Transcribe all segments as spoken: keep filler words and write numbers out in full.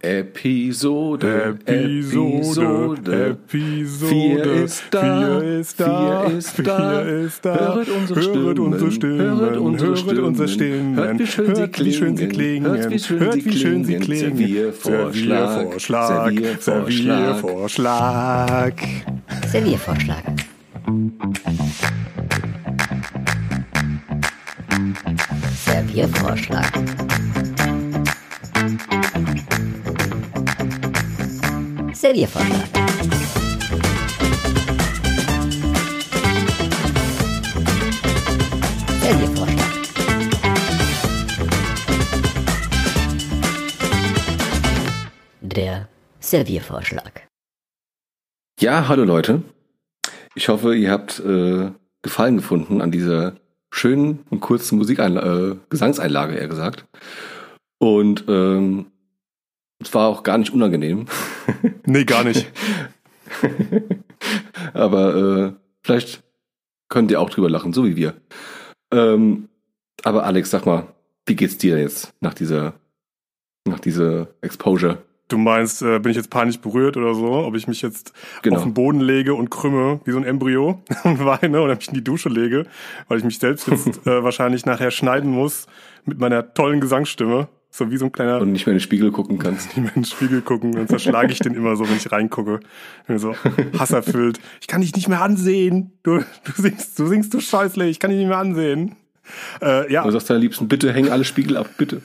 Episode, Episode, Episode, vier ist da, vier ist da, vier ist da, vier ist da. Höret unsere Stimmen, Hört unsere Stimmen, hört unsere hört unsere Stimmen, Hört, wie schön sie klingen, hört, wie schön sie klingen, Serviervorschlag, Serviervorschlag, Serviervorschlag, Serviervorschlag. Serviervorschlag. Serviervorschlag. Serviervorschlag. Der Serviervorschlag. Ja, hallo Leute. Ich hoffe, ihr habt äh, Gefallen gefunden an dieser schönen und kurzen Musikeinla- äh, Gesangseinlage, eher gesagt. Und ähm, es war auch gar nicht unangenehm. Nee, gar nicht. Aber äh, vielleicht könnt ihr auch drüber lachen, so wie wir. Ähm, aber Alex, sag mal, wie geht's dir jetzt nach dieser, nach dieser Exposure? Du meinst, äh, bin ich jetzt panisch berührt oder so? Ob ich mich jetzt Genau. auf den Boden lege und krümme wie so ein Embryo und weine oder mich in die Dusche lege, weil ich mich selbst jetzt äh, wahrscheinlich nachher schneiden muss mit meiner tollen Gesangsstimme. So wie so ein kleiner... Und nicht mehr in den Spiegel gucken kannst. Nicht mehr in den Spiegel gucken, dann zerschlage ich den immer so, wenn ich reingucke. Bin so hasserfüllt. Ich kann dich nicht mehr ansehen. Du, du singst, du singst, du Scheißle, ich kann dich nicht mehr ansehen. Äh, ja. Du sagst deiner Liebsten, bitte häng alle Spiegel ab, bitte.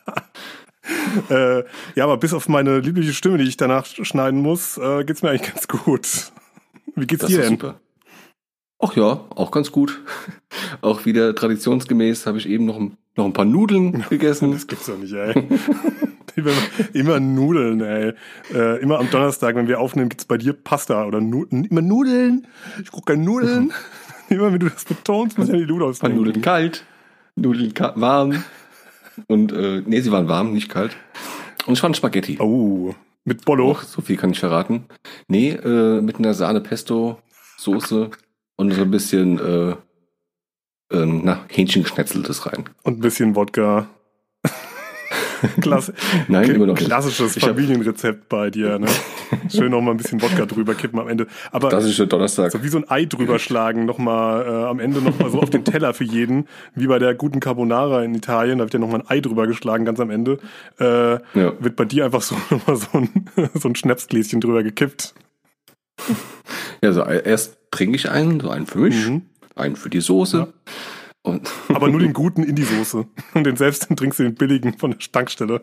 Äh, ja, aber bis auf meine liebliche Stimme, die ich danach schneiden muss, äh, geht's mir eigentlich ganz gut. Wie geht's Das dir ist denn? super. Ach ja, auch ganz gut. Auch wieder traditionsgemäß habe ich eben noch ein, noch ein paar Nudeln gegessen. Das gibt's doch nicht, ey. immer, immer Nudeln, ey. Äh, immer am Donnerstag, wenn wir aufnehmen, gibt's bei dir Pasta oder nu- immer Nudeln. Ich gucke gerne Nudeln. Immer wenn du das betonst, muss ja die Nudeln Ein paar ausnehmen. Nudeln kalt, Nudeln ka- warm. Und, äh, nee, sie waren warm, nicht kalt. Und es waren Spaghetti. Oh, mit Bollo. Och, so viel kann ich verraten. Nee, äh, mit einer Sahne-Pesto-Soße und so ein bisschen, äh, ähm, na, Hähnchengeschnetzeltes rein. Und ein bisschen Wodka. Klasse. Nein, immer noch nicht. Klassisches Ich hab- Familienrezept bei dir, ne? Schön noch mal ein bisschen Wodka drüber kippen am Ende. Aber Das ist der Donnerstag. so wie so ein Ei drüber schlagen, noch mal äh, am Ende noch mal so auf den Teller für jeden, wie bei der guten Carbonara in Italien, da wird ja noch mal ein Ei drüber geschlagen, ganz am Ende. Äh, Ja. Wird bei dir einfach so noch mal so ein, so ein Schnapsgläschen drüber gekippt. Ja, so äh, erst trinke ich einen, so einen für mich, Mhm. einen für die Soße. Ja. Und Aber nur den guten in die Soße. Und den selbst, dann trinkst du den billigen von der Tankstelle.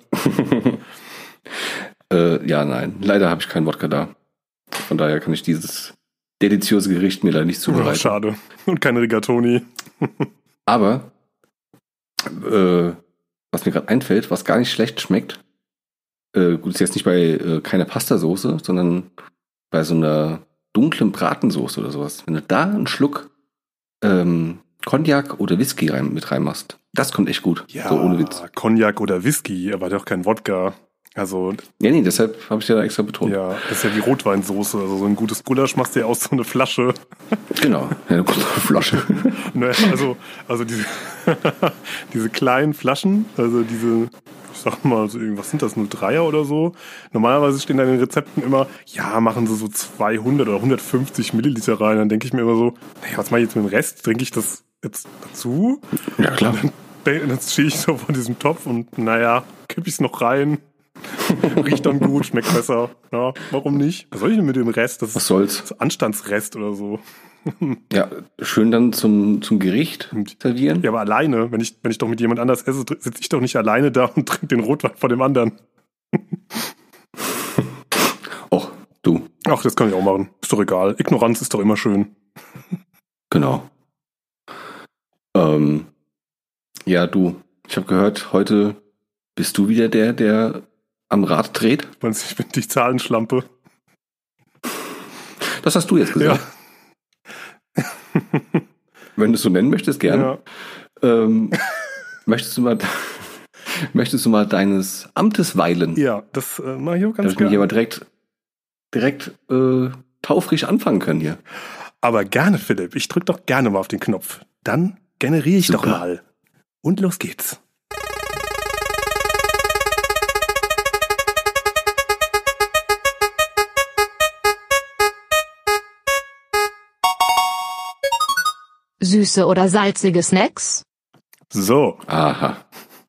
äh, ja, nein, leider habe ich keinen Wodka da. Von daher kann ich dieses deliziöse Gericht mir leider nicht Oh, zubereiten. schade. Und keine Rigatoni. Aber äh, was mir gerade einfällt, was gar nicht schlecht schmeckt, äh, gut, ist jetzt nicht bei äh, keiner Pastasoße, sondern bei so einer dunklen Bratensoße oder sowas. Wenn du da einen Schluck ähm, Cognac oder Whisky rein, mit reinmachst, das kommt echt gut. Ja, So ohne Witz. Cognac oder Whisky, aber doch kein Wodka. Also, Ja, nee, deshalb habe ich ja da extra betont. ja, das ist ja wie Rotweinsoße. Also so ein gutes Gulasch machst du ja aus so eine Flasche. Genau, ja, eine große Flasche. Ne, also, also diese, diese kleinen Flaschen, also diese, ich sag mal, so, was sind das, nur Dreier oder so? Normalerweise stehen da in den Rezepten immer, ja, machen sie so zweihundert oder hundertfünfzig Milliliter rein. Dann denke ich mir immer so, naja, was mache ich jetzt mit dem Rest? Trinke ich das jetzt dazu? Ja, klar. Dann, dann stehe ich so vor diesem Topf und naja, kipp ich es noch rein. Riecht dann gut, schmeckt besser. Ja, warum nicht? Was soll ich denn mit dem Rest? Das Was ist soll's? so Anstandsrest oder so. Ja, schön dann zum, zum Gericht servieren. Ja, aber alleine, wenn ich, wenn ich doch mit jemand anders esse, sitze ich doch nicht alleine da und trinke den Rotwein von dem anderen. Och, du, Ach, das kann ich auch machen. Ist doch egal. Ignoranz ist doch immer schön. genau. Ähm, ja, du, ich habe gehört, heute bist du wieder der, der am Rad dreht. Ich, meine, ich bin die Zahlenschlampe. Das hast du jetzt gesagt. Wenn du es so nennen möchtest, gerne. Ja. Ähm, möchtest du mal, möchtest du mal deines Amtes weilen? Ja, das äh, mache ich auch Dass ganz ich mich aber gerne. direkt, direkt äh, taufrisch anfangen können hier. Aber gerne, Philipp. Ich drück doch gerne mal auf den Knopf. Dann generiere ich Super. doch mal. Und los geht's. Süße oder salzige Snacks? So, Aha.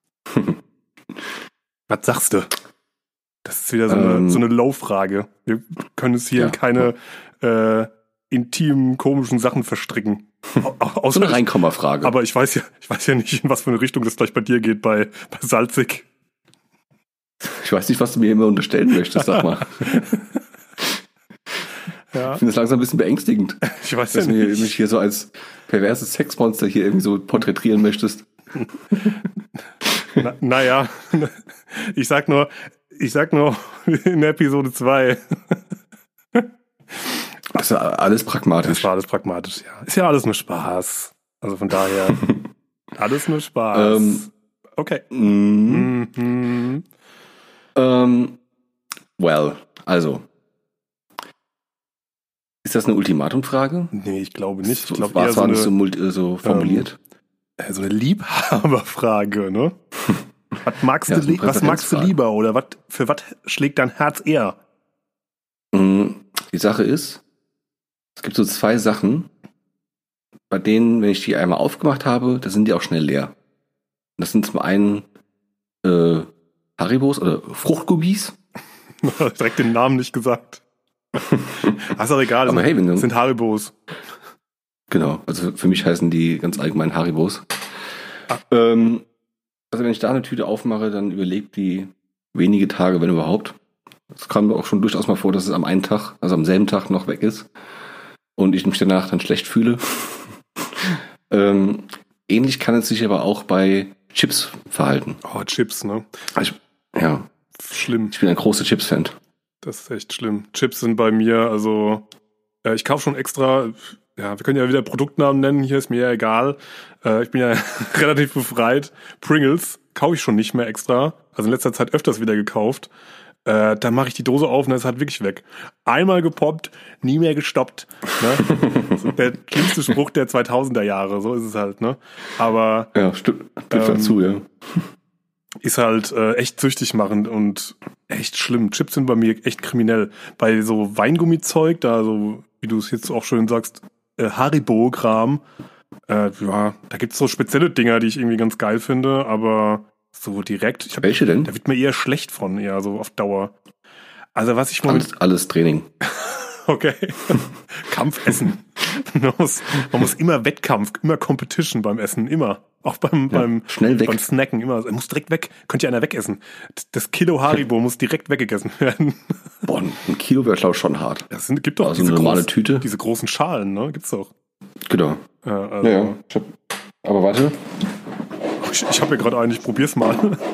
was sagst du? Das ist wieder so eine, Ähm. so eine Low-Frage. Wir können es hier Ja. in keine äh, intimen, komischen Sachen verstricken. Au- au- So Außer eine Reinkommerfrage. aber ich weiß ja, ich weiß ja nicht, in was für eine Richtung das gleich bei dir geht, bei, bei salzig. Ich weiß nicht, was du mir immer unterstellen möchtest, sag mal. Ja, Ich finde das langsam ein bisschen beängstigend, ich weiß ja dass du mir nicht. mich hier so als perverses Sexmonster hier irgendwie so porträtieren möchtest. Na, naja, ich sag nur, ich sag nur in Episode zwei. Das ist ja alles Das pragmatisch. war alles pragmatisch, ja. Ist ja alles nur Spaß. Also von daher, alles nur Spaß. Ähm. Okay. Mm, Mhm. ähm, well, also. Ist das eine Ultimatumfrage? Nee, ich glaube nicht. Ich So- glaube war eher es so war eine, nicht so, multi- äh, so formuliert. äh, so eine Liebhaberfrage, ne? Was magst, Ja, du, so eine li- was magst du Präferenzfrage. lieber oder was, für was schlägt dein Herz eher? Mm, Die Sache ist, es gibt so zwei Sachen, bei denen, wenn ich die einmal aufgemacht habe, da sind die auch schnell leer. Das sind zum einen äh, Haribos oder Fruchtgummis. Direkt den Namen nicht gesagt. Ach, ist auch egal. Das Aber sind, hey, wenn du- sind Haribos. Genau, also für mich heißen die ganz allgemein Haribos. Ähm, also wenn ich da eine Tüte aufmache, dann überlebt die wenige Tage, wenn überhaupt. Es kam auch schon durchaus mal vor, dass es am einen Tag, also am selben Tag noch weg ist und ich mich danach dann schlecht fühle. ähm, ähnlich kann es sich aber auch bei Chips verhalten. Oh, Chips, ne? Also ich, ja, Schlimm. ich bin ein großer Chips-Fan. Das ist echt schlimm. Chips sind bei mir, also äh, ich kaufe schon extra, ja, wir können ja wieder Produktnamen nennen, hier ist mir ja egal. Äh, ich bin ja relativ befreit. Pringles kaufe ich schon nicht mehr extra. Also in letzter Zeit öfters wieder gekauft. Äh, da mache ich die Dose auf und das ist halt wirklich weg. Einmal gepoppt, nie mehr gestoppt. Ne? So der schlimmste Spruch der zweitausender Jahre, so ist es halt. Ne? Aber Ja, stimmt. Trifft Ähm, dazu, ja. ist halt äh, echt süchtig machend und echt schlimm. Chips sind bei mir echt kriminell. Bei so Weingummizeug, da so, wie du es jetzt auch schön sagst, äh, Haribo-Kram, äh, ja, da gibt's so spezielle Dinger, die ich irgendwie ganz geil finde, aber so direkt, ich hab, Welche denn? da wird mir eher schlecht von, eher so auf Dauer. Also was ich momentan... Alles, alles Training. Okay. Kampfessen. Man muss, man muss immer Wettkampf, immer Competition beim Essen, immer. Auch beim, Ja, beim, schnell weg. beim Snacken, immer. Er muss direkt weg. Könnte ja einer wegessen. Das Kilo Haribo muss direkt weggegessen werden. Boah, ein Kilo wäre, glaube ich, schon hart. Das sind, gibt doch Also eine normale Tüte? Diese großen Schalen, ne? Gibt's doch. Genau. Ja, also, Ja, ja. Ich hab, aber warte. Ich, ich habe hier gerade einen, ich probier's mal.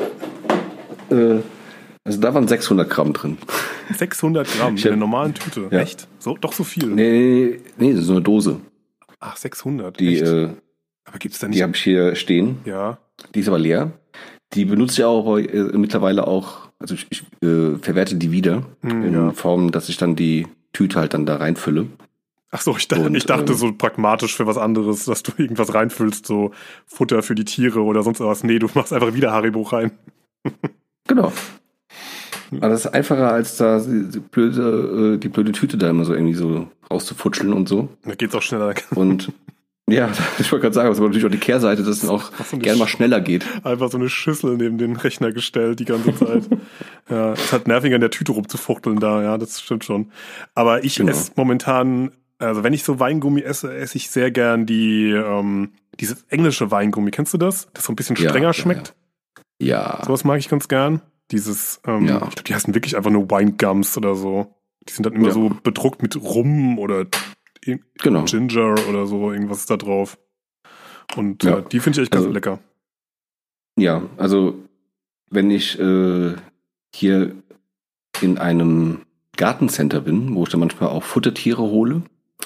Äh, also da waren sechshundert Gramm drin. sechshundert Gramm Ich in hab- einer normalen Tüte. Ja. Echt? So, doch so viel. Nee, nee, nee, so eine Dose. Ach, sechshundert. Die, Echt? äh, Aber gibt's da nicht? die habe ich hier stehen. Ja. Die ist aber leer. Die benutze ich auch äh, mittlerweile auch, also ich, ich äh, verwerte die wieder Hm, in ja. Form, dass ich dann die Tüte halt dann da reinfülle. Ach so, ich, dachte- Und, ich dachte ähm, so pragmatisch für was anderes, dass du irgendwas reinfüllst, so Futter für die Tiere oder sonst was. Nee, du machst einfach wieder Haribo rein. Genau. Aber das ist einfacher, als da die, die, blöde, äh, die blöde Tüte da immer so irgendwie so rauszufutscheln und so. Da geht's auch schneller. Und ja, ich wollte gerade sagen, das war natürlich auch die Kehrseite, dass es dann auch Ach so, eine gerne mal Sch- schneller geht. Einfach so eine Schüssel neben den Rechner gestellt die ganze Zeit. Ja, ist halt nervig, an der Tüte rumzufuchteln da, ja, das stimmt schon. Aber ich Genau. esse momentan, also wenn ich so Weingummi esse, esse ich sehr gern die, ähm, dieses englische Weingummi. Kennst du das? Das so ein bisschen Ja, strenger ja, schmeckt. Ja. Sowas mag ich ganz gern. Dieses, ähm, Ja. ich glaube, die heißen wirklich einfach nur Winegums oder so. Die sind dann immer Ja. so bedruckt mit Rum oder in- Genau. Ginger oder so, irgendwas ist da drauf. Und Ja. äh, die finde ich echt ganz Also- lecker. Ja, also wenn ich äh, hier in einem Gartencenter bin, wo ich dann manchmal auch Futtertiere hole,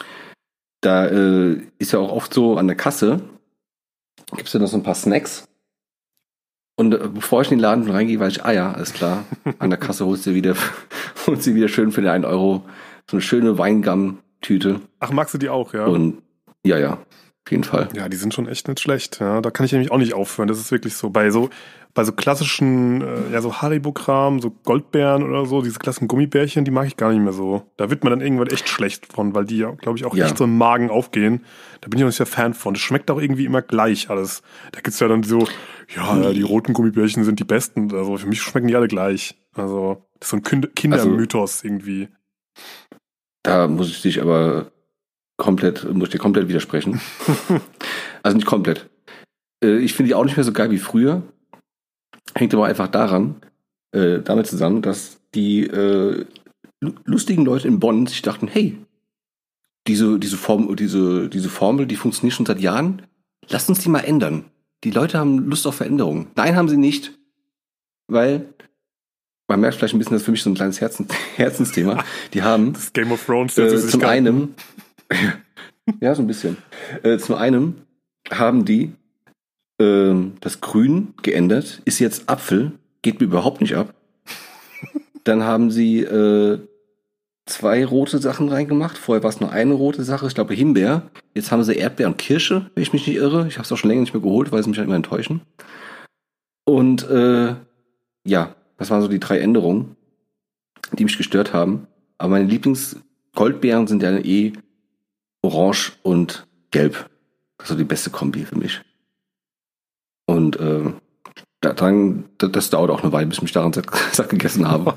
da äh, ist ja auch oft so an der Kasse, gibt es ja noch so ein paar Snacks. Und äh, bevor ich in den Laden reingehe, weiß ich, ah ja, alles klar, an der Kasse holst du wieder, holst du wieder schön für den einen Euro so eine schöne Weingum-Tüte. Ach, magst du die auch, ja? Und ja, ja. Auf jeden Fall. Ja, die sind schon echt nicht schlecht. Ja, da kann ich nämlich auch nicht aufhören. Das ist wirklich so bei so bei so klassischen, äh, ja so Haribo-Kram, so Goldbeeren oder so, diese klassischen Gummibärchen, die mag ich gar nicht mehr so. Da wird man dann irgendwann echt schlecht von, weil die ja, glaube ich, auch Ja. echt so im Magen aufgehen. Da bin ich auch nicht der Fan von. Das schmeckt auch irgendwie immer gleich alles. Da gibt's ja dann so, ja, ja, die roten Gummibärchen sind die besten. Also für mich schmecken die alle gleich. Also das ist so ein Kind- Kindermythos irgendwie. Da muss ich dich aber komplett, muss ich dir komplett widersprechen. Also nicht komplett. Äh, Ich finde die auch nicht mehr so geil wie früher. Hängt aber einfach daran, äh, damit zusammen, dass die äh, lu- lustigen Leute in Bonn sich dachten, hey, diese, diese, Form, diese, diese Formel, die funktioniert schon seit Jahren, lasst uns die mal ändern. Die Leute haben Lust auf Veränderung. Nein, haben sie nicht. Weil, man merkt vielleicht ein bisschen, das ist für mich so ein kleines Herzen, Herzensthema. Die haben Das Game of Thrones äh, der zum einen, ja, so ein bisschen. Äh, zum einen haben die ähm, das Grün geändert, ist jetzt Apfel, geht mir überhaupt nicht ab. Dann haben sie äh, zwei rote Sachen reingemacht. Vorher war es nur eine rote Sache, ich glaube Himbeer. Jetzt haben sie Erdbeer und Kirsche, wenn ich mich nicht irre. Ich habe es auch schon länger nicht mehr geholt, weil sie mich halt immer enttäuschen. Und äh, ja, das waren so die drei Änderungen, die mich gestört haben. Aber meine Lieblings-Goldbeeren sind ja eh Orange und Gelb. Das ist so die beste Kombi für mich. Und äh, da- dann, das, das dauert auch eine Weile, bis ich mich daran satt, satt gegessen habe.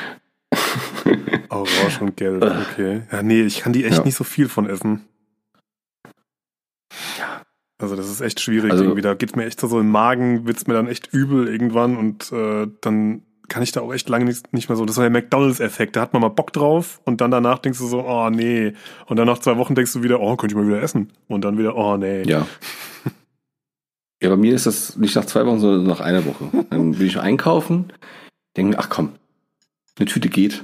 Orange und Gelb, okay. Ja, nee, ich kann die echt Ja. nicht so viel von essen. Also das ist echt schwierig Also- irgendwie. Da geht's mir echt so im Magen, wird's mir dann echt übel irgendwann und äh, dann kann ich da auch echt lange nicht, nicht mehr so. Das ist so der McDonalds-Effekt. Da hat man mal Bock drauf und dann danach denkst du so, oh nee. Und dann nach zwei Wochen denkst du wieder, oh, könnte ich mal wieder essen. Und dann wieder, oh nee. Ja. Ja, bei mir ist das nicht nach zwei Wochen, sondern nach einer Woche. Dann bin ich einkaufen, denke mir, ach komm, eine Tüte geht.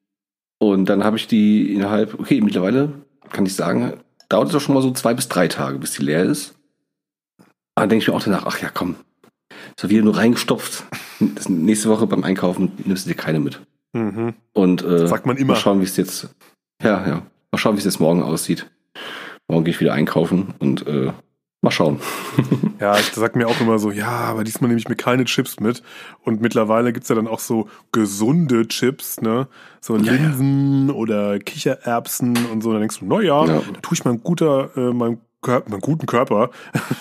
Und dann habe ich die innerhalb, okay, mittlerweile kann ich sagen, dauert es doch schon mal so zwei bis drei Tage, bis die leer ist. Aber dann denke ich mir auch danach, ach ja, komm, so wieder nur reingestopft. Das nächste Woche beim Einkaufen nimmst du dir keine mit. Mhm. Und äh, Sagt man immer. mal schauen, wie es jetzt, ja, ja, mal schauen, wie es jetzt morgen aussieht. Morgen gehe ich wieder einkaufen und äh, mal schauen. Ja, ich sag mir auch immer so, ja, aber diesmal nehme ich mir keine Chips mit. Und mittlerweile gibt's ja dann auch so gesunde Chips, ne? So Ja, Linsen oder Kichererbsen und so. Da denkst du, na ja, Ja. da tue ich meinem guter, äh, meinem, Kör meinem guten Körper,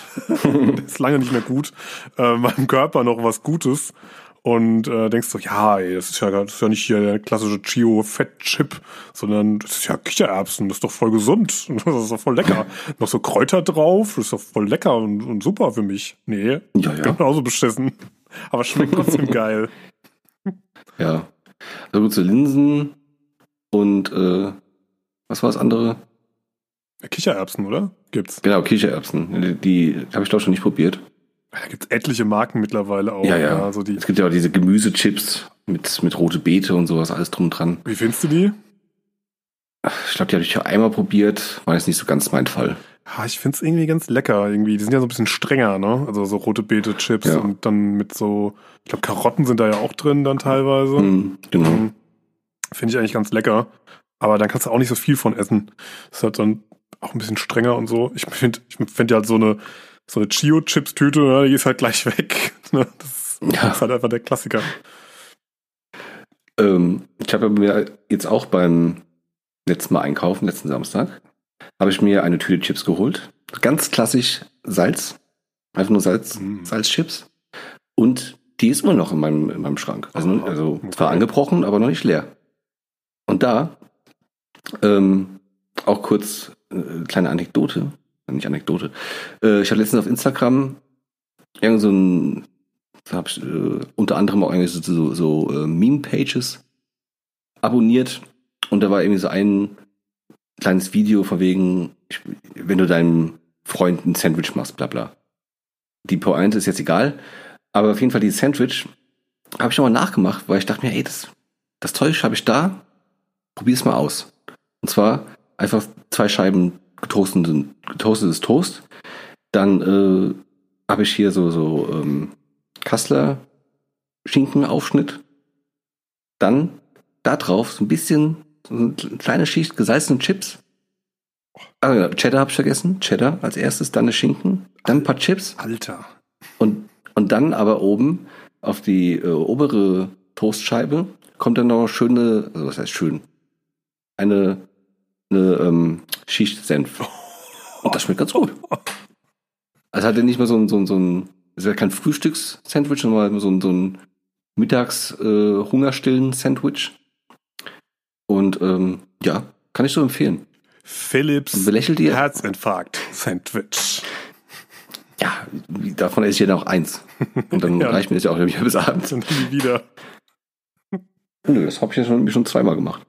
der ist lange nicht mehr gut, äh, meinem Körper noch was Gutes. Und äh, denkst so, ja, ey, das ist ja, das ist ja nicht hier der klassische Chio-Fett-Chip, sondern das ist ja Kichererbsen, das ist doch voll gesund, das ist doch voll lecker. Noch so Kräuter drauf, das ist doch voll lecker und, und super für mich. Nee, Ja, ja. genauso beschissen. Aber schmeckt trotzdem geil. Ja. Also gut, so Linsen und äh, was war das andere? Kichererbsen, oder? Gibt's. Genau, Kichererbsen. Die, die habe ich glaube schon nicht probiert. Da gibt's etliche Marken mittlerweile auch. Ja, ja. Also die, Es gibt ja auch diese Gemüsechips mit, mit rote Beete und sowas, alles drum und dran. wie findest du die? Ich glaube, die habe ich ja einmal probiert, war jetzt nicht so ganz mein Fall. Ja, ich find's irgendwie ganz lecker. Irgendwie. Die sind ja so ein bisschen strenger, ne? Also so rote Beete-Chips Ja. und dann mit so, ich glaube, Karotten sind da ja auch drin dann teilweise. Hm, genau. Mhm. Finde ich eigentlich ganz lecker. Aber dann kannst du auch nicht so viel von essen. Das ist halt dann auch ein bisschen strenger und so. Ich finde ich find ja halt so eine, so eine Chio-Chips-Tüte, ne, die ist halt gleich weg. Ne? Das Ja. ist halt einfach der Klassiker. Ähm, ich habe mir jetzt auch beim letzten Mal einkaufen, letzten Samstag, habe ich mir eine Tüte Chips geholt. Ganz klassisch Salz. Einfach nur Salz, Mhm. Salzchips. Und die ist immer noch in meinem, in meinem Schrank. Also, Aha, also okay. zwar angebrochen, aber noch nicht leer. Und da, ähm, auch kurz äh, kleine Anekdote, nicht Anekdote. Äh, ich habe letztens auf Instagram irgend so ein, da habe ich äh, unter anderem auch irgendwie so, so, so äh, Meme-Pages abonniert. Und da war irgendwie so ein kleines Video von wegen, ich, wenn du deinem Freund ein Sandwich machst, bla bla. Die Pointe ist jetzt egal, aber auf jeden Fall dieses Sandwich habe ich nochmal nachgemacht, weil ich dachte mir, ey, das, das Zeug habe ich da, probier es mal aus. Und zwar einfach zwei Scheiben getoasteten, getoastetes Toast, dann äh, habe ich hier so, so ähm, Kassler Schinkenaufschnitt, dann da drauf so ein bisschen so eine kleine Schicht gesalzene Chips Ah, ja, Cheddar habe ich vergessen. Cheddar als erstes, dann eine Schinken, dann ein paar Chips. Alter. Und, und dann aber oben auf die äh, obere Toastscheibe kommt dann noch schöne, also was heißt schön, eine, eine ähm, Schicht Senf. Und das schmeckt ganz gut. Also hat er nicht mal so ein, so ein, so ein, ist ja kein Frühstückssandwich, sondern so ein, so ein Mittags-Hungerstillen-Sandwich. Und ähm, ja, kann ich so empfehlen. Philips Belächelt ihr? Herzinfarkt-Sandwich. Ja, davon esse ich ja noch eins. Und dann Ja. reicht mir das ja auch wieder bis abends. Und nie wieder. Nö, das habe ich ja schon, schon zweimal gemacht.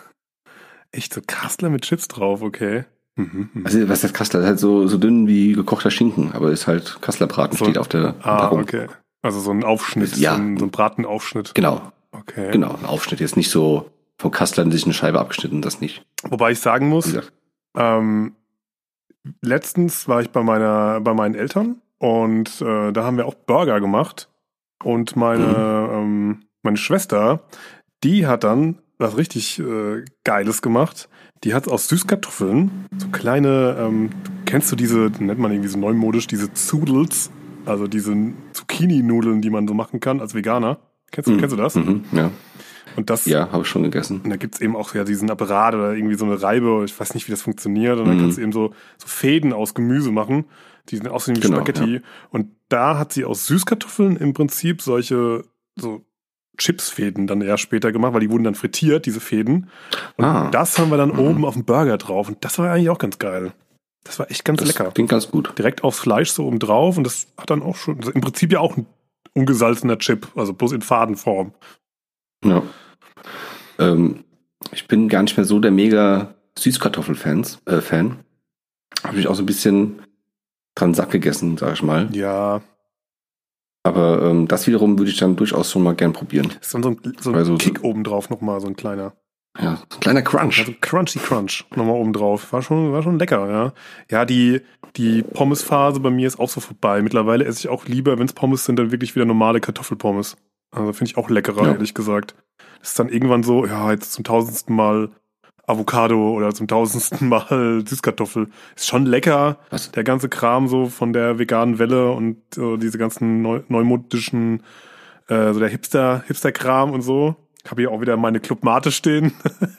Echt so Kassler mit Chips drauf, okay. Mhm, mhm. Also, was ist das Kassler? Das ist halt so, so dünn wie gekochter Schinken, aber ist halt Kasslerbraten, So- steht auf der Ah, Packung. okay. Also so ein Aufschnitt, Ja. so ein, so ein Bratenaufschnitt. Genau, Okay. genau. Ein Aufschnitt. Jetzt nicht so vom Kassler sich eine Scheibe abgeschnitten, das nicht. Wobei ich sagen Wie muss, gesagt. ähm, letztens war ich bei meiner, bei meinen Eltern und äh, da haben wir auch Burger gemacht. Und meine, ähm, meine Schwester, die hat dann was richtig äh, Geiles gemacht. Die hat aus Süßkartoffeln so kleine, ähm, kennst du diese, nennt man irgendwie so neumodisch, diese Zoodles, also diese Zucchini-Nudeln, die man so machen kann als Veganer. Kennst du, Mhm. kennst du das? Mhm, ja, Und das, ja habe ich schon gegessen. und da gibt's eben auch ja diesen Apparat oder irgendwie so eine Reibe, ich weiß nicht, wie das funktioniert. Und dann Mhm. kannst du eben so, so Fäden aus Gemüse machen, die sind aussehen wie Genau, Spaghetti. Und da hat sie aus Süßkartoffeln im Prinzip solche so Chipsfäden dann eher später gemacht, weil die wurden dann frittiert, diese Fäden. Und Ah. das haben wir dann Mhm. oben auf dem Burger drauf. Und das war eigentlich auch ganz geil. Das war echt ganz Das lecker. klingt ganz gut. Direkt aufs Fleisch so oben drauf. Und das hat dann auch schon, im Prinzip ja auch ein ungesalzener Chip, also bloß in Fadenform. Ja. Ähm, ich bin gar nicht mehr so der mega Süßkartoffel-Fans, äh, Fan. Habe mich auch so ein bisschen dran satt gegessen, sag ich mal. Ja, Aber ähm, das wiederum würde ich dann durchaus schon mal gern probieren. ist dann so ein, so ein Also- Kick oben drauf nochmal, so ein kleiner. Ja, so ein kleiner Crunch. Also Crunchy Crunch nochmal oben drauf. War schon, war schon lecker, ja. Ja, die, die Pommesphase bei mir ist auch so vorbei. Mittlerweile esse ich auch lieber, wenn es Pommes sind, dann wirklich wieder normale Kartoffelpommes. Also finde ich auch leckerer, Ja. ehrlich gesagt. Das ist dann irgendwann so, ja, jetzt zum tausendsten Mal Avocado oder zum tausendsten Mal Süßkartoffel. Ist schon lecker. Was? Der ganze Kram so von der veganen Welle und so diese ganzen neu, neumodischen, äh, so der Hipster, Hipster-Kram und so. Habe hier auch wieder meine Club Mate stehen.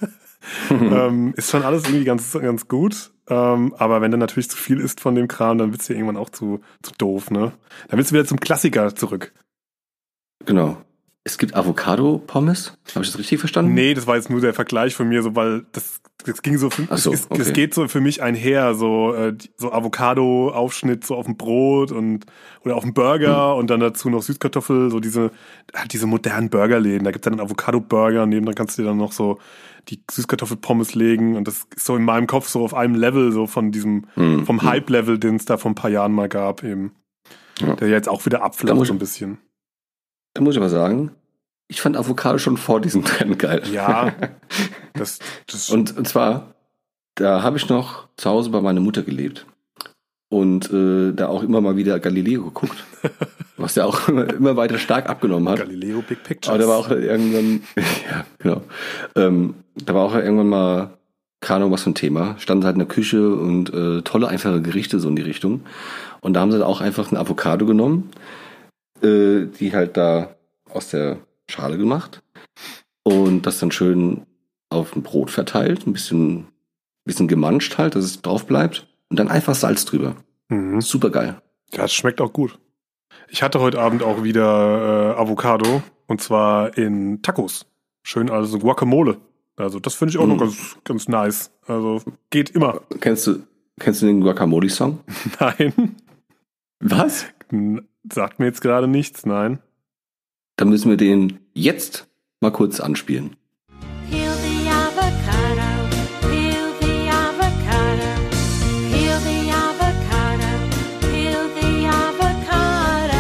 ähm, ist schon alles irgendwie ganz, ganz gut. Ähm, aber wenn dann natürlich zu viel ist von dem Kram, dann wird's ja irgendwann auch zu, zu doof, ne? Dann willst du wieder zum Klassiker zurück. Genau. Es gibt Avocado-Pommes. Habe ich das richtig verstanden? Nee, das war jetzt nur der Vergleich von mir, so weil das, das ging so, für, Ach so, es, es, okay. es geht so für mich einher, so, äh, die- so Avocado-Aufschnitt so auf dem Brot und oder auf dem Burger Hm. und dann dazu noch Süßkartoffel, so diese, halt diese modernen Burgerläden. Da gibt's dann einen Avocado-Burger und neben dann kannst du dir dann noch so die Süßkartoffelpommes legen und das ist so in meinem Kopf so auf einem Level, so von diesem, Hm, vom hm. Hype-Level, den es da vor ein paar Jahren mal gab, eben. Ja. Der jetzt auch wieder Da abflacht muss- so ein bisschen. Da muss ich aber sagen, ich fand Avocado schon vor diesem Trend geil. Ja, das, das Und, und zwar, da habe ich noch zu Hause bei meiner Mutter gelebt und äh, da auch immer mal wieder Galileo geguckt, was ja auch immer, immer weiter stark abgenommen hat. Galileo Big Pictures. Aber da war auch irgendwann, ja, genau, ähm, da war auch irgendwann mal, keine Ahnung, was für ein Thema, standen halt in der Küche und äh, tolle, einfache Gerichte so in die Richtung. Und da haben sie dann auch einfach ein Avocado genommen, äh, die halt da aus der Schale gemacht und das dann schön auf ein Brot verteilt, ein bisschen, bisschen gemanscht halt, dass es drauf bleibt und dann einfach Salz drüber. Mhm. Super geil. Ja, das schmeckt auch gut. Ich hatte heute Abend auch wieder äh, Avocado und zwar in Tacos. Schön, also Guacamole. Also das finde ich auch Mhm. noch ganz, ganz nice. Also geht immer. Kennst du, kennst du den Guacamole-Song? Nein, Was? N- sagt mir jetzt gerade nichts, nein. Dann müssen wir den jetzt mal kurz anspielen. Peel the avocado, peel the avocado, peel the avocado, peel the avocado.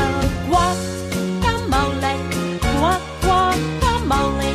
Guacamole, guac guacamole,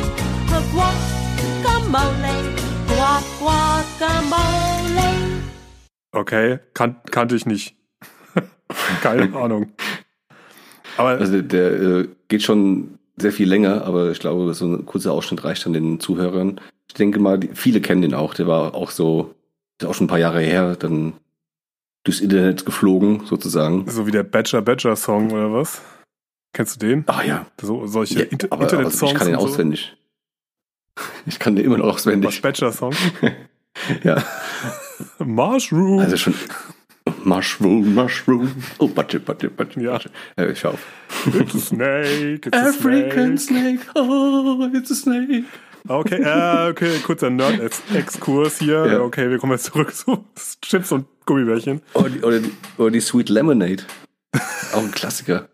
guacamole, guac guacamole. Okay, kan kannte ich nicht. Keine Ahnung. Aber Also der äh, geht schon sehr viel länger, aber ich glaube, so ein kurzer Ausschnitt reicht dann den Zuhörern. Ich denke mal, die, viele kennen den auch. Der war auch so ist auch schon ein paar Jahre her, dann durchs Internet geflogen, sozusagen. So wie der Badger Badger Song oder was? Kennst du den? Ach ja. So, solche ja Inter aber, Internet-Songs. Also ich kann den und so. auswendig. Ich kann den immer noch Was auswendig. Badger Song? Ja. Mushroom. Also schon. Mushroom, Mushroom. Oh, Budget, Budget, Budget. Ja. Budget. Äh, ich schau auf. It's a snake, it's a African snake. snake. Oh, it's a snake. Okay, äh, okay, kurzer Nerd-Exkurs hier. Ja. Okay, wir kommen jetzt zurück zu Chips und Gummibärchen. Oder die, oder, die, oder die Sweet Lemonade. Auch ein Klassiker.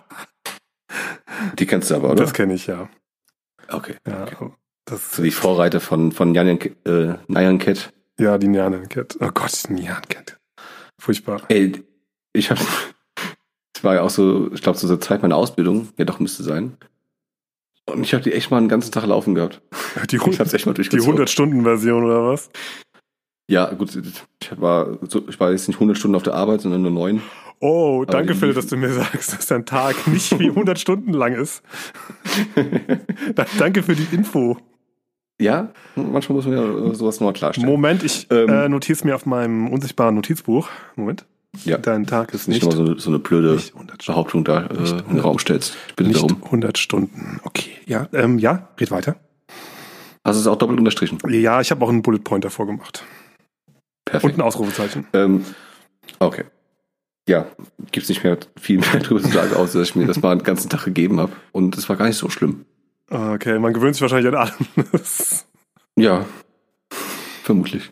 Die kennst du aber, oder? Das kenne ich, ja. Okay. Ja, okay. das, So die Vorreiter von, von Nyan, äh, Nyan Cat. ja die Nyan Cat. Oh Gott, die Nyan Cat. Furchtbar. Ey, ich hab, es war ja auch so, ich glaube, zu der Zeit meiner Ausbildung, ja doch, müsste sein. Und ich habe die echt mal einen ganzen Tag laufen gehabt. Die, Ich hab's echt mal die durchgezogen. hundert-Stunden-Version oder was? Ja, gut, ich war, so, ich war jetzt nicht hundert Stunden auf der Arbeit, sondern nur neun. Oh, Aber danke die Philipp, liefen- dass du mir sagst, dass dein Tag nicht wie hundert Stunden lang ist. Da, danke für die Info. Ja, manchmal muss man ja sowas mal klarstellen. Moment, ich Ähm. äh, notiere es mir auf meinem unsichtbaren Notizbuch. Moment. Ja. Dein Tag ist Nicht nicht, nur so eine, so eine blöde nicht hundert Stunden. Behauptung da äh, in den Raum stellst. Ich bitte Nicht darum. hundert Stunden. Okay, ja, ähm, ja, red weiter. Also es ist auch doppelt unterstrichen. Ja, ich habe auch einen Bullet Point davor gemacht. Und Perfekt. ein Ausrufezeichen. Ähm, okay. Ja, gibt's nicht mehr viel mehr drüber zu sagen, außer dass ich mir das mal den ganzen Tag gegeben habe. Und es war gar nicht so schlimm. Okay, man gewöhnt sich wahrscheinlich an alles. Ja, vermutlich.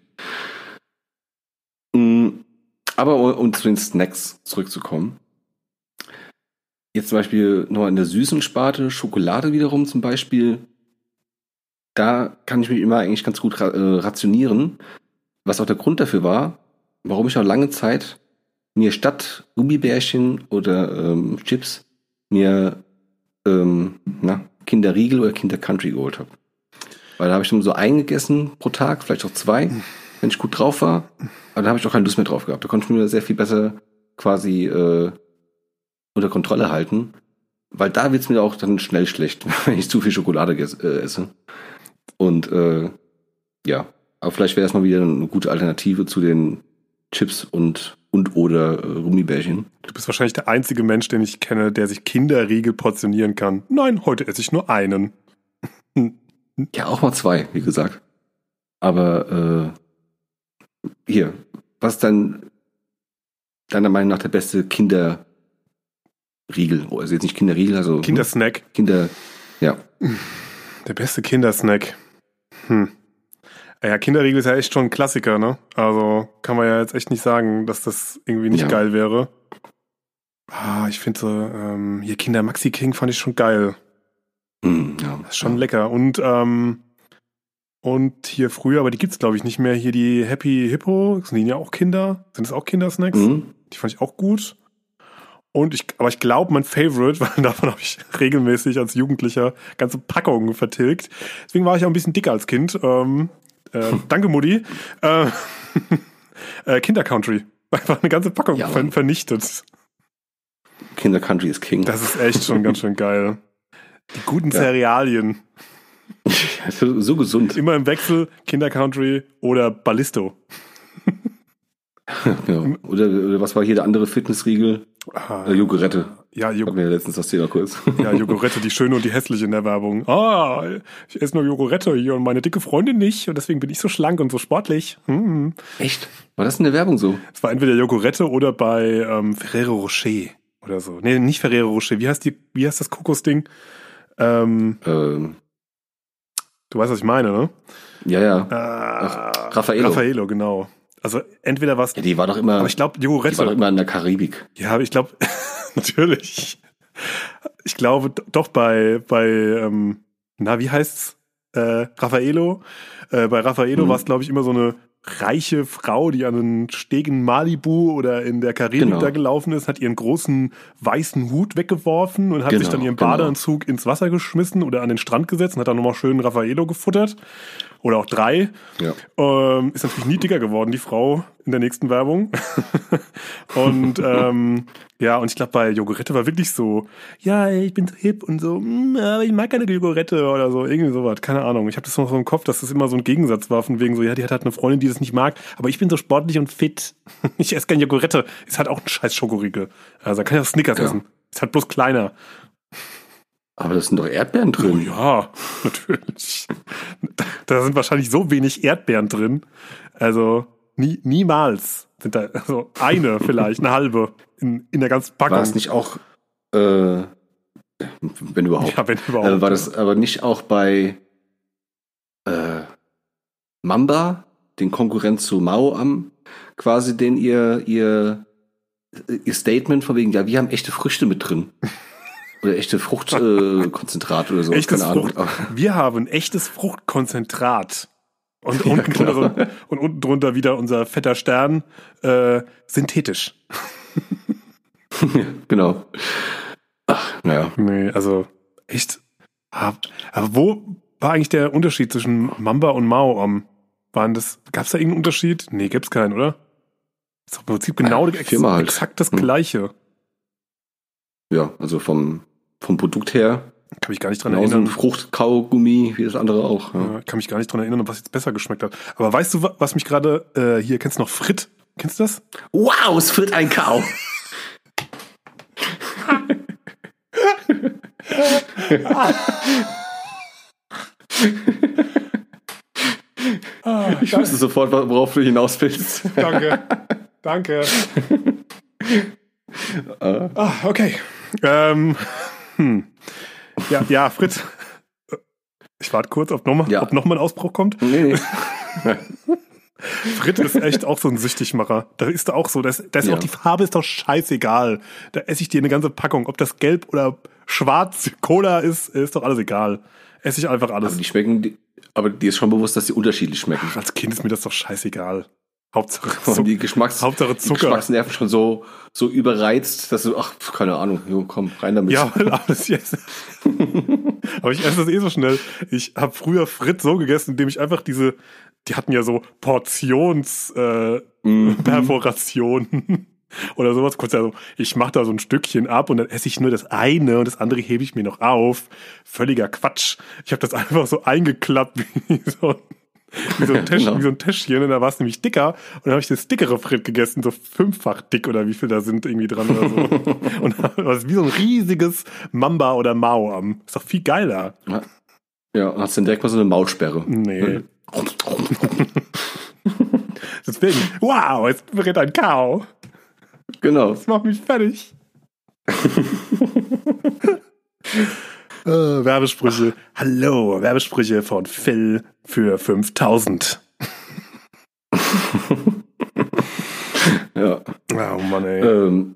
Mm, Aber um, um zu den Snacks zurückzukommen. Jetzt zum Beispiel noch in der süßen Sparte, Schokolade wiederum zum Beispiel. Da kann ich mich immer eigentlich ganz gut ra- äh, rationieren. Was auch der Grund dafür war, warum ich auch lange Zeit mir statt Gummibärchen oder ähm, Chips mir ähm, na, Kinderriegel oder Kinder Country geholt habe. Weil da habe ich dann so eingegessen pro Tag, vielleicht auch zwei, wenn ich gut drauf war. Aber da habe ich auch keine Lust mehr drauf gehabt. Da konnte ich mir sehr viel besser quasi äh, unter Kontrolle halten. Weil da wird es mir auch dann schnell schlecht, wenn ich zu viel Schokolade ges- äh, esse. Und äh, ja, aber vielleicht wäre es mal wieder eine gute Alternative zu den Chips und und oder äh, Gummibärchen. Du bist wahrscheinlich der einzige Mensch, den ich kenne, der sich Kinderriegel portionieren kann. Nein, heute esse ich nur einen. Ja, auch mal zwei, wie gesagt. Aber äh, hier, was ist dann deiner Meinung nach der beste Kinderriegel? Also jetzt nicht Kinderriegel, also Kindersnack. Kinder, ja. Der beste Kindersnack. Hm. Ja, Kinderriegel ist ja echt schon ein Klassiker, ne? Also kann man ja jetzt echt nicht sagen, dass das irgendwie nicht Ja. geil wäre. Ah, ich finde so, ähm, hier Kinder Maxi King fand ich schon geil. Hm, ja. Das ist schon lecker. Und, ähm, und hier früher, aber die gibt's glaube ich nicht mehr, hier die Happy Hippo, sind die ja auch Kinder? Sind das auch Kindersnacks? Mhm. Die fand ich auch gut. Und ich, aber ich glaube, mein Favorite, weil davon habe ich regelmäßig als Jugendlicher ganze Packungen vertilgt. Deswegen war ich auch ein bisschen dicker als Kind. Ähm, äh, danke, Mutti. Äh, äh, Kinder Country. Einfach eine ganze Packung Ja, ver Mann. vernichtet. Kinder Country ist King. Das ist echt schon ganz schön geil. Die guten Ja. Cerealien. so, so gesund. Immer im Wechsel Kinder Country oder Ballisto. Ja. Oder, oder was war hier der andere Fitnessriegel? Äh, Jogurette. Ja, Hatten Jog wir ja letztens das Thema kurz. ja, Jogurette, die schöne und die hässliche in der Werbung. Ah, ich esse nur Jogurette hier und meine dicke Freundin nicht und deswegen bin ich so schlank und so sportlich. Hm. Echt? War das in der Werbung so? Es war entweder Jogurette oder bei ähm, Ferrero Rocher oder so. Nee, nicht Ferrero Rocher. Wie heißt die, wie heißt das Kokosding? Ähm, Ähm, du weißt, was ich meine, ne? ja, ja. Äh, Raffaello. Raffaello, genau. Also entweder was. Ja, die war doch immer, Aber ich glaube, die war doch Jogurette. immer in der Karibik. Ja, aber ich glaube, natürlich. Ich glaube d- doch bei, bei ähm, na, wie heißt's? Äh, Raffaello. Äh, bei Raffaello Mhm. war es, glaube ich, immer so eine reiche Frau, die an einen Steg in Malibu oder in der Karibik Genau. da gelaufen ist, hat ihren großen weißen Hut weggeworfen und hat Genau, sich dann ihren genau. Badeanzug ins Wasser geschmissen oder an den Strand gesetzt und hat dann nochmal schön Raffaello gefuttert. Oder auch drei. Ja. Ähm, ist natürlich nie dicker geworden, die Frau in der nächsten Werbung. und ähm, ja, und ich glaube, bei Jogurette war wirklich so, ja, ich bin so hip und so, mm, aber ich mag keine Jogurette oder so, irgendwie sowas, keine Ahnung. Ich habe das noch so im Kopf, dass das immer so ein Gegensatz war, von wegen so, ja, die hat halt eine Freundin, die das nicht mag, aber ich bin so sportlich und fit. Ich esse keine Jogurette. Ist halt auch ein scheiß Schokoriegel. Also da kann ich auch Snickers Ja. essen. Ist halt bloß kleiner. Aber da sind doch Erdbeeren Oh drin. ja, natürlich. Da sind wahrscheinlich so wenig Erdbeeren drin. Also nie, niemals sind da, also eine vielleicht, eine halbe in, in der ganzen Packung. War es nicht auch, äh, wenn überhaupt, Ja, wenn überhaupt. äh, war das aber nicht auch bei äh, Mamba, den Konkurrent zu Mao am, quasi den ihr, ihr, ihr Statement von wegen, ja, wir haben echte Früchte mit drin. Oder echte Fruchtkonzentrat äh, Konzentrat oder so. Echtes keine Ahnung. Frucht, wir haben echtes Fruchtkonzentrat. Und, Ja, unten genau. drunter so, und unten drunter wieder unser fetter Stern, äh, synthetisch. Genau. Ach, naja. Nee, also echt. Aber wo war eigentlich der Unterschied zwischen Mamba und Mao am? Waren das, gab's da irgendeinen Unterschied? Nee, gibt's keinen, oder? Ist doch im Prinzip genau Ja, ex, Firma halt. exakt das Hm. Gleiche. Ja, also vom, vom Produkt her, Kann mich gar nicht dran genauso ein erinnern. Fruchtkaugummi wie das andere auch. Ja. Ja, kann mich gar nicht dran erinnern, was jetzt besser geschmeckt hat. Aber weißt du, wa- was mich gerade, äh, hier, kennst du noch Fritt? Kennst du das? Wow, es wird ein Kau. Ich wusste sofort, worauf du hinaus willst. Danke. Danke. Ah, okay. Ähm, hm. Ja, ja, Fritz. Ich warte kurz, ob nochmal Ja. ob noch mal ein Ausbruch kommt. Nee, nee. Fritz ist echt auch so ein Süchtigmacher. Da ist er auch so. Da ist, da ist Ja. auch die Farbe ist doch scheißegal. Da esse ich dir eine ganze Packung. Ob das gelb oder schwarz Cola ist, ist doch alles egal. Esse ich einfach alles. Aber die schmecken, die, aber dir ist schon bewusst, dass die unterschiedlich schmecken. Als Kind ist mir das doch scheißegal. Hauptsache, Und Zucker. die, Geschmacks, Hauptsache die Zucker. Geschmacksnerven schon so, so überreizt, dass du, ach, keine Ahnung, jo, komm, rein damit. Ja, aber das jetzt. Aber ich esse das eh so schnell. Ich habe früher Fritz so gegessen, indem ich einfach diese, die hatten ja so Portions äh, Mhm. Perforationen oder sowas. Kurz also, ich mache da so ein Stückchen ab und dann esse ich nur das eine und das andere hebe ich mir noch auf. Völliger Quatsch. Ich habe das einfach so eingeklappt wie so, wie so, ein, Täsch, Genau. wie so ein Täschchen und da war es nämlich dicker und dann habe ich das dickere Frit gegessen, so fünffach dick oder wie viel da sind irgendwie dran oder so. Und das ist wie so ein riesiges Mamba oder Mao am. Ist doch viel geiler. Ja, ja, und hast dann direkt mal so eine Maulsperre. Nee. Deswegen, wow, jetzt berät ein Kau. Genau. Das macht mich fertig. äh, Werbesprüche. Hallo, Werbesprüche von Phil für fünftausend. Ja. Oh Mann, ey. Ähm,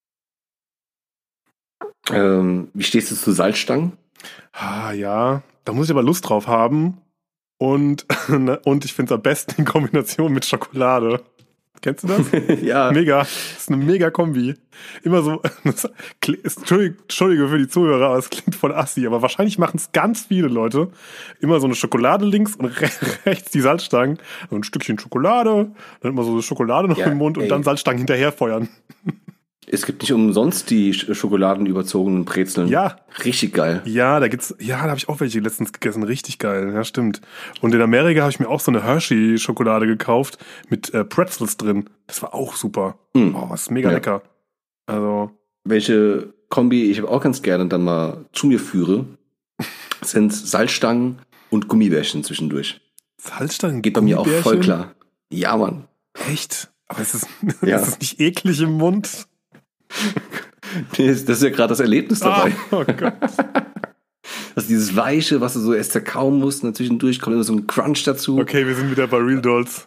ähm, wie stehst du zu Salzstangen? Ah, ja, da muss ich aber Lust drauf haben. Und, und ich finde es am besten in Kombination mit Schokolade. Kennst du das? Ja. Mega. Das ist eine mega Kombi. Immer so, das, Entschuldige, Entschuldige für die Zuhörer, aber es klingt voll assi, aber wahrscheinlich machen es ganz viele Leute. Immer so eine Schokolade links und re rechts die Salzstangen. Also ein Stückchen Schokolade, dann immer so eine Schokolade noch Ja, im Mund und ey. dann Salzstangen hinterher feuern. Es gibt nicht umsonst die sch- schokoladenüberzogenen Brezeln. Ja. Richtig geil. Ja, da gibt's, ja, da habe ich auch welche letztens gegessen. Richtig geil, ja, stimmt. Und in Amerika habe ich mir auch so eine Hershey-Schokolade gekauft mit äh, Pretzels drin. Das war auch super. Mm. Oh, das ist mega Ja. lecker. Also, Welche Kombi ich auch ganz gerne dann mal zu mir führe, sind Salzstangen und Gummibärchen zwischendurch. Salzstangen Geht bei mir auch voll Gummibärchen? klar. Ja, Mann. Echt? Aber ist es, Ja. ist es nicht eklig im Mund? Das ist ja gerade das Erlebnis dabei. Ah, oh Gott. Also dieses Weiche, was du so erst zerkauen musst, und zwischendurch kommt immer so ein Crunch dazu. Okay, wir sind wieder bei Real Dolls.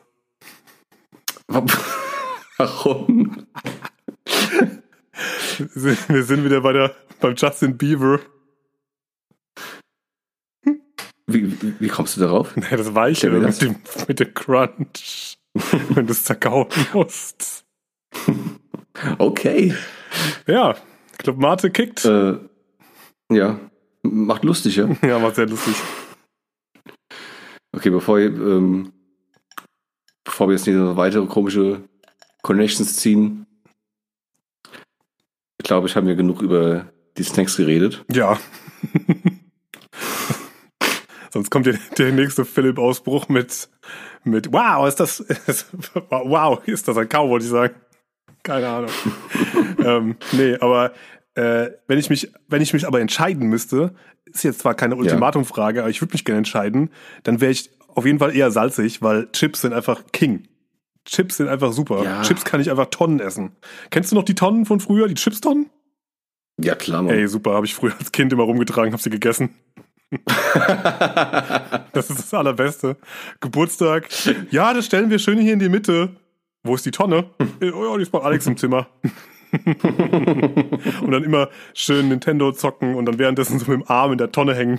Warum? Wir sind wieder bei der, beim Justin Bieber. Wie, wie, wie kommst du darauf? Nee, das Weiche Kenn mir mit das. dem, mit dem Crunch. Wenn du es zerkauen musst. Okay. Ja, Club Mate kickt. Äh, ja, macht lustig, ja. Ja, war sehr lustig. Okay, Okay, bevor, ähm, bevor wir jetzt nicht noch weitere komische Connections ziehen, ich glaube, ich habe mir genug über die Snacks geredet. Ja. Sonst kommt ja der nächste Philipp-Ausbruch mit, mit wow, ist das, ist, wow, ist das ein Cow, wollte ich sagen. Keine Ahnung. ähm, nee, aber äh, wenn ich mich, wenn ich mich aber entscheiden müsste, ist jetzt zwar keine Ultimatumfrage, aber ich würde mich gerne entscheiden, dann wäre ich auf jeden Fall eher salzig, weil Chips sind einfach King. Chips sind einfach super. Ja. Chips kann ich einfach Tonnen essen. Kennst du noch die Tonnen von früher, die Chips-Tonnen? Ja, klar, Mann. Ey, super, habe ich früher als Kind immer rumgetragen, habe sie gegessen. Das ist das Allerbeste. Geburtstag. Ja, das stellen wir schön hier in die Mitte. Wo ist die Tonne? Oh ja, die ist bei Alex im Zimmer. Und dann immer schön Nintendo zocken und dann währenddessen so mit dem Arm in der Tonne hängen.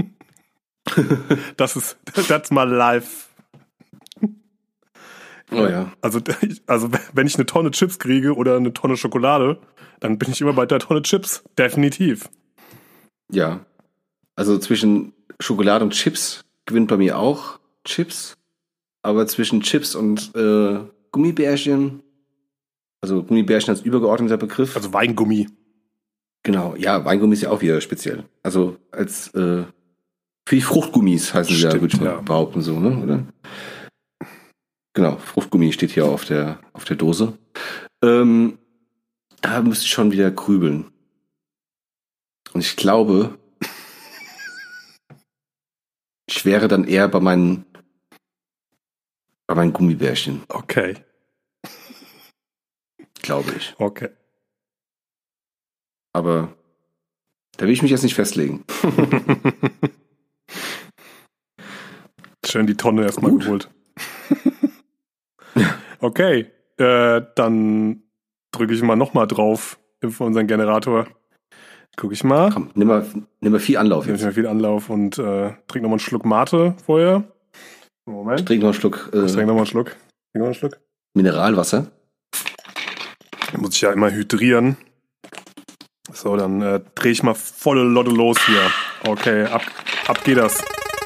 Das ist, that's my life. Oh ja. Also, also wenn ich eine Tonne Chips kriege oder eine Tonne Schokolade, dann bin ich immer bei der Tonne Chips. Definitiv. Ja. Also zwischen Schokolade und Chips gewinnt bei mir auch Chips. Aber zwischen Chips und äh, Gummibärchen, also Gummibärchen als übergeordneter Begriff. Also Weingummi. Genau, ja, Weingummi ist ja auch wieder speziell. Also als äh, für die Fruchtgummis heißen sie ja, Stimmt, würde ich mal ja. behaupten, so, ne? Oder? Genau, Fruchtgummi steht hier auf der, auf der Dose. Ähm, da müsste ich schon wieder grübeln. Und ich glaube, ich wäre dann eher bei meinen, bei meinen Gummibärchen, Okay, glaube ich. okay. Aber da will ich mich jetzt nicht festlegen. Schön die Tonne erstmal Gut. geholt. Okay, äh, dann drücke ich mal nochmal drauf für unseren Generator. Guck ich mal. Komm, nimm mal, nimm mal viel Anlauf Jetzt jetzt. mal viel Anlauf und äh, trink nochmal einen Schluck Mate vorher. Moment. Trink noch einen Schluck Ich trinke äh, nochmal einen Schluck. Trink noch einen Schluck. Mineralwasser. Muss ich ja immer hydrieren. So, dann äh, drehe ich mal volle Lotte los hier. Okay, ab, ab geht das.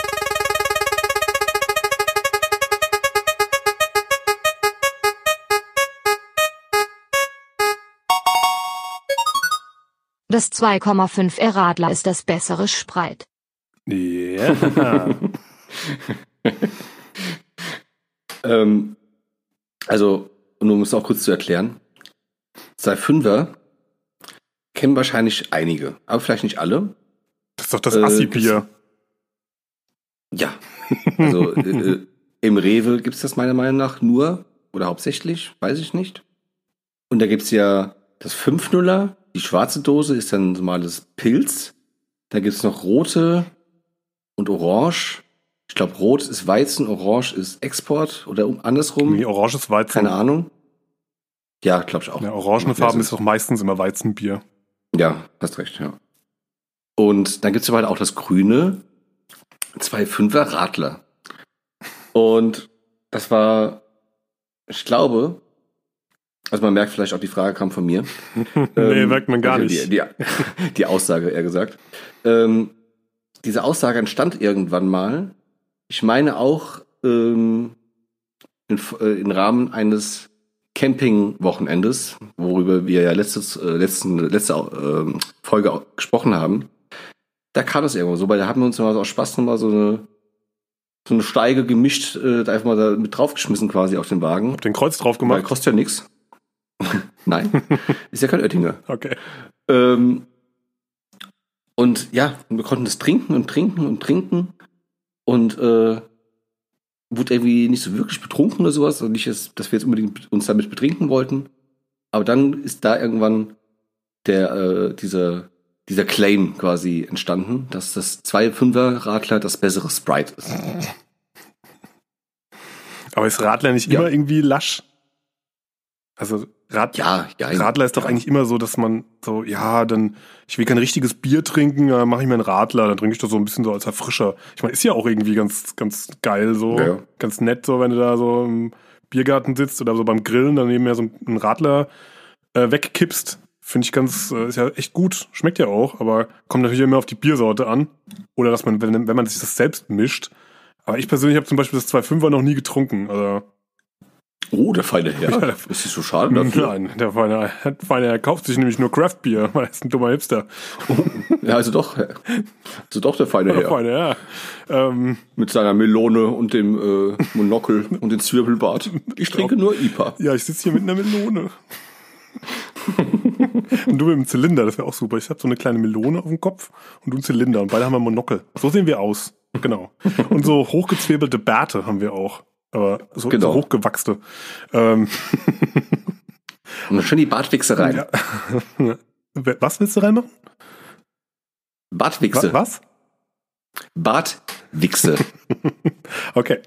Das zwei Komma fünf R Radler ist das bessere Spreit. Ja. Ähm, also, nur um es auch kurz zu erklären, zwei Fünfer kennen wahrscheinlich einige, aber vielleicht nicht alle. Das ist doch das Äh, Assi-Bier. Ja, also äh, im Rewe gibt es das meiner Meinung nach nur oder hauptsächlich, weiß ich nicht. Und da gibt es ja das fünf nuller, die schwarze Dose ist dann normales Pilz. Da gibt es noch rote und orange. Ich glaube, rot ist Weizen, orange ist Export oder um, andersrum. Nee, oranges Weizen. Keine Ahnung. Ja, glaube ich auch. Ja, orangene Farben ist doch meistens immer Weizenbier. Ja, hast recht, ja. Und dann gibt es aber halt auch das grüne zwei Fünfer Radler. Und das war, ich glaube, also man merkt vielleicht auch, die Frage kam von mir. Nee, merkt man gar also nicht. Die, die, die Aussage, eher gesagt. Ähm, diese Aussage entstand irgendwann mal, ich meine auch ähm, in, äh, im Rahmen eines Camping-Wochenendes, worüber wir ja letztes, äh, letzten, letzte äh, Folge auch gesprochen haben. Da kam es irgendwo so, weil da haben wir uns mal so aus Spaß nochmal so eine, so eine Steige gemischt, äh, da einfach mal da mit draufgeschmissen quasi auf den Wagen. Hab den Kreuz drauf Weil gemacht. kostet ja nichts. Nein, ist ja kein Oettinger. Okay. Ähm, und ja, wir konnten das trinken und trinken und trinken und äh, wurde irgendwie nicht so wirklich betrunken oder sowas. Also nicht, dass wir jetzt unbedingt uns damit betrinken wollten. Aber dann ist da irgendwann der, äh, dieser, dieser Claim quasi entstanden, dass das zwei Fünfer Radler das bessere Sprite ist. Aber ist Radler nicht Ja. immer irgendwie lasch? Also Rad Ja, ja. Radler ist doch ja. eigentlich immer so, dass man so, ja, dann, ich will kein richtiges Bier trinken, dann mache ich mir einen Radler, dann trinke ich das so ein bisschen so als Erfrischer. Ich meine, ist ja auch irgendwie ganz, ganz geil so, Ja. ganz nett so, wenn du da so im Biergarten sitzt oder so beim Grillen, dann nebenher so einen Radler äh, wegkippst. Finde ich ganz, äh, ist ja echt gut, schmeckt ja auch, aber kommt natürlich immer auf die Biersorte an. Oder dass man, wenn, wenn man sich das selbst mischt. Aber ich persönlich habe zum Beispiel das zwei Komma fünfer noch nie getrunken. Also, Oh, der feine Herr. Ja, Ist das so schade dafür? nein, der feine, der feine Herr kauft sich nämlich nur Craft-Bier, weil er ist ein dummer Hipster. Ja, also doch. Also doch der feine Der Herr. feine Herr. Ähm, Mit seiner Melone und dem äh, Monokel und dem Zwirbelbart. Ich trinke nur I P A. ja, ich sitze hier mit einer Melone. Und du mit einem Zylinder, das wäre auch super. Ich habe so eine kleine Melone auf dem Kopf und du einen Zylinder und beide haben wir Monokel. So sehen wir aus. Genau. Und so hochgezwirbelte Bärte haben wir auch. Aber so, Genau. so hochgewachste. Ähm, Und dann schön die Bartwichse rein. ja. Was willst du reinmachen? Bartwichse. Wa- Was? Bartwichse. Okay.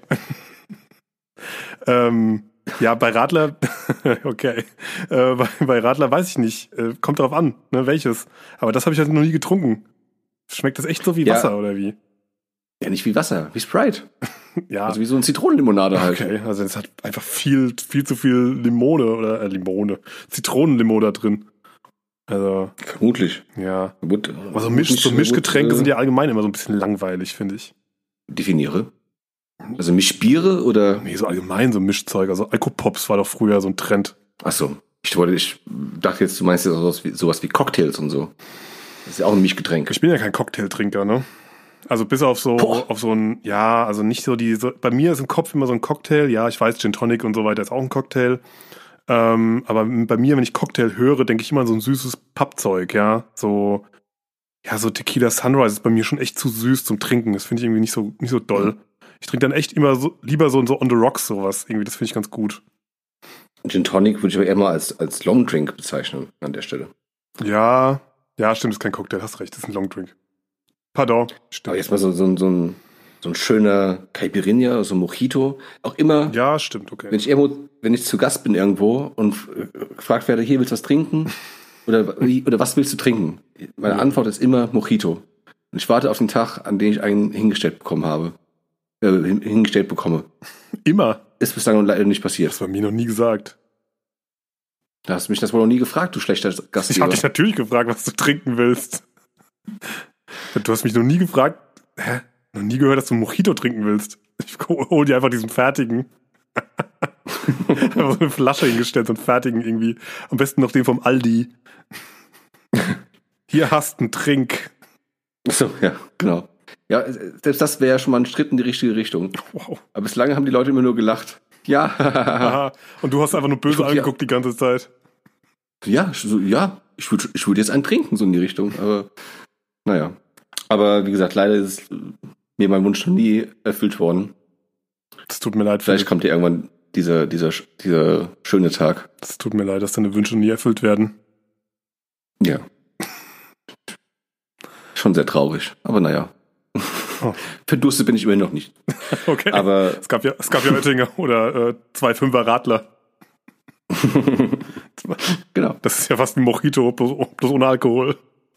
ähm, ja, bei Radler, okay. Äh, bei, bei Radler weiß ich nicht. Äh, kommt drauf an, ne, welches. Aber das habe ich halt noch nie getrunken. Schmeckt das echt so wie Ja. Wasser oder wie? Ja, nicht wie Wasser, wie Sprite. Ja. Also wie so eine Zitronenlimonade halt. Okay, also es hat einfach viel, viel zu viel Limone oder äh, Limone, Zitronenlimo da drin. Also, Vermutlich. ja. Gut, Also Misch, so Mischgetränke sind ja allgemein immer so ein bisschen langweilig, finde ich. Definiere. Also Mischbiere oder... Nee, so allgemein so Mischzeug. Also Alkopops war doch früher so ein Trend. Achso, ich wollte, ich dachte jetzt, du meinst jetzt sowas wie, sowas wie Cocktails und so. Das ist ja auch ein Mischgetränk. Ich bin ja kein Cocktailtrinker, ne? Also bis auf so, Boah. auf so ein, ja, also nicht so die, so, bei mir ist im Kopf immer so ein Cocktail, ja, ich weiß, Gin Tonic und so weiter ist auch ein Cocktail. Ähm, aber bei mir, wenn ich Cocktail höre, denke ich immer an so ein süßes Pappzeug, ja. So, ja, so Tequila Sunrise ist bei mir schon echt zu süß zum Trinken. Das finde ich irgendwie nicht so, nicht so doll. Ich trinke dann echt immer so, lieber so, so on the rocks sowas. Irgendwie, das finde ich ganz gut. Gin Tonic würde ich aber eher mal als, als Long Drink bezeichnen an der Stelle. Ja, ja, stimmt, ist kein Cocktail, hast recht, das ist ein Long Drink. Pardon, Aber stimmt. jetzt mal so, so, ein- so, ein, so ein schöner Caipirinha, so ein Mojito. Auch immer, Ja, stimmt, okay. wenn ich irgendwo, wenn ich zu Gast bin irgendwo und äh, gefragt werde, hier willst du was trinken? Oder, wie- oder was willst du trinken? Meine Ja. Antwort ist immer Mojito. Und ich warte auf den Tag, an den ich einen hingestellt bekommen habe. Äh, hin- hingestellt bekomme. Immer. Ist bislang leider nicht passiert. Das war mir noch nie gesagt. Da hast du mich das wohl noch nie gefragt, du schlechter Ich Gastgeber. habe dich natürlich gefragt, was du trinken willst. Du hast mich noch nie gefragt, hä? Noch nie gehört, dass du Mojito trinken willst. Ich hol dir einfach diesen fertigen. Einfach so eine Flasche hingestellt, so einen fertigen irgendwie. Am besten noch den vom Aldi. Hier hast einen Trink. So, ja, genau. Ja, selbst das wäre ja schon mal ein Schritt in die richtige Richtung. Wow. Aber bislang haben die Leute immer nur gelacht. Ja, Aha. Und du hast einfach nur böse Guck, ja. angeguckt die ganze Zeit. ja, so, ja, ich würde ich würd jetzt einen trinken, so in die Richtung. Aber naja. Aber wie gesagt, leider ist mir mein Wunsch noch nie erfüllt worden. Das tut mir leid. Vielleicht Philipp. kommt ja irgendwann dieser, dieser, dieser schöne Tag. Das tut mir leid, dass deine Wünsche nie erfüllt werden. Ja. Schon sehr traurig. Aber naja. Oh. Verdurstet bin ich immerhin noch nicht. Okay. Aber es gab ja, es gab ja Oettinger oder äh, zwei Fünfer Radler. genau. Das ist ja fast ein Mojito, bloß, bloß ohne Alkohol.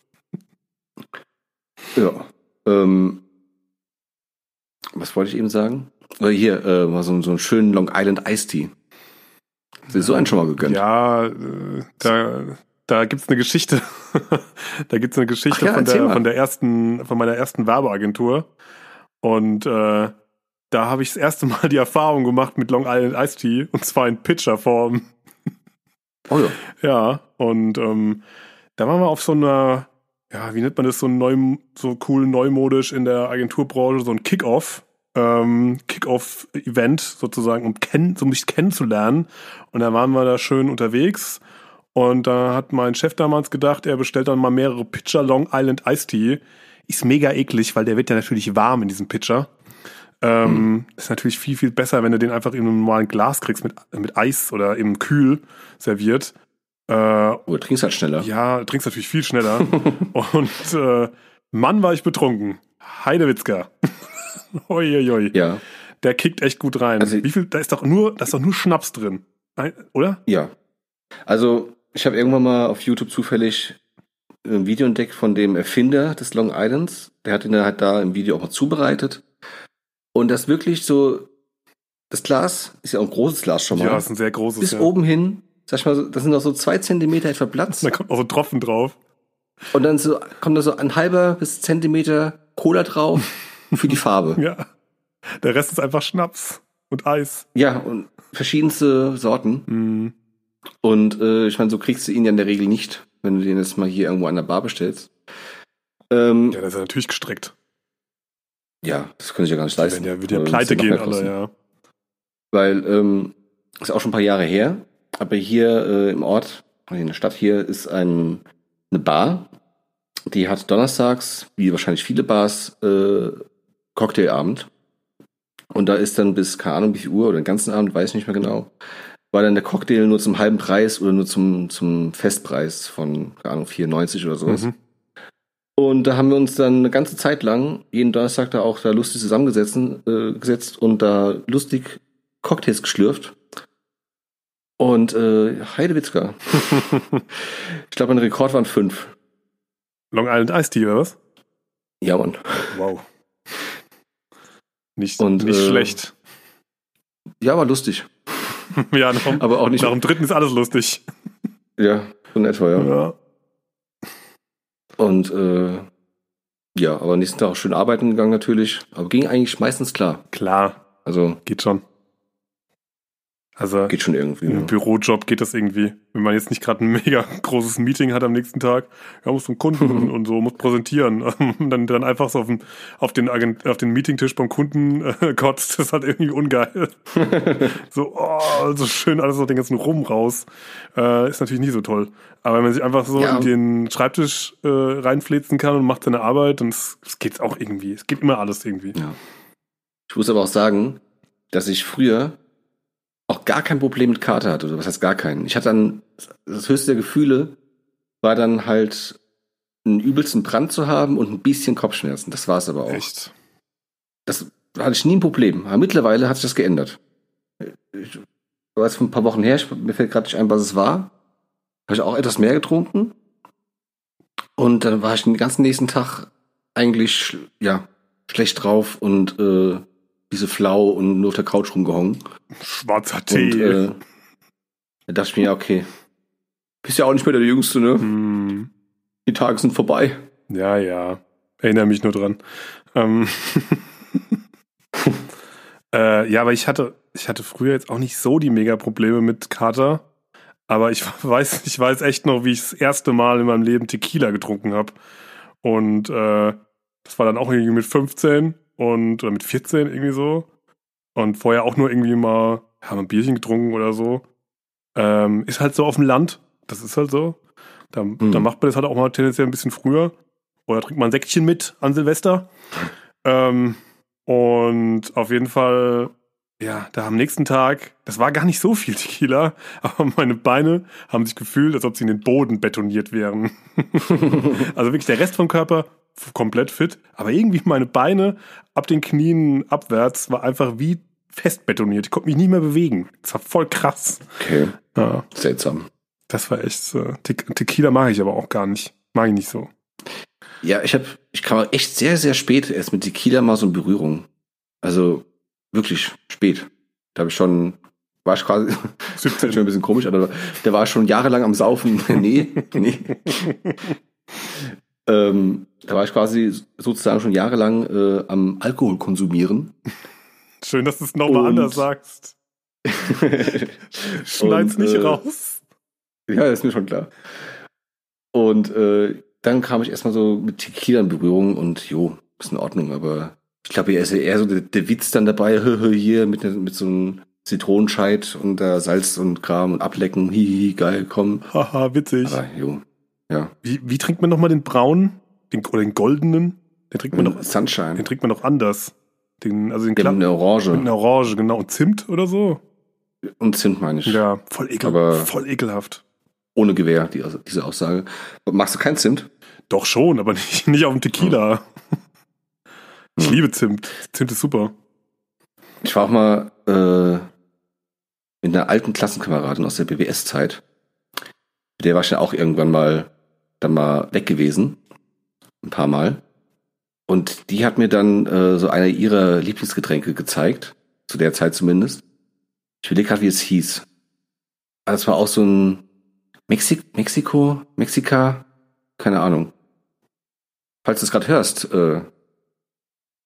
Ja. Ähm, was wollte ich eben sagen? Äh, hier, äh, mal so, so einen schönen Long Island Iced Tea. Hast du so einen schon mal gegönnt? Ja, äh, da, da gibt's eine Geschichte. Da gibt's eine Geschichte Ach ja, von erzähl der, mal. von der ersten, von meiner ersten Werbeagentur. Und äh, da habe ich das erste Mal die Erfahrung gemacht mit Long Island Iced Tea, und zwar in Pitcherform. Oh ja. Ja, und ähm, da waren wir auf so einer, ja, wie nennt man das, so neu, so cool neumodisch in der Agenturbranche, so ein Kick-Off, ähm, Kick-Off-Event sozusagen, um kenn, so mich kennenzulernen. Und da waren wir da schön unterwegs. Und da hat mein Chef damals gedacht, er bestellt dann mal mehrere Pitcher Long Island Iced Tea. Ist mega eklig, weil der wird ja natürlich warm in diesem Pitcher. Ähm, Mhm. Ist natürlich viel, viel besser, wenn du den einfach in einem normalen Glas kriegst mit, mit Eis oder im Kühl serviert. Äh, Oder trinkst halt schneller. ja, du trinkst natürlich viel schneller. Und äh, Mann, war ich betrunken. Heidewitzka. Uiuiui. Ja. Der kickt echt gut rein. Also- Wie viel? Da ist doch nur, da ist doch nur Schnaps drin. Ein, oder? Ja. Also, ich habe irgendwann mal auf YouTube zufällig ein Video entdeckt von dem Erfinder des Long Islands. Der hat ihn halt da im Video auch mal zubereitet. Und das wirklich so, das Glas ist ja auch ein großes Glas schon mal. Ja, ist ein sehr großes. bis ja. oben hin, sag ich mal, so- das sind noch so zwei Zentimeter etwa Platz. Da kommt auch so ein Tropfen drauf. Und dann so, kommt da so ein halber bis Zentimeter Cola drauf für die Farbe. Ja. Der Rest ist einfach Schnaps und Eis. Ja, und verschiedenste Sorten. Mhm. Und äh, ich meine, so kriegst du ihn ja in der Regel nicht, wenn du den jetzt mal hier irgendwo an der Bar bestellst. Ähm, Ja, das ist ja natürlich gestreckt. ja, das könnte ich ja gar nicht Die leisten. werden ja wieder Äh, pleite müsste noch gehen, mehr alle, kosten. ja. Weil, ähm, ist auch schon ein paar Jahre her, aber hier äh, im Ort, in der Stadt hier, ist ein, eine Bar, die hat donnerstags, wie wahrscheinlich viele Bars, äh, Cocktailabend. Und da ist dann bis, keine Ahnung, wie viel Uhr oder den ganzen Abend, weiß ich nicht mehr genau, war dann der Cocktail nur zum halben Preis oder nur zum, zum Festpreis von, keine Ahnung, vier neunzig oder sowas. Mhm. Und da haben wir uns dann eine ganze Zeit lang, jeden Donnerstag da auch da lustig zusammengesetzt äh, gesetzt und da lustig Cocktails geschlürft. Und äh, Heidewitzka. Ich glaube, mein Rekord waren fünf. Long Island Iced Tea, oder was? Ja, Mann. Wow. Nicht, Und, nicht äh, schlecht. Ja, war lustig. Ja, nach dem, Aber auch nicht. nach dem dritten ist alles lustig. Ja, so in etwa, ja. Ja. Und äh, ja, aber nächsten Tag auch schön arbeiten gegangen natürlich. Aber ging eigentlich meistens klar. Klar, Also geht schon. Also geht schon irgendwie. im Ja. Bürojob geht das irgendwie. Wenn man jetzt nicht gerade ein mega großes Meeting hat am nächsten Tag, ja, muss zum Kunden und, und so, muss präsentieren. Und dann, dann einfach so auf den, auf den, Agent, auf den Meetingtisch beim Kunden äh, kotzt, das ist halt irgendwie ungeil. So, oh, so schön alles so den ganzen Rum raus. Äh, ist natürlich nie so toll. Aber wenn man sich einfach so Ja. in den Schreibtisch äh, reinfläzen kann und macht seine Arbeit, dann es geht's auch irgendwie. Es geht immer alles irgendwie. Ja. Ich muss aber auch sagen, dass ich früher auch gar kein Problem mit Kater hatte. Oder was heißt gar keinen? Ich hatte dann, das höchste der Gefühle war dann halt einen übelsten Brand zu haben und ein bisschen Kopfschmerzen. Das war es aber auch. Echt. Das hatte ich nie ein Problem. Aber mittlerweile hat sich das geändert. Ich war jetzt vor ein paar Wochen her, ich, mir fällt gerade nicht ein, was es war. Habe ich auch etwas mehr getrunken. Und dann war ich den ganzen nächsten Tag eigentlich, sch- ja, schlecht drauf und äh, diese flau und nur auf der Couch rumgehangen. Schwarzer Tee. Und äh, da dachte ich mir, ja, okay, bist ja auch nicht mehr der Jüngste, ne? Hm. Die Tage sind vorbei. Ja, ja. Erinnere mich nur dran. Ähm. äh, ja, aber ich hatte, ich hatte früher jetzt auch nicht so die Mega-Probleme mit Kater. Aber ich weiß, ich weiß echt noch, wie ich das erste Mal in meinem Leben Tequila getrunken habe. Und äh, das war dann auch irgendwie mit fünfzehn und oder mit vierzehn irgendwie so. Und vorher auch nur irgendwie mal, haben wir ein Bierchen getrunken oder so. Ähm, ist halt so auf dem Land. Das ist halt so. Da, Hm. da macht man das halt auch mal tendenziell ein bisschen früher. Oder trinkt man ein Säckchen mit an Silvester. Ähm, und auf jeden Fall, ja, da am nächsten Tag, das war gar nicht so viel Tequila, aber meine Beine haben sich gefühlt, als ob sie in den Boden betoniert wären. Also wirklich der Rest vom Körper f- komplett fit, aber irgendwie meine Beine ab den Knien abwärts war einfach wie fest betoniert. Ich konnte mich nicht mehr bewegen. Das war voll krass. Okay, Ja, seltsam. das war echt, äh, Te Tequila mag ich aber auch gar nicht. Mag ich nicht so. Ja, ich habe, ich kam echt sehr, sehr spät erst mit Tequila mal so in Berührung. Also wirklich spät. Da habe ich schon, war ich quasi, das ist schon ein bisschen komisch, aber der war schon jahrelang am Saufen. nee, nee. ähm, da war ich quasi sozusagen schon jahrelang äh, am Alkohol konsumieren. Schön, dass du es nochmal Und- anders sagst. Schneid's Und, nicht äh, raus. Ja, ist mir schon klar. Und äh, dann kam ich erstmal so mit Tequila in Berührung und jo, ist in Ordnung, aber ich glaube, hier ist ja eher so der, der Witz dann dabei, hier mit, der- mit so einem Zitronenscheit und da Salz und Kram und ablecken, hihi, geil, komm. Haha, witzig. Aber jo, ja. Wie, wie trinkt man nochmal den braunen? Den, oder den goldenen? Den trinkt man doch, den Sunshine. trinkt man doch anders. Den, also den Ja, Klapp, eine mit Orange einer Orange, genau. Und Zimt oder so? und Zimt, meine ich. Ja, voll, ekel, Aber- voll ekelhaft. Ohne Gewehr, die, diese Aussage. Magst du kein Zimt? Doch schon, aber nicht, nicht auf dem Tequila. Ich Hm. liebe Zimt. Zimt ist super. Ich war auch mal äh, mit einer alten Klassenkameradin aus der B W S-Zeit. Mit der war ich ja auch irgendwann mal dann mal weg gewesen. Ein paar Mal. Und die hat mir dann äh, so eine ihrer Lieblingsgetränke gezeigt. Zu der Zeit zumindest. Ich überlege gerade, wie es hieß. Aber das war auch so ein Mexik Mexiko? Mexika? Keine Ahnung. Falls du es gerade hörst, äh,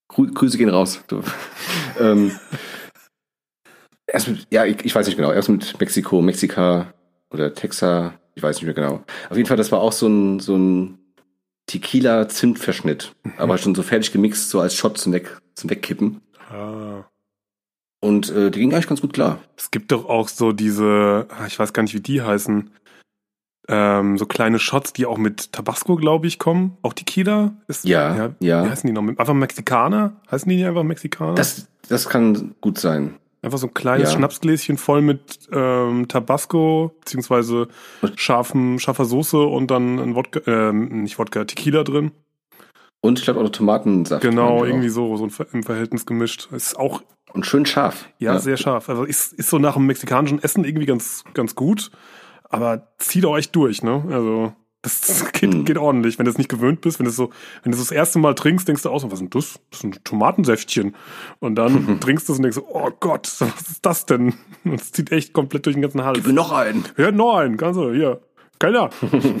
Grü Grüße gehen raus. Du. ähm, erst mit, ja, ich, ich weiß nicht genau. Erst mit Mexiko, Mexika oder Texas, ich weiß nicht mehr genau. Auf jeden Fall, das war auch so ein, so ein Tequila-Zimtverschnitt. Mhm. Aber schon so fertig gemixt, so als Shot zum, Weg, zum Wegkippen. Ah. Und äh, die ging eigentlich ganz gut klar. Es gibt doch auch so diese, ich weiß gar nicht, wie die heißen, ähm, so kleine Shots, die auch mit Tabasco, glaube ich, kommen. Auch Tequila? Ist, ja, ja, ja. Wie heißen die noch? Einfach Mexikaner? Heißen die nicht einfach Mexikaner? Das, das kann gut sein. Einfach so ein kleines ja. Schnapsgläschen voll mit ähm, Tabasco, beziehungsweise scharfen, scharfer Soße und dann ein Wodka, ähm, nicht Wodka, Tequila drin. Und ich glaube auch noch Tomatensaft. Genau, irgendwie so, so im Verhältnis gemischt. Ist auch. Und schön scharf. Ja, ja, sehr scharf. Also ist, ist so nach dem mexikanischen Essen irgendwie ganz, ganz gut. Aber zieht auch echt durch, ne? Also, das, das geht, hm. geht ordentlich. Wenn du es nicht gewöhnt bist, wenn du so, wenn du das erste Mal trinkst, denkst du auch so, was ist denn das? Das ist ein Tomatensäftchen. Und dann trinkst du es und denkst so, oh Gott, was ist das denn? Und es zieht echt komplett durch den ganzen Hals. Gib mir noch einen. Ja, noch einen. Kannst du, hier. Keiner.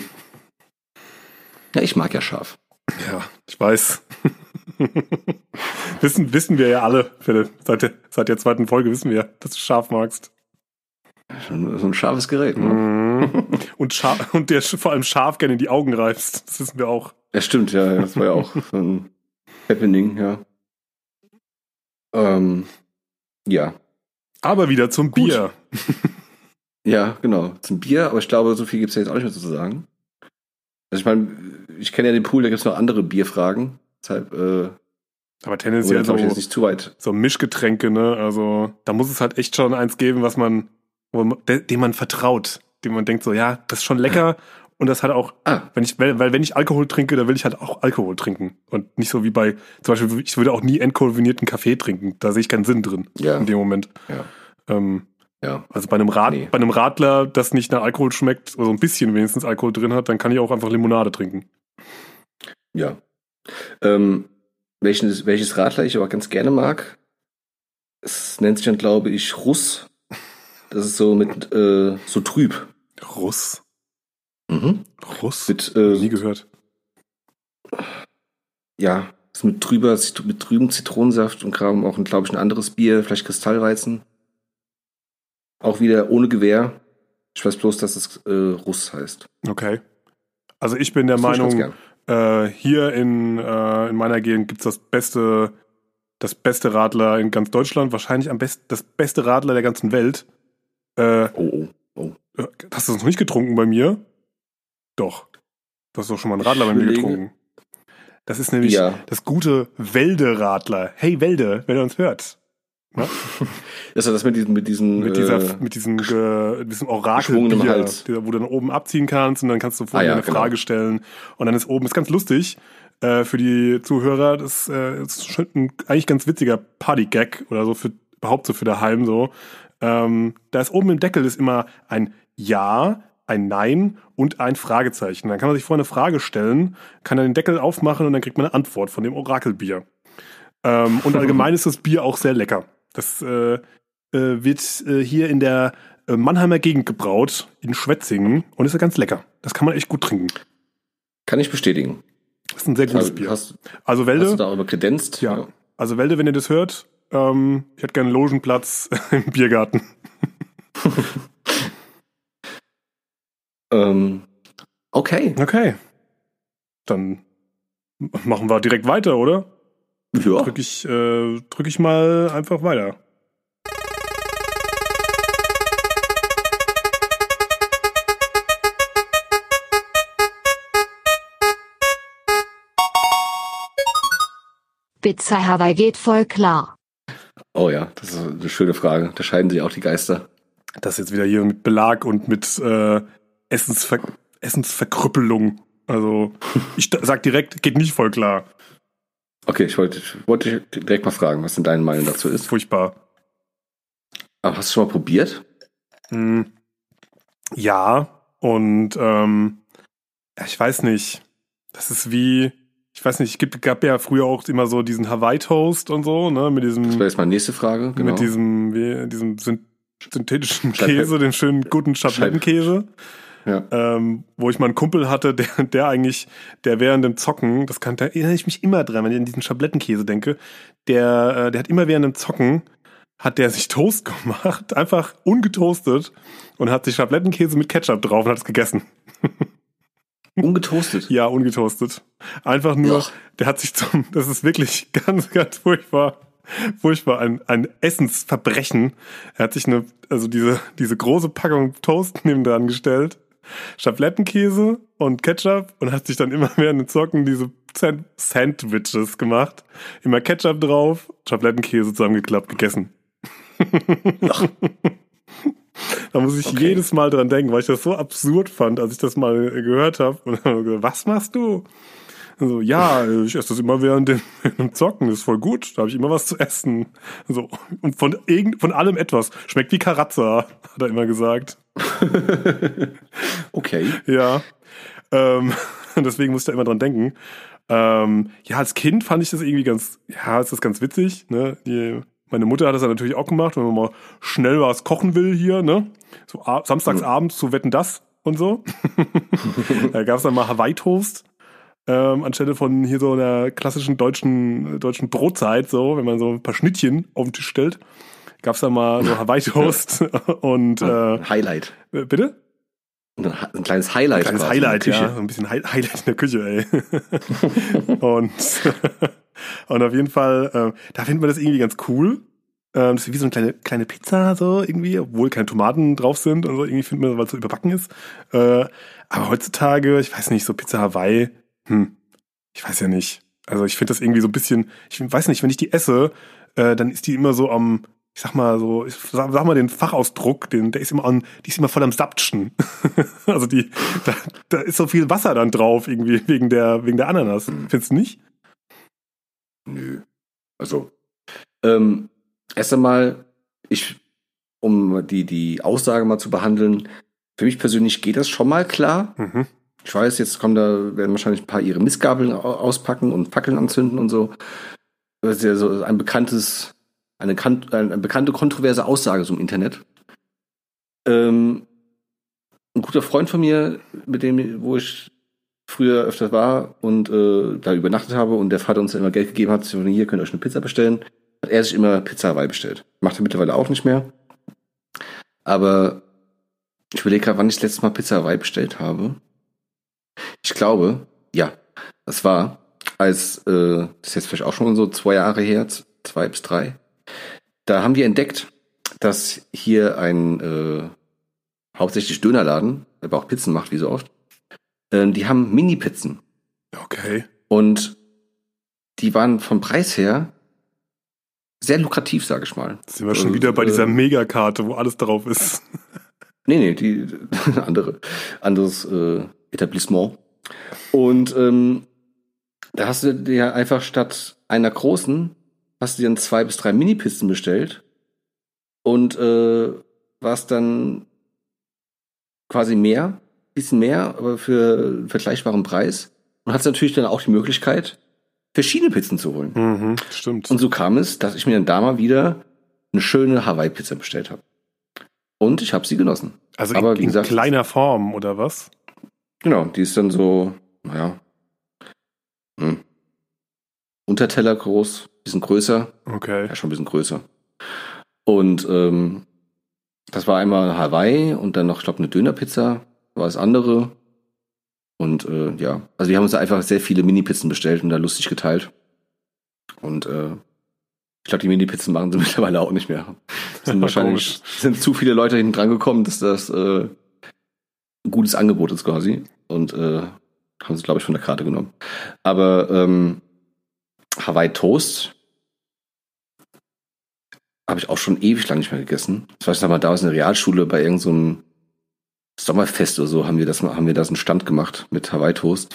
Ja, ich mag ja scharf. Ja, ich weiß. wissen, wissen wir ja alle, Philipp. Seit der, seit der zweiten Folge wissen wir, dass du scharf magst. Schon so ein scharfes Gerät, ne? Mm. Und, scharf, und der vor allem scharf gerne in die Augen reibst. Das wissen wir auch. Ja, stimmt, ja. Das war ja auch so ein Happening, ja. Ähm, ja. Aber wieder zum Gut. Bier. Ja, genau. Zum Bier, aber ich glaube, so viel gibt es ja jetzt auch nicht mehr zu sagen. Also ich meine, ich kenne ja den Pool, da gibt es noch andere Bierfragen. Deshalb, äh, aber tendenziell so, jetzt nicht zu weit. So Mischgetränke, ne? Also da muss es halt echt schon eins geben, was man, wo man dem man vertraut, dem man denkt so, ja, das ist schon lecker und das hat auch, ah. wenn ich, weil, weil wenn ich Alkohol trinke, dann will ich halt auch Alkohol trinken und nicht so wie bei, zum Beispiel, ich würde auch nie entkoffeinierten Kaffee trinken, da sehe ich keinen Sinn drin ja. in dem Moment. Ja. Ähm, ja. Also bei einem Rad, nee. bei einem Radler, das nicht nach Alkohol schmeckt, oder so ein bisschen wenigstens Alkohol drin hat, dann kann ich auch einfach Limonade trinken. Ja. Ähm, welches, welches Radler ich aber ganz gerne mag, es nennt sich dann, glaube ich, Russ. Das ist so mit, äh, so trüb. Russ? Mhm. Russ? Mit, äh, nie gehört. Ja, ist mit trüber, mit trüben Zitronensaft und Kram auch, glaube ich, ein anderes Bier, vielleicht Kristallweizen. Auch wieder ohne Gewehr. Ich weiß bloß, dass es äh, Russ heißt. Okay. Also ich bin der das Meinung, äh, hier in, äh, in meiner Gegend gibt's das beste, das beste Radler in ganz Deutschland, wahrscheinlich am besten das beste Radler der ganzen Welt. Äh, oh, oh, oh. Hast du das noch nicht getrunken bei mir? Doch. Du hast doch schon mal einen Radler bei mir getrunken. Das ist nämlich ja. das gute Welde-Radler. Hey Welde, wenn ihr uns hört. Ja? Das ist das mit diesem mit diesem mit dieser äh, mit diesem äh, diesem Orakelbier, Hals. wo du dann oben abziehen kannst und dann kannst du vorher ah, ja, eine genau. Frage stellen und dann ist oben, ist ganz lustig äh, für die Zuhörer, das äh, ist schon ein eigentlich ganz witziger Party-Gag oder so für überhaupt so für daheim so. Ähm, da ist oben im Deckel ist immer ein Ja, ein Nein und ein Fragezeichen. Dann kann man sich vorher eine Frage stellen, kann dann den Deckel aufmachen und dann kriegt man eine Antwort von dem Orakelbier. Ähm, und allgemein ist das Bier auch sehr lecker. Das äh, äh, wird äh, hier in der äh, Mannheimer Gegend gebraut, in Schwetzingen, und ist ja ganz lecker. Das kann man echt gut trinken. Kann ich bestätigen. Das ist ein sehr gutes also, Bier. Hast, also Welde, hast du darüber kredenzt? Ja. ja. Also Welde, wenn ihr das hört, ähm, ich hätte gerne einen Logenplatz im Biergarten. ähm, okay. Okay. Dann machen wir direkt weiter, oder? Ja. Drück ich, äh, drück ich mal einfach weiter. Pizza Hawaii geht voll klar. Oh ja, das ist eine schöne Frage. Da scheiden sich auch die Geister. Das jetzt wieder hier mit Belag und mit äh, Essensver- Essensverkrüppelung. Also, ich sag direkt, geht nicht voll klar. Okay, ich wollte, ich wollte direkt mal fragen, was denn deine Meinung dazu ist. Furchtbar. Aber hast du schon mal probiert? Hm. Ja, und ähm, ich weiß nicht. Das ist wie, ich weiß nicht, es gibt, gab ja früher auch immer so diesen Hawaii-Toast und so, ne, mit diesem. Das wäre jetzt meine nächste Frage, genau. Mit diesem, wie, diesem synthetischen Käse, den schönen guten Schablettenkäse. Ja. ähm, wo ich mal einen Kumpel hatte, der, der eigentlich, der während dem Zocken, das kann, da erinnere ich mich immer dran, wenn ich an diesen Schablettenkäse denke, der, äh, der hat immer während dem Zocken, hat der sich Toast gemacht, einfach ungetoastet und hat sich Schablettenkäse mit Ketchup drauf und hat es gegessen. Ungetoastet? Ja, ungetoastet. Einfach nur, Joch. der hat sich zum, das ist wirklich ganz, ganz furchtbar, furchtbar, ein, ein Essensverbrechen. Er hat sich eine, also diese, diese große Packung Toast neben dran gestellt, Schablettenkäse und Ketchup und hat sich dann immer während dem Zocken diese Sand- Sandwiches gemacht. Immer Ketchup drauf, Schablettenkäse zusammengeklappt, gegessen. Da muss ich Okay. jedes Mal dran denken, weil ich das so absurd fand, als ich das mal gehört habe. Und dann habe ich gesagt, was machst du? Und so, ja, ich esse das immer während dem, während dem Zocken, das ist voll gut, da habe ich immer was zu essen. So, und von irgend, von allem etwas. Schmeckt wie Karazza, hat er immer gesagt. Okay. Ja. Ähm, deswegen musste er immer dran denken. Ähm, ja, als Kind fand ich das irgendwie ganz, ja, ist das ganz witzig, ne? Die, meine Mutter hat das ja natürlich auch gemacht, wenn man mal schnell was kochen will hier, ne? So a- samstags abends zu Wetten, das und so. Da gab es dann mal Hawaii-Toast. Ähm, anstelle von hier so einer klassischen deutschen, deutschen Brotzeit, so, wenn man so ein paar Schnittchen auf den Tisch stellt, gab es dann mal so Hawaii-Toast und, äh, Highlight. äh, bitte? Ein, ein kleines Highlight. Kleines quasi in der Highlight, Küche. ja. So ein bisschen Hi- Highlight in der Küche, ey. und, und auf jeden Fall, äh, da findet man das irgendwie ganz cool. Ähm, das ist wie so eine kleine, kleine Pizza, so irgendwie, obwohl keine Tomaten drauf sind und so. Irgendwie findet man das, weil es so überbacken ist. Äh, aber heutzutage, ich weiß nicht, so Pizza Hawaii, hm, ich weiß ja nicht. Also ich finde das irgendwie so ein bisschen, ich weiß nicht, wenn ich die esse, äh, dann ist die immer so am, ich sag mal so, ich sag, sag mal den Fachausdruck, den, der ist immer an, die ist immer voll am Saptschen. Also die, da, da ist so viel Wasser dann drauf, irgendwie, wegen der, wegen der Ananas. Findest du nicht? Nö. Also, ähm, erst einmal, ich, um die, die Aussage mal zu behandeln, für mich persönlich geht das schon mal klar. Mhm. Ich weiß, jetzt kommen da, werden wahrscheinlich ein paar ihre Mistgabeln au- auspacken und Fackeln anzünden und so. Das ist ja so ein bekanntes, eine, kan- eine bekannte kontroverse Aussage so im Internet. Ähm, ein guter Freund von mir, mit dem, wo ich früher öfter war und äh, da übernachtet habe und der Vater uns dann immer Geld gegeben hat, so, hier könnt ihr euch eine Pizza bestellen, hat er sich immer Pizza Hawaii bestellt. Macht er mittlerweile auch nicht mehr. Aber ich überlege gerade, wann ich das letzte Mal Pizza Hawaii bestellt habe. Ich glaube, ja, das war, als, äh, das ist jetzt vielleicht auch schon so zwei Jahre her, z- zwei bis drei, da haben wir entdeckt, dass hier ein äh, hauptsächlich Dönerladen, der aber auch Pizzen macht, wie so oft, ähm, die haben Mini-Pizzen. Okay. Und die waren vom Preis her sehr lukrativ, sage ich mal. Jetzt sind wir schon Also, wieder bei dieser äh, Megakarte, wo alles drauf ist. Nee, nee, die andere, anderes äh, Etablissement. Und ähm, da hast du dir einfach statt einer großen, hast du dir dann zwei bis drei Mini-Pizzen bestellt und äh, warst dann quasi mehr, bisschen mehr, aber für einen vergleichbaren Preis. Und hast natürlich dann auch die Möglichkeit, verschiedene Pizzen zu holen. Mhm, stimmt. Und so kam es, dass ich mir dann da mal wieder eine schöne Hawaii-Pizza bestellt habe. Und ich habe sie genossen. Also aber in, wie gesagt- in kleiner Form, oder was? Genau, die ist dann so, naja, hm, Unterteller groß, bisschen größer, Okay. ja schon ein bisschen größer. Und ähm, das war einmal Hawaii und dann noch, ich glaube, eine Dönerpizza war das andere. Und äh, ja, also wir haben uns da einfach sehr viele Mini-Pizzen bestellt und da lustig geteilt. Und äh, ich glaube, die Mini-Pizzen machen sie mittlerweile auch nicht mehr. Es sind wahrscheinlich sind zu viele Leute hinten dran gekommen, dass das äh, ein gutes Angebot ist quasi. Und äh, haben sie, glaube ich, von der Karte genommen. Aber ähm, Hawaii Toast habe ich auch schon ewig lang nicht mehr gegessen. Ich weiß noch mal, damals in der Realschule bei irgendeinem so Sommerfest oder so haben wir das haben wir das einen Stand gemacht mit Hawaii Toast.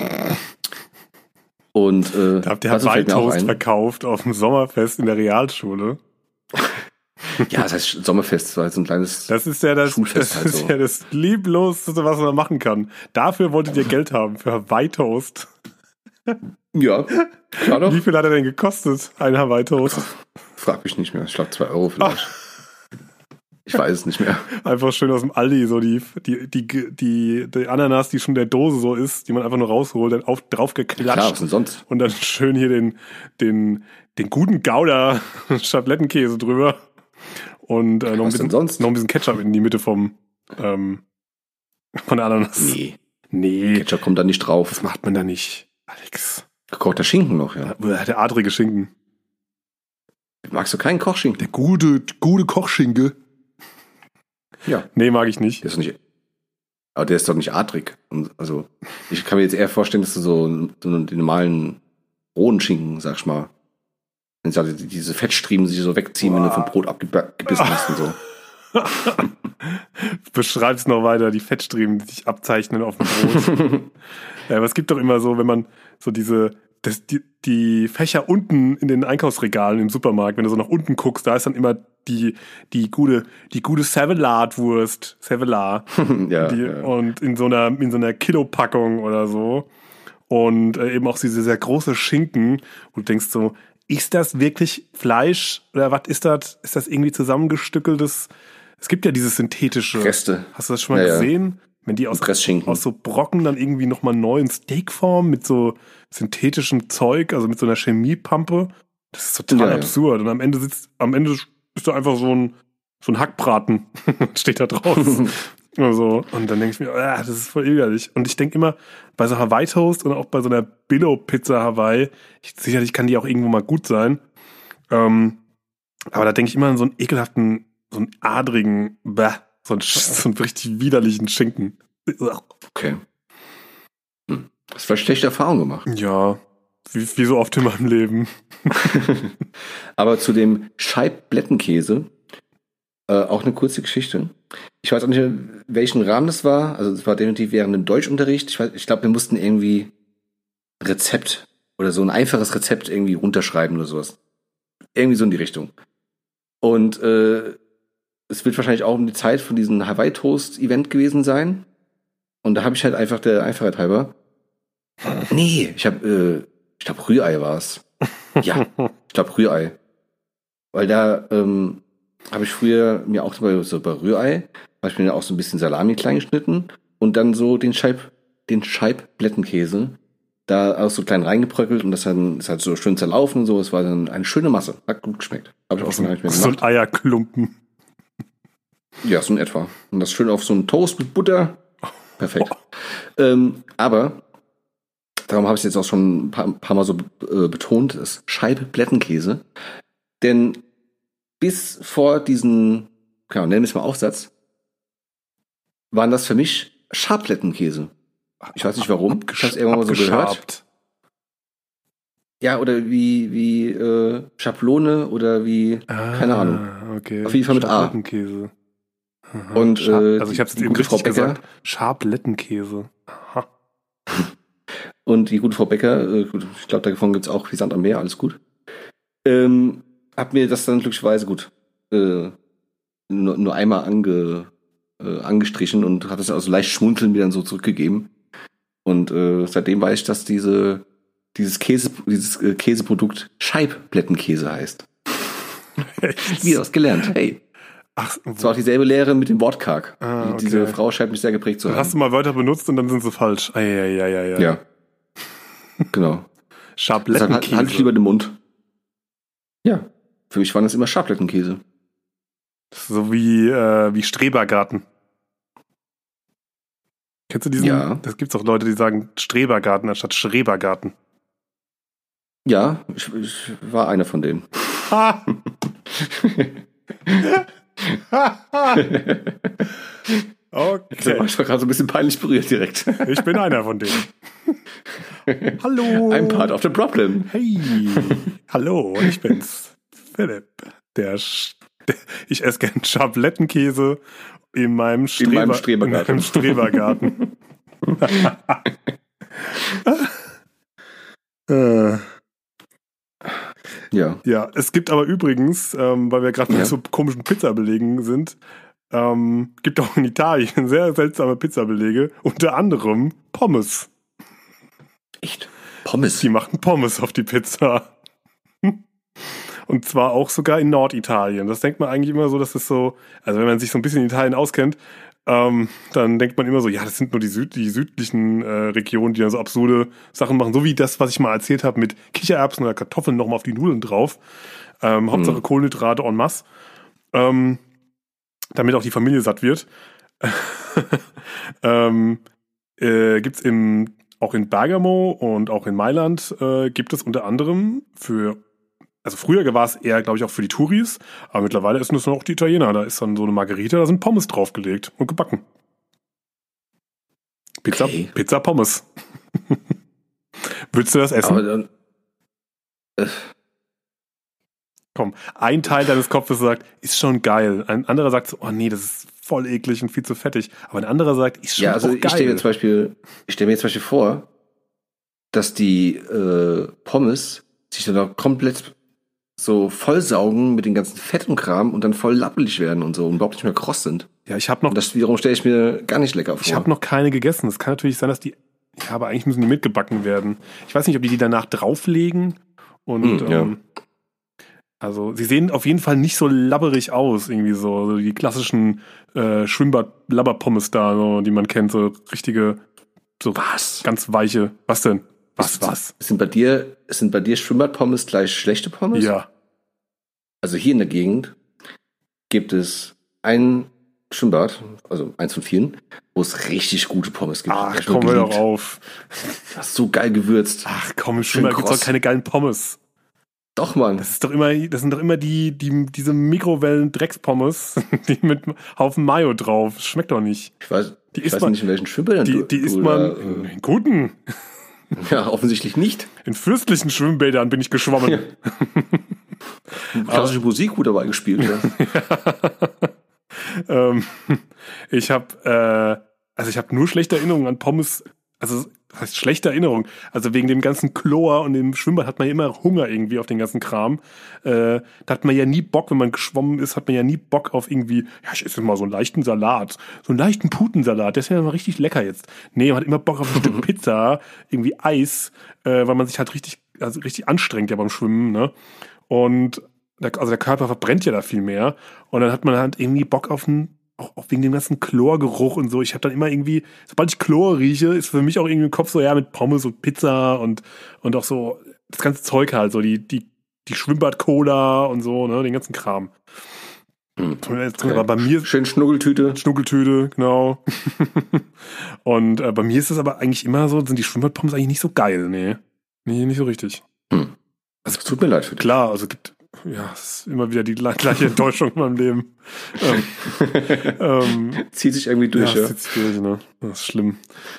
Und äh, Da habt ihr dazu fällt mir auch Hawaii-Toast ein- verkauft auf dem Sommerfest in der Realschule. Ja, das heißt Sommerfest, das war halt so ein kleines. Das ist ja das, Schulfest das halt ist so. ja das Liebloseste, was man machen kann. Dafür wolltet ihr Geld haben, für Hawaii-Toast. Ja, klar doch. Wie viel hat er denn gekostet, ein Hawaii-Toast? Frag mich nicht mehr. Ich glaube zwei Euro vielleicht. Ich weiß es nicht mehr. Einfach schön aus dem Aldi, so die, die, die, die, die Ananas, die schon in der Dose so ist, die man einfach nur rausholt, dann auf, drauf geklatscht. Klar, was denn sonst? Und dann schön hier den, den, den guten Gouda Schablettenkäse drüber. Und äh, noch, ein Was denn bisschen, sonst? noch ein bisschen Ketchup in die Mitte vom, ähm, von der Ananas. Nee, Nee, Ketchup kommt da nicht drauf. das macht man da nicht, Alex. Gekochter Schinken noch, ja. Äh, Der adrige Schinken. Magst du keinen Kochschinken? Der gute, gute Kochschinke. Ja. Nee, mag ich nicht. Der ist doch nicht, aber der ist doch nicht adrig. Und also, ich kann mir jetzt eher vorstellen, dass du so, so den normalen rohen Schinken, sag ich mal, wenn sie halt diese Fettstriemen sich so wegziehen, wenn du vom Brot abgebissen hast und so. Beschreib's noch weiter, die Fettstriemen, die sich abzeichnen auf dem Brot. Ja, aber es gibt doch immer so, wenn man so diese, das, die, die Fächer unten in den Einkaufsregalen im Supermarkt, wenn du so nach unten guckst, da ist dann immer die, die gute, die gute Servelat-Wurst, Servelat. ja, die, ja. Und in so einer, in so einer Kilopackung oder so. Und äh, eben auch diese sehr große Schinken, wo du denkst so, ist das wirklich Fleisch oder was ist das? Ist das irgendwie zusammengestückeltes? Es gibt ja dieses synthetische. Reste. Hast du das schon mal Ja, ja. gesehen? Wenn die aus, Pressschinken. aus so Brocken dann irgendwie nochmal neu in Steakform mit so synthetischem Zeug, also mit so einer Chemiepampe. Das ist total Ja, ja. absurd. Und am Ende sitzt, am Ende ist da einfach so ein, so ein Hackbraten. Steht da drauf. Also, und dann denke ich mir, ah, das ist voll ärgerlich. Und ich denke immer, bei so Hawaii Toast oder auch bei so einer Billo-Pizza Hawaii, ich, sicherlich kann die auch irgendwo mal gut sein. Ähm, aber da denke ich immer an so einen ekelhaften, so einen adrigen, bäh, so einen, so einen richtig widerlichen Schinken. Okay. Hm. Hast vielleicht schlechte Erfahrungen gemacht. Ja, wie, wie so oft in meinem Leben. Aber zu dem Scheibblättenkäse äh, auch eine kurze Geschichte. Ich weiß auch nicht, welchen Rahmen das war. Also es war definitiv während dem Deutschunterricht. Ich, weiß- ich glaube, wir mussten irgendwie Rezept oder so ein einfaches Rezept irgendwie runterschreiben oder sowas. Irgendwie so in die Richtung. Und äh, es wird wahrscheinlich auch um die Zeit von diesem Hawaii-Toast-Event gewesen sein. Und da habe ich halt einfach der Einfachheit halber. Nee, ich habe, äh, ich glaube, Rührei war es. Ja, ich glaube Rührei. Weil da ähm, habe ich früher mir auch bei, so bei Rührei, habe ich mir auch so ein bisschen Salami klein geschnitten und dann so den Scheib, den Scheibblättenkäse da auch so klein reingebröckelt und das dann ist halt so schön zerlaufen und so. Es war dann eine schöne Masse. Hat gut geschmeckt. Habe ich auch schon gar nicht mehr So ein gemacht. Eierklumpen. Ja, so in etwa. Und das schön auf so einen Toast mit Butter. Perfekt. Ähm, aber, darum habe ich es jetzt auch schon ein paar, ein paar Mal so äh, betont, ist Scheibblättenkäse. Denn bis vor diesen, ja, nennen wir es mal Aufsatz, waren das für mich Schablettenkäse. Ich weiß nicht warum. Ich habe es irgendwann mal so gehört. Abgeschabt. Ja, oder wie, wie äh, Schablone oder wie, keine Ahnung. Ah, okay. Auf jeden Fall mit A. Schablettenkäse. Aha. Und, Schab- äh, also ich habe es die eben gute Frau richtig Becker- gesagt. Schablettenkäse. Aha. Und die gute Frau Becker, äh, gut, ich glaube, davon gibt's auch wie Sand am Meer, alles gut. Ähm, hab mir das dann glücklicherweise gut äh, nur, nur einmal ange, äh, angestrichen und hat es also leicht schmunzeln mir dann so zurückgegeben. Und äh, seitdem weiß ich, dass diese dieses Käse, dieses äh, Käseprodukt Scheibblättenkäse heißt. Wieder was gelernt. Hey, Ach, es war auch dieselbe Lehre mit dem Wortkarg. Ah, okay. Diese Frau scheint mich sehr geprägt zu haben. hast du mal Wörter benutzt und dann sind sie falsch. Eieieiei. Ja. Genau. Deshalb Schablettenkäse. halt ich lieber den Mund. Ja. Für mich waren das immer Schablettenkäse. So wie, äh, wie Strebergarten. Kennst du diesen? Ja. Das gibt's auch Leute, die sagen Strebergarten anstatt Schrebergarten. Ja, ich, ich war einer von denen. Ha! Okay. Ich war gerade so ein bisschen peinlich berührt direkt. Ich bin einer von denen. Hallo. I'm part of the problem. Hey. Hallo, ich bin's. Philipp. Der, Sch- der ich esse gern Schablettenkäse in meinem, Streber, meinem Strebergarten. In meinem Strebergarten. äh. Ja. Ja, es gibt aber übrigens, ähm, weil wir gerade Ja. bei so komischen Pizzabelegen sind, ähm, gibt auch in Italien sehr seltsame Pizzabelege, unter anderem Pommes. Echt? Pommes. Die machen Pommes auf die Pizza. Und Und zwar auch sogar in Norditalien. Das denkt man eigentlich immer so, dass es so, also wenn man sich so ein bisschen in Italien auskennt, ähm, dann denkt man immer so, ja, das sind nur die, Süd, die südlichen äh, Regionen, die dann so absurde Sachen machen, so wie das, was ich mal erzählt habe mit Kichererbsen oder Kartoffeln nochmal auf die Nudeln drauf. Ähm, Hauptsache Mhm. Kohlenhydrate en masse. Ähm, damit auch die Familie satt wird. ähm, äh, gibt's im, auch in Bergamo und auch in Mailand äh, gibt es unter anderem für, also früher war es eher, glaube ich, auch für die Touris, aber mittlerweile essen das nur auch die Italiener. Da ist dann so eine Margherita, da sind Pommes draufgelegt und gebacken. Pizza, Okay. Pizza Pommes. Würdest du das essen? Aber dann, Komm, ein Teil deines Kopfes sagt, ist schon geil. Ein anderer sagt so, oh nee, das ist voll eklig und viel zu fettig. Aber ein anderer sagt, ist schon ja, also auch ich stelle mir geil. zum Beispiel, ich stelle mir zum Beispiel vor, dass die äh, Pommes sich dann auch komplett so vollsaugen mit dem ganzen Fett und Kram und dann voll lappelig werden und so und überhaupt nicht mehr kross sind. Ja, ich habe noch, Und das wiederum stelle ich mir gar nicht lecker vor. ich habe noch keine gegessen. Es kann natürlich sein, dass die, ja, aber eigentlich müssen die mitgebacken werden. Ich weiß nicht, ob die die danach drauflegen und Hm, ja. ähm, also sie sehen auf jeden Fall nicht so labberig aus, irgendwie so, so die klassischen äh, Schwimmbad-Labber-Pommes da, so, die man kennt, so richtige, so Was? ganz weiche. Was denn? Was, Ist- was? Sind bei dir, sind bei dir Schwimmbad-Pommes gleich schlechte Pommes? Ja. Also hier in der Gegend gibt es ein Schwimmbad, also eins von vielen, wo es richtig gute Pommes gibt. Ach, Ich hab komm, nur hör doch geliebt. auf. Das ist so geil gewürzt. Ach komm, im Schön Schwimmbad gibt's doch kross. keine geilen Pommes. Doch, Mann. Das ist doch immer, das sind doch immer die, die, diese Mikrowellen-Dreckspommes, die mit Haufen Mayo drauf. Das schmeckt doch nicht. Ich weiß, Die ich isst weiß man- nicht, in welchen Schwimmbädern Die, du, die du isst da, man in, äh, in guten, ja, offensichtlich nicht. in fürstlichen Schwimmbädern bin ich geschwommen. Ja. Klassische Musik gut dabei gespielt. Ja. ähm, ich habe, äh, also ich habe nur schlechte Erinnerungen an Pommes. Also das heißt schlechte Erinnerung. Also wegen dem ganzen Chlor und dem Schwimmbad hat man ja immer Hunger irgendwie auf den ganzen Kram. Äh, da hat man ja nie Bock, wenn man geschwommen ist, hat man ja nie Bock auf irgendwie, ja, ich esse mal so einen leichten Salat, so einen leichten Putensalat, der ist ja mal richtig lecker jetzt. Nee, man hat immer Bock auf ein Stück Pizza, irgendwie Eis, äh, weil man sich halt richtig, also richtig anstrengt ja beim Schwimmen, ne? Und der, also der Körper verbrennt ja da viel mehr. Und dann hat man halt irgendwie Bock auf ein, auch, auch wegen dem ganzen Chlorgeruch und so. Ich habe dann immer irgendwie, sobald ich Chlor rieche, ist für mich auch irgendwie im Kopf so, ja, mit Pommes und Pizza und, und auch so das ganze Zeug halt, so die, die, die Schwimmbad-Cola und so, ne, den ganzen Kram. Hm. Aber bei mir, Schön Schnuggeltüte. Schnuckeltüte, genau. Und äh, bei mir ist es aber eigentlich immer so, sind die Schwimmbadpommes eigentlich nicht so geil, nee. Nee, nicht so richtig. Hm. Also, es tut mir leid für dich. Klar, also gibt, ja, es ist immer wieder die gla- gleiche Enttäuschung in meinem Leben. Ähm, ähm, Zieht sich irgendwie durch, ja, ja. das ist durch, ne? Das ist schlimm.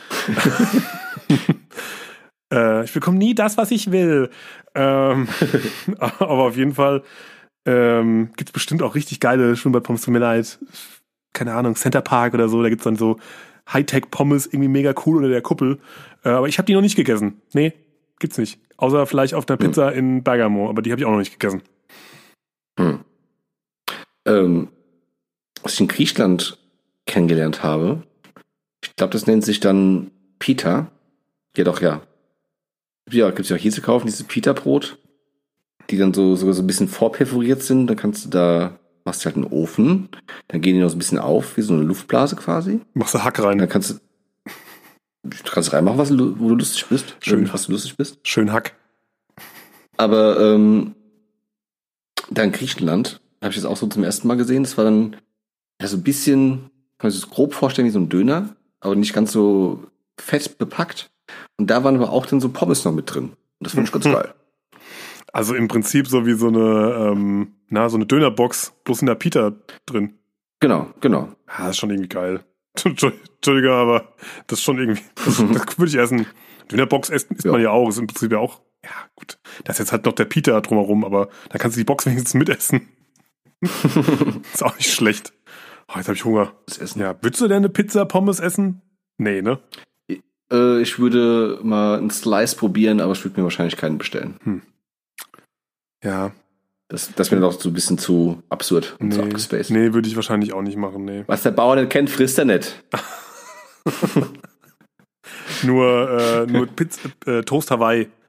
äh, ich bekomme nie das, was ich will. Ähm, aber auf jeden Fall ähm, gibt es bestimmt auch richtig geile Schwimmbadpommes, tut mir leid. Keine Ahnung, Center Park oder so, da gibt's dann so Hightech-Pommes, irgendwie mega cool unter der Kuppel. Äh, aber ich habe die noch nicht gegessen. Nee, gibt's nicht. Außer vielleicht auf einer Pizza in Bergamo, aber die habe ich auch noch nicht gegessen. Hm. Ähm, was ich in Griechenland kennengelernt habe, ich glaube, das nennt sich dann Pita. Ja, doch, ja. Ja, gibt es ja auch hier zu kaufen, dieses Pita-Brot, die dann so sogar so ein bisschen vorperforiert sind. Dann kannst du da, machst du halt einen Ofen, dann gehen die noch so ein bisschen auf, wie so eine Luftblase quasi. Machst du Hack rein. Dann kannst du, du kannst reinmachen, was du, wo du lustig bist. Schön. Was du lustig bist. Schön Hack. Aber ähm, da in Griechenland habe ich das auch so zum ersten Mal gesehen. Das war dann ja so ein bisschen, kann man sich das grob vorstellen wie so ein Döner, aber nicht ganz so fett bepackt. Und da waren aber auch dann so Pommes noch mit drin. Und das fand ich ganz geil. Also im Prinzip so wie so eine, ähm, na, so eine Dönerbox, bloß in der Pita drin. Genau, genau. Ja, das ist schon irgendwie geil. Entschuldige, aber das ist schon irgendwie, das, das würde ich essen. Dönerbox essen isst Ja. man ja auch, ist im Prinzip ja auch, ja gut, da ist jetzt halt noch der Pita drumherum, aber da kannst du die Box wenigstens mitessen. Ist auch nicht schlecht. Oh, jetzt habe ich Hunger. Das Essen. Ja, würdest du denn eine Pizza Pommes essen? Nee, ne? Äh, ich würde mal einen Slice probieren, aber ich würde mir wahrscheinlich keinen bestellen. Ja, Das, das wäre doch so ein bisschen zu absurd und zu nee, abgespaced. nee, würde ich wahrscheinlich auch nicht machen, nee. Was der Bauer nicht kennt, frisst er nicht. Nur, äh, nur Pizza, äh, Toast Hawaii.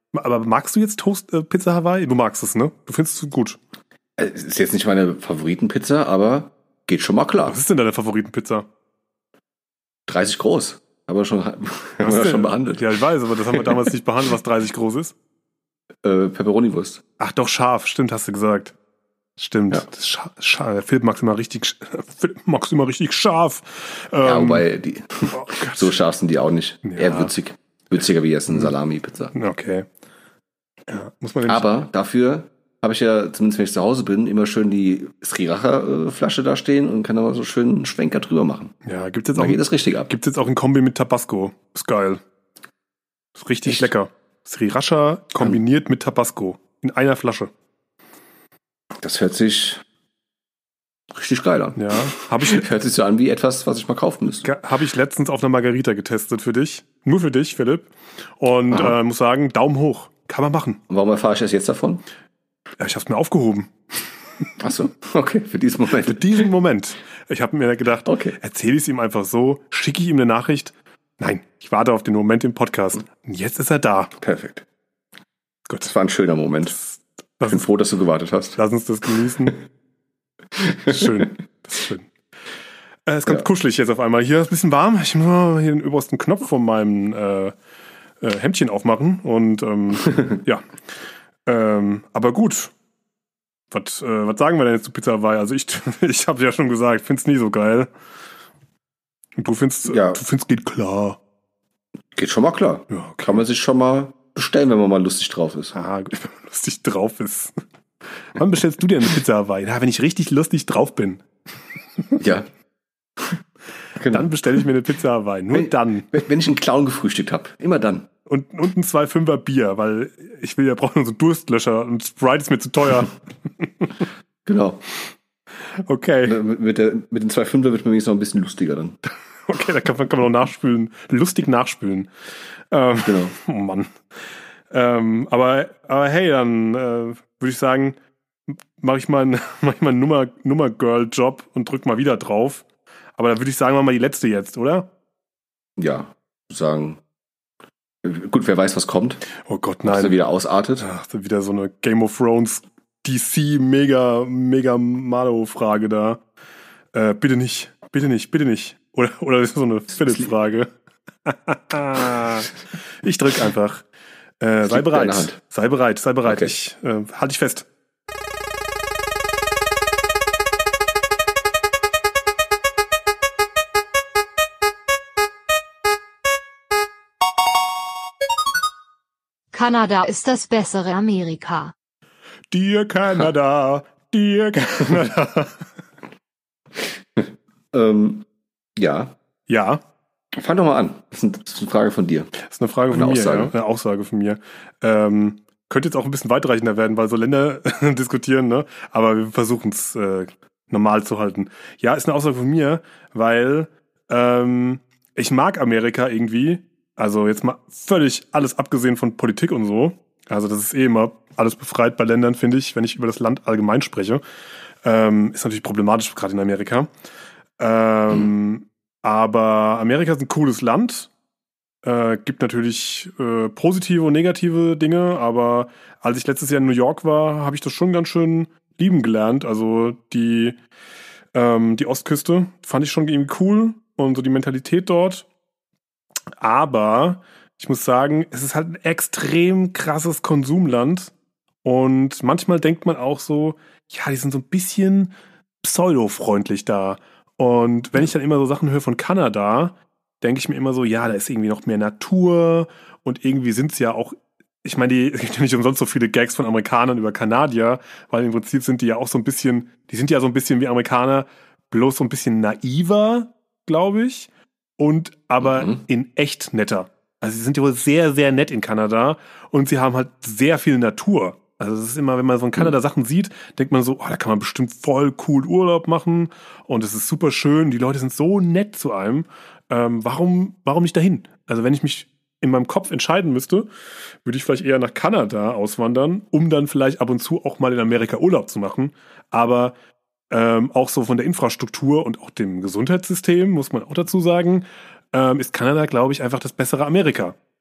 Aber magst du jetzt Toast äh, Pizza Hawaii? Du magst es, ne? Du findest es gut. Es ist jetzt nicht meine Favoritenpizza, aber geht schon mal klar. Was ist denn deine Favoritenpizza? dreißig groß. Aber schon, haben wir Was ja denn? schon behandelt. Ja, ich weiß, aber das haben wir damals nicht behandelt, was dreißig groß ist. Äh, Pepperoni-Wurst. Ach doch, scharf, stimmt, hast du gesagt. Stimmt. Ja. Das ist scha scharf. Philipp mag's immer richtig, sch- Philipp mag's immer richtig scharf. Ja, Ähm, wobei, die, oh Gott. so scharf sind die auch nicht. Ja. Eher würzig. Würziger wie jetzt eine Salami-Pizza. Okay. Ja, muss man nämlich- Aber dafür habe ich ja, zumindest wenn ich zu Hause bin, immer schön die Sriracha-Flasche da stehen und kann da mal so schön einen Schwenker drüber machen. Ja, gibt's jetzt Da auch, geht das richtig ab. gibt's jetzt auch in Kombi mit Tabasco. Ist geil. Ist richtig Echt? lecker. Sriracha kombiniert mit Tabasco. In einer Flasche. Das hört sich richtig geil an. Ja. Habe ich, Hört sich so an wie etwas, was ich mal kaufen müsste. Ge- Habe ich letztens auf einer Margarita getestet für dich. Nur für dich, Philipp. Und Aha. äh, muss sagen, Daumen hoch. Kann man machen. Und warum erfahre ich das jetzt davon? Ja, ich habe es mir aufgehoben. Achso, okay, für diesen Für Moment. diesen Moment. Ich habe mir gedacht, Okay. erzähle ich es ihm einfach so, schicke ich ihm eine Nachricht. Nein, ich warte auf den Moment im Podcast. Und jetzt ist er da. Perfekt. Gut, Das war ein schöner Moment. Ich lass bin uns, froh, dass du gewartet hast. lass uns das genießen. Schön, das ist schön. Äh, es kommt Ja. kuschelig jetzt auf einmal. Hier ist ein bisschen warm. Ich muss mal hier den obersten Knopf von meinem äh, äh, Hemdchen aufmachen. Und ähm, ja, ähm, aber gut. Was, äh, was sagen wir denn jetzt zu Pizza Hawaii? Also ich, ich habe ja schon gesagt, find's nie so geil. Und du findest, Ja. du findest geht klar. Geht schon mal klar. Ja, okay. Kann man sich schon mal bestellen, wenn man mal lustig drauf ist. Ah, wenn man lustig drauf ist. Wann bestellst du dir eine Pizza Hawaii? Na, wenn ich richtig lustig drauf bin, Ja. Genau. dann bestelle ich mir eine Pizza Hawaii. Nur Wenn- dann. Wenn wenn ich einen Clown gefrühstückt habe, immer dann. Und, und ein zwei Fünfer Bier, weil ich will ja brauchen so Durstlöscher und Sprite ist mir zu teuer. Genau. Okay, Mit, mit, der, mit den zwei Fünfer wird man wenigstens noch ein bisschen lustiger dann. okay, da kann man, kann man noch nachspülen. Lustig nachspülen. Ähm, Genau. Oh Mann. Ähm, aber, aber hey, dann äh, würde ich sagen, mache ich mal einen, mach ich mal einen Nummer, Nummer-Girl-Job und drück mal wieder drauf. Aber da würde ich sagen, machen wir mal die letzte jetzt, oder? Ja, sagen. Gut, wer weiß, was kommt. Oh Gott, Dass er nein. wieder ausartet. Ach, das ist wieder so eine Game of Thrones D C mega, mega Malo-Frage da. Äh, bitte nicht, bitte nicht, bitte nicht. Oder, oder ist so eine Philipp-Frage. Ich drück einfach. Äh, sei liegt in deiner bereit. Hand. Sei bereit, sei bereit. Okay. Ich äh, halte dich fest. Kanada ist das bessere Amerika. Dear Canada, dear Canada. Ähm, ja. Ja, Fang doch mal an. Das ist, ein, das ist eine Frage von dir. das ist eine Frage von Eine mir. Aussage. Ja? Eine Aussage von mir. Ähm, könnte jetzt auch ein bisschen weitreichender werden, weil so Länder diskutieren, ne? Aber wir versuchen es äh, normal zu halten. Ja, ist eine Aussage von mir, weil ähm, ich mag Amerika irgendwie. Also jetzt mal völlig alles abgesehen von Politik und so. Also das ist eh immer alles befreit bei Ländern, finde ich, wenn ich über das Land allgemein spreche. Ähm, ist natürlich problematisch, gerade in Amerika. Ähm, aber Amerika ist ein cooles Land. Äh, gibt natürlich äh, positive und negative Dinge, aber als ich letztes Jahr in New York war, habe ich das schon ganz schön lieben gelernt. Also die, ähm, die Ostküste fand ich schon irgendwie cool und so die Mentalität dort. Aber ich muss sagen, es ist halt ein extrem krasses Konsumland und manchmal denkt man auch so, ja, die sind so ein bisschen pseudo-freundlich da. Und wenn ich dann immer so Sachen höre von Kanada, denke ich mir immer so, ja, da ist irgendwie noch mehr Natur und irgendwie sind es ja auch, ich meine, die, es gibt ja nicht umsonst so viele Gags von Amerikanern über Kanadier, weil im Prinzip sind die ja auch so ein bisschen, die sind ja so ein bisschen wie Amerikaner, bloß so ein bisschen naiver, glaube ich, und aber Mhm. in echt netter. Also sie sind ja wohl sehr, sehr nett in Kanada und sie haben halt sehr viel Natur. Also es ist immer, wenn man so in Kanada Sachen sieht, denkt man so, oh, da kann man bestimmt voll cool Urlaub machen und es ist super schön, die Leute sind so nett zu einem. Ähm, warum, warum nicht dahin? Also wenn ich mich in meinem Kopf entscheiden müsste, würde ich vielleicht eher nach Kanada auswandern, um dann vielleicht ab und zu auch mal in Amerika Urlaub zu machen. Aber ähm, auch so von der Infrastruktur und auch dem Gesundheitssystem, muss man auch dazu sagen, ähm, ist Kanada, glaube ich, einfach das bessere Amerika.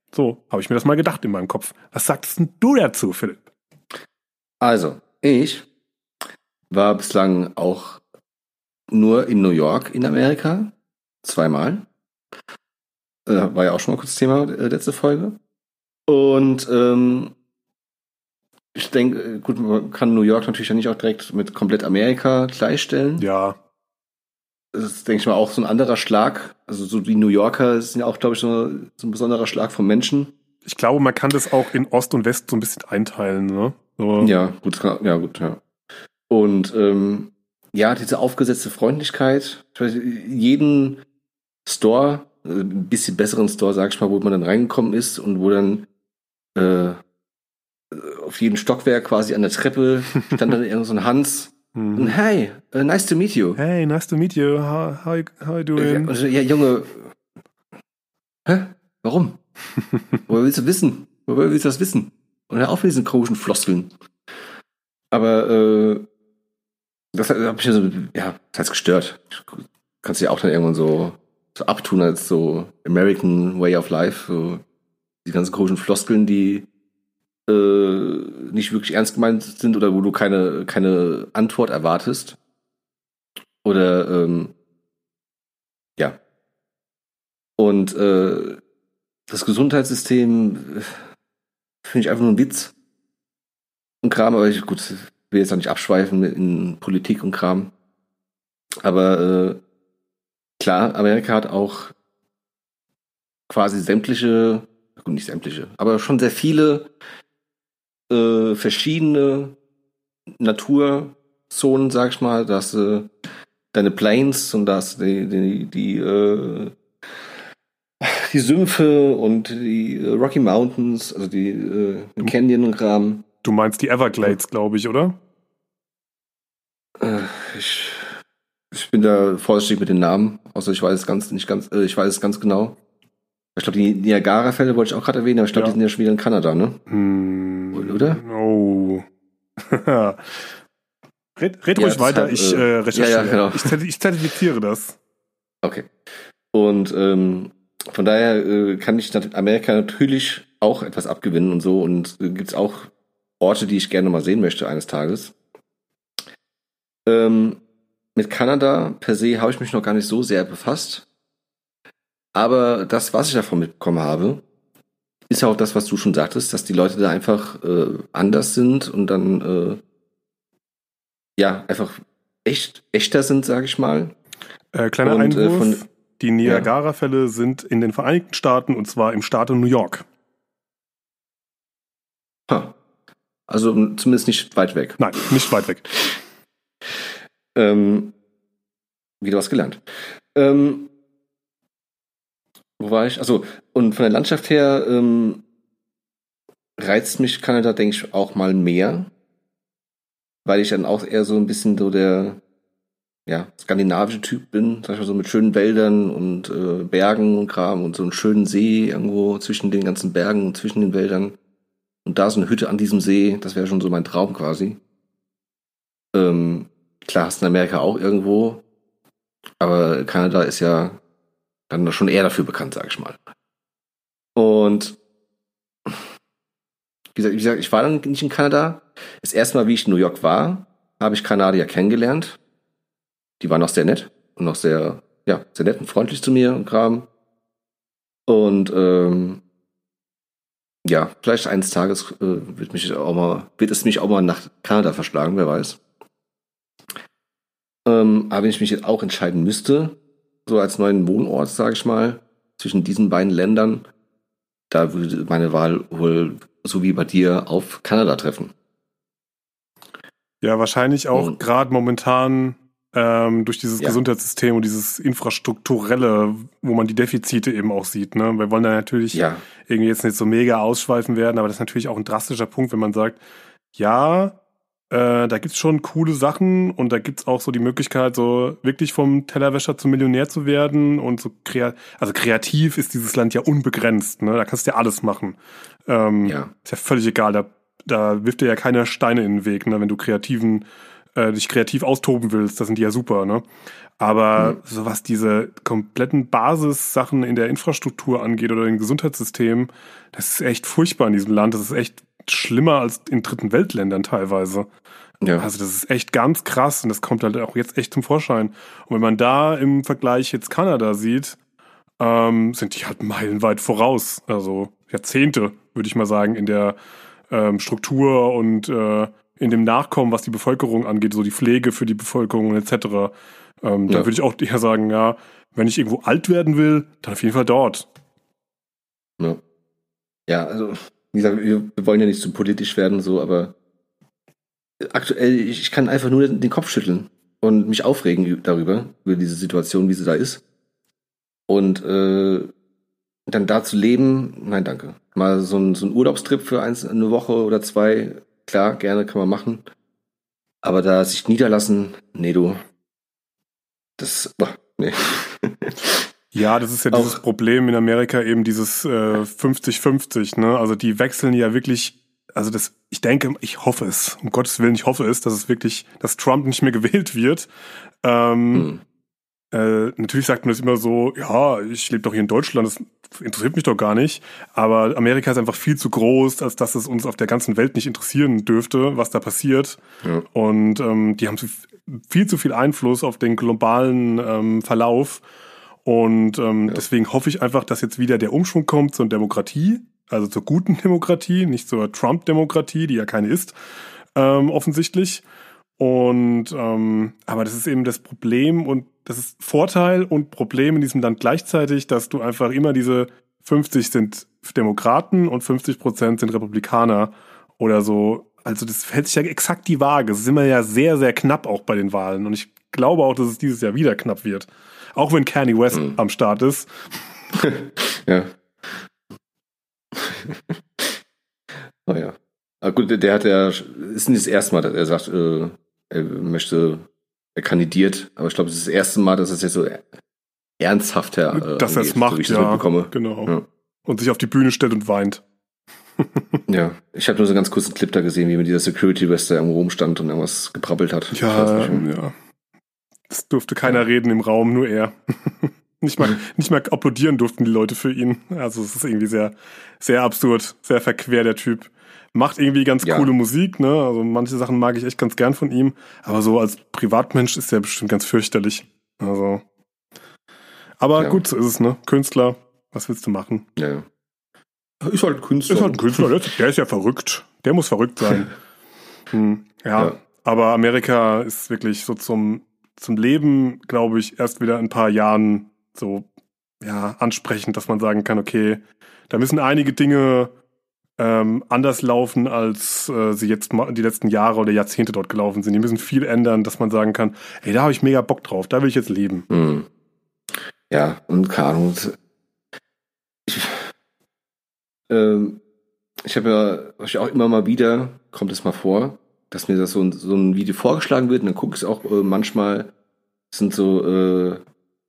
So habe ich mir das mal gedacht in meinem Kopf. Was sagst denn du dazu, Philipp? Also, ich war bislang auch nur in New York in Amerika. Zweimal. Äh, war ja auch schon mal kurz Thema äh, letzte Folge. Und ähm, ich denke, gut, man kann New York natürlich ja nicht auch direkt mit komplett Amerika gleichstellen. Ja. Das ist, denke ich mal, auch so ein anderer Schlag. Also so die New Yorker sind ja auch, glaube ich, so, so ein besonderer Schlag vom Menschen. Ich glaube, man kann das auch in Ost und West so ein bisschen einteilen, ne? So. Ja, gut, das kann- ja, gut, ja. Und ähm, ja, diese aufgesetzte Freundlichkeit. Ich weiß, jeden Store, äh, ein bisschen besseren Store, sag ich mal, wo man dann reingekommen ist und wo dann äh, auf jedem Stockwerk quasi an der Treppe stand dann irgend so ein Hans. Und hey, uh, nice to meet you. Hey, nice to meet you. How, how, how you Ja, doing? und so, ja, Junge. Hä? Warum? Woher willst du wissen? Woher willst du das wissen? Und hör auf mit diesen komischen Floskeln. Aber äh, das hat hat mich ja so, ja, das hat's gestört. Kannst du ja auch dann irgendwann so, so abtun als so American Way of Life. So die ganzen komischen Floskeln, die äh, nicht wirklich ernst gemeint sind oder wo du keine, keine Antwort erwartest. Oder ähm, ja. Und äh, das Gesundheitssystem äh, finde ich einfach nur ein Witz. Und Kram, aber ich gut, will jetzt auch nicht abschweifen in Politik und Kram. Aber äh, klar, Amerika hat auch quasi sämtliche, gut, nicht sämtliche, aber schon sehr viele äh, verschiedene Naturzonen, sag ich mal, dass äh, deine Plains und das die die die, äh, die Sümpfe und die äh, Rocky Mountains, also die äh, Canyon und Kram. Du meinst die Everglades, glaube ich, oder? Äh, ich, ich bin da vorsichtig mit den Namen, außer ich weiß es ganz nicht ganz, äh, ich weiß es ganz genau. Ich glaube, die Niagara-Fälle wollte ich auch gerade erwähnen, aber ich glaube, Ja. die sind ja schon wieder in Kanada, ne? Hm, Oder? Oh. red red Ja, ruhig weiter, deshalb, ich äh, äh, recherchiere. ja, ja, genau. ich, zerti- ich zertifiziere das. Okay. Und ähm, von daher äh, kann ich nat- Amerika natürlich auch etwas abgewinnen und so und äh, gibt's auch Orte, die ich gerne mal sehen möchte eines Tages. Ähm, mit Kanada per se habe ich mich noch gar nicht so sehr befasst. Aber das, was ich davon mitbekommen habe, ist ja auch das, was du schon sagtest, dass die Leute da einfach äh, anders sind und dann äh, ja einfach echt echter sind, sage ich mal. Äh, kleiner Und, äh, Einwurf. von- Die Niagara-Fälle sind in den Vereinigten Staaten und zwar im Staate New York. Ha. Also m, zumindest nicht weit weg. Nein, nicht weit weg. Ähm, wieder was gelernt. Ähm, wo war ich? Also und von der Landschaft her ähm, reizt mich Kanada, denke ich, auch mal mehr, weil ich dann auch eher so ein bisschen so der ja, skandinavische Typ bin, sag ich mal so mit schönen Wäldern und äh, Bergen und Kram und so einen schönen See irgendwo zwischen den ganzen Bergen und zwischen den Wäldern. Und da so eine Hütte an diesem See, das wäre schon so mein Traum quasi. Ähm, klar, hast du in Amerika auch irgendwo, aber Kanada ist ja dann schon eher dafür bekannt, sag ich mal. Und wie gesagt, wie gesagt, ich war dann nicht in Kanada. Das erste Mal, wie ich in New York war, habe ich Kanadier kennengelernt. Die waren auch sehr nett und auch sehr, ja, sehr nett und freundlich zu mir und Kram. Und ähm, ja, vielleicht eines Tages äh, wird mich auch mal, wird es mich auch mal nach Kanada verschlagen, wer weiß. Ähm, aber wenn ich mich jetzt auch entscheiden müsste, so als neuen Wohnort, sage ich mal, zwischen diesen beiden Ländern, da würde meine Wahl wohl so wie bei dir auf Kanada treffen. Ja, wahrscheinlich auch Und- gerade momentan ähm, durch dieses Ja. Gesundheitssystem und dieses Infrastrukturelle, wo man die Defizite eben auch sieht. Ne? Wir wollen da natürlich Ja, irgendwie jetzt nicht so mega ausschweifen werden, aber das ist natürlich auch ein drastischer Punkt, wenn man sagt, ja, äh, da gibt's schon coole Sachen und da gibt's auch so die Möglichkeit, so wirklich vom Tellerwäscher zum Millionär zu werden und so krea also kreativ ist dieses Land ja unbegrenzt, ne? Da kannst du ja alles machen. Ähm, ja. Ist ja völlig egal, da, da wirft dir ja keiner Steine in den Weg, ne? Wenn du kreativen äh, dich kreativ austoben willst, das sind die ja super, ne? Aber Mhm. so was diese kompletten Basissachen in der Infrastruktur angeht oder im Gesundheitssystem, das ist echt furchtbar in diesem Land. Das ist echt schlimmer als in dritten Weltländern teilweise. Ja. Also das ist echt ganz krass und das kommt halt auch jetzt echt zum Vorschein. Und wenn man da im Vergleich jetzt Kanada sieht, ähm, sind die halt meilenweit voraus. Also Jahrzehnte, würde ich mal sagen, in der ähm, Struktur und äh, in dem Nachkommen, was die Bevölkerung angeht, so die Pflege für die Bevölkerung et cetera. Ähm, Ja. Da würde ich auch eher sagen, ja, wenn ich irgendwo alt werden will, dann auf jeden Fall dort. Ja. Ja, also, wie gesagt, wir, wir wollen ja nicht zu politisch werden, so, aber aktuell, ich, ich kann einfach nur den Kopf schütteln und mich aufregen ü- darüber, über diese Situation, wie sie da ist. Und äh, dann da zu leben, nein, danke. Mal so ein, so ein Urlaubstrip für eins, eine Woche oder zwei, klar, gerne kann man machen. Aber da sich niederlassen, nee, du, das, boah, nee. Ja, das ist ja Auch- dieses Problem in Amerika, eben dieses äh, fünfzig fünfzig, ne? Also die wechseln ja wirklich, also das, ich denke, ich hoffe es, um Gottes Willen, ich hoffe es, dass es wirklich, dass Trump nicht mehr gewählt wird. Ähm, Hm. äh, natürlich sagt man das immer so, ja, ich lebe doch hier in Deutschland, das interessiert mich doch gar nicht. Aber Amerika ist einfach viel zu groß, als dass es uns auf der ganzen Welt nicht interessieren dürfte, was da passiert. Ja. Und ähm, die haben zu, viel zu viel Einfluss auf den globalen ähm, Verlauf. Und ähm, Ja. deswegen hoffe ich einfach, dass jetzt wieder der Umschwung kommt zur Demokratie, also zur guten Demokratie, nicht zur Trump-Demokratie, die ja keine ist, ähm, offensichtlich. Und ähm, aber das ist eben das Problem und das ist Vorteil und Problem in diesem Land gleichzeitig, dass du einfach immer diese fünfzig sind Demokraten und fünfzig Prozent sind Republikaner oder so. Also das fällt sich ja exakt die Waage. Es ist immer ja sehr, sehr knapp auch bei den Wahlen. Und ich glaube auch, dass es dieses Jahr wieder knapp wird. Auch wenn Kanye West Hm. am Start ist. Ja. Oh ja. Aber gut, der- der hat ja, ist nicht das erste Mal, dass er sagt, äh, er möchte, er kandidiert, aber ich glaube, es ist das erste Mal, dass es jetzt so ernsthafter äh, dass er es angeht, so macht, wie ich das ja. mitbekomme. Genau. Ja. Und sich auf die Bühne stellt und weint. Ja, ich habe nur so einen ganz kurzen Clip da gesehen, wie mit dieser Security-Weste am Rom stand und irgendwas gebrabbelt hat. Ich Ja, weiß nicht mehr. ja. Es durfte keiner reden im Raum, nur er. nicht mal, nicht mal applaudieren durften die Leute für ihn. Also es ist irgendwie sehr, sehr absurd, sehr verquer, der Typ. Macht irgendwie ganz Ja. coole Musik, ne? Also manche Sachen mag ich echt ganz gern von ihm. Aber so als Privatmensch ist er bestimmt ganz fürchterlich. Also. Aber Ja. gut, so ist es, ne? Künstler, was willst du machen? Ja, ja. Ist halt ein Künstler. Ist halt ein Künstler, der ist, der ist ja verrückt. Der muss verrückt sein. hm, ja, Ja. aber Amerika ist wirklich so zum, zum Leben, glaube ich, erst wieder in ein paar Jahren so ja, ansprechend, dass man sagen kann, okay, da müssen einige Dinge ähm, anders laufen, als äh, sie jetzt ma- die letzten Jahre oder Jahrzehnte dort gelaufen sind. Die müssen viel ändern, dass man sagen kann, ey, da habe ich mega Bock drauf, da will ich jetzt leben. Hm. Ja, und keine Ahnung. Ich, ähm, ich habe ja ich auch immer mal wieder, kommt es mal vor, dass mir das so ein, so ein Video vorgeschlagen wird und dann gucke ich es auch äh, manchmal, es sind so äh,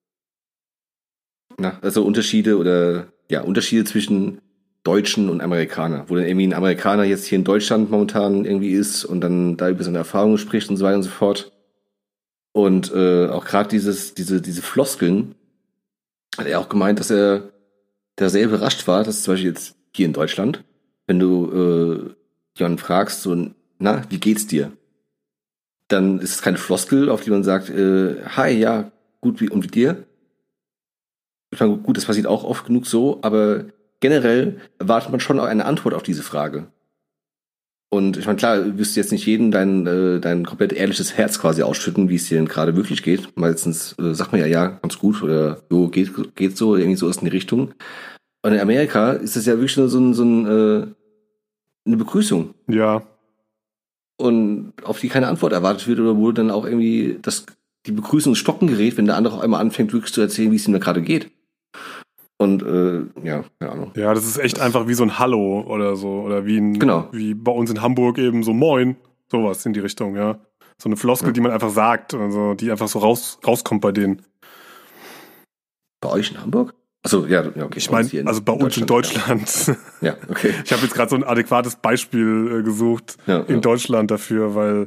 na, also Unterschiede oder ja, Unterschiede zwischen Deutschen und Amerikaner, wo dann irgendwie ein Amerikaner jetzt hier in Deutschland momentan irgendwie ist und dann da über seine Erfahrungen spricht und so weiter und so fort. Und äh, auch gerade dieses, diese, diese Floskeln, hat er auch gemeint, dass er da sehr überrascht war, dass zum Beispiel jetzt hier in Deutschland, wenn du äh, jemanden fragst, so, na, wie geht's dir? Dann ist es keine Floskel, auf die man sagt, äh, hi, ja, gut, wie, und wie dir? Ich meine, gut, das passiert auch oft genug so, aber generell erwartet man schon eine Antwort auf diese Frage. Und ich meine, klar, du wirst jetzt nicht jedem dein, äh, dein komplett ehrliches Herz quasi ausschütten, wie es dir denn gerade wirklich geht. Meistens äh, sagt man ja, ja, ganz gut oder jo, geht, geht so, oder irgendwie so ist in die Richtung. Und in Amerika ist das ja wirklich nur so ein, so ein, äh, eine Begrüßung. Ja, Und auf die keine Antwort erwartet wird oder wo dann auch irgendwie das, die Begrüßung ins Stocken gerät, wenn der andere auch einmal anfängt, wirklich zu erzählen, wie es ihm da gerade geht. Und äh, ja, keine Ahnung. ja, das ist echt einfach wie so ein Hallo oder so. Oder wie ein, Genau. wie bei uns in Hamburg eben so Moin. Sowas in die Richtung, ja. So eine Floskel, Ja. die man einfach sagt, also die einfach so raus, rauskommt bei denen. Bei euch in Hamburg? Achso, ja, ja, okay. Ich bei meine, uns hier also bei uns in Deutschland. Ja, ja okay. Ich habe jetzt gerade so ein adäquates Beispiel äh, gesucht Ja, in ja. Deutschland dafür, weil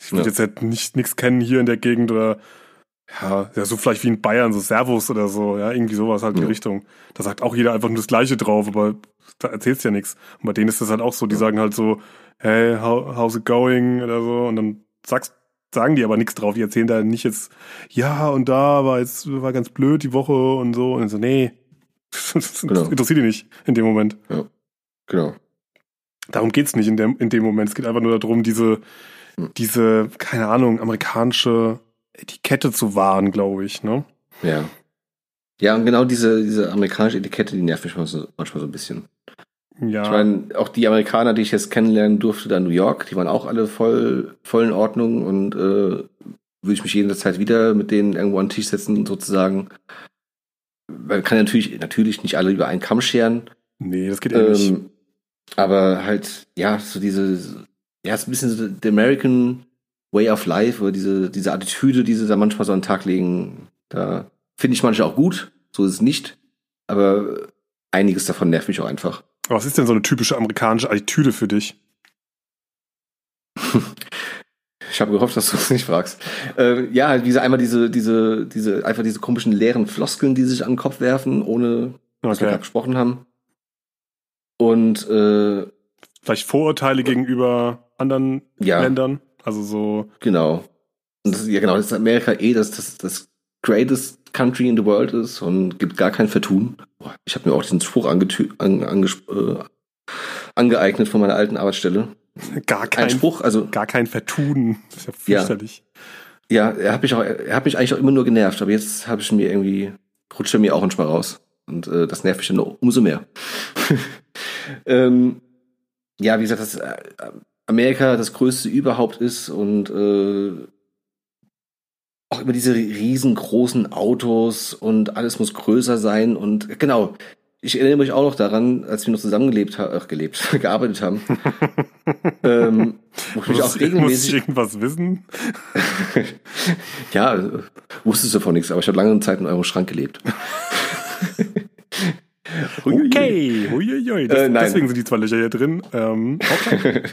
Ich würde Ja. jetzt halt nicht nichts kennen hier in der Gegend oder ja, ja, so vielleicht wie in Bayern, so Servus oder so, ja, irgendwie sowas halt in die Ja. Richtung. Da sagt auch jeder einfach nur das Gleiche drauf, aber da erzählst du ja nichts. Und bei denen ist das halt auch so, die sagen halt so, hey, how, how's it going oder so und dann sagst, sagen die aber nichts drauf, die erzählen da nicht jetzt, ja und da war jetzt, war ganz blöd die Woche und so und so, nee, das Genau. interessiert die nicht in dem Moment. Genau. Darum geht's nicht in dem, in dem Moment. Es geht einfach nur darum, diese, Hm. diese, keine Ahnung, amerikanische Etikette zu wahren, glaube ich, ne? Ja. Ja, und genau diese, diese amerikanische Etikette, die nervt mich manchmal so, manchmal so ein bisschen. Ja. Ich meine, auch die Amerikaner, die ich jetzt kennenlernen durfte, da in New York, die waren auch alle voll, voll in Ordnung und äh, würde ich mich jederzeit wieder mit denen irgendwo an den Tisch setzen, sozusagen. Man kann natürlich, natürlich nicht alle über einen Kamm scheren. Nee, das geht eh nicht. Ähm, aber halt, ja, so diese, ja, ist ein bisschen so the American Way of Life oder diese, diese Attitüde, die sie da manchmal so an den Tag legen, da finde ich manche auch gut, so ist es nicht, aber einiges davon nervt mich auch einfach. Was ist denn so eine typische amerikanische Attitüde für dich? Ich habe gehofft, dass du es nicht fragst. Äh, ja, halt diese, einmal diese, diese, diese, einfach diese komischen leeren Floskeln, die sich an den Kopf werfen, ohne, was wir Okay. gerade gesprochen haben. Und, äh, Vielleicht Vorurteile gegenüber anderen ja. Ländern? Also so, Genau. Und das ist, ja genau, das ist Amerika eh das, das, das greatest country in the world ist und gibt gar kein Vertun. Boah, ich habe mir auch diesen Spruch angetü an, anges- äh, angeeignet von meiner alten Arbeitsstelle. gar Ein kein, Spruch, also gar kein Vertun. Das ist ja Ja. fürchterlich. ja, er hat mich auch, er hat mich eigentlich auch immer nur genervt, aber jetzt habe ich mir irgendwie, rutscht er mir auch manchmal raus. Und äh, das nervt mich dann noch umso mehr. ähm, ja, wie gesagt, dass äh, Amerika das Größte überhaupt ist und äh, auch immer diese riesengroßen Autos und alles muss größer sein und genau. Ich erinnere mich auch noch daran, als wir noch zusammengelebt haben, ach, gelebt, gearbeitet haben, ähm, wo ich mich Muss, auch muss ich regelmäßig, irgendwas wissen? ja, äh, wusstest du von nichts, aber ich habe lange Zeit in eurem Schrank gelebt. Huiuiui. Okay, huiuiui. Das, Äh, nein. deswegen sind die zwei Löcher hier drin. Ähm, okay.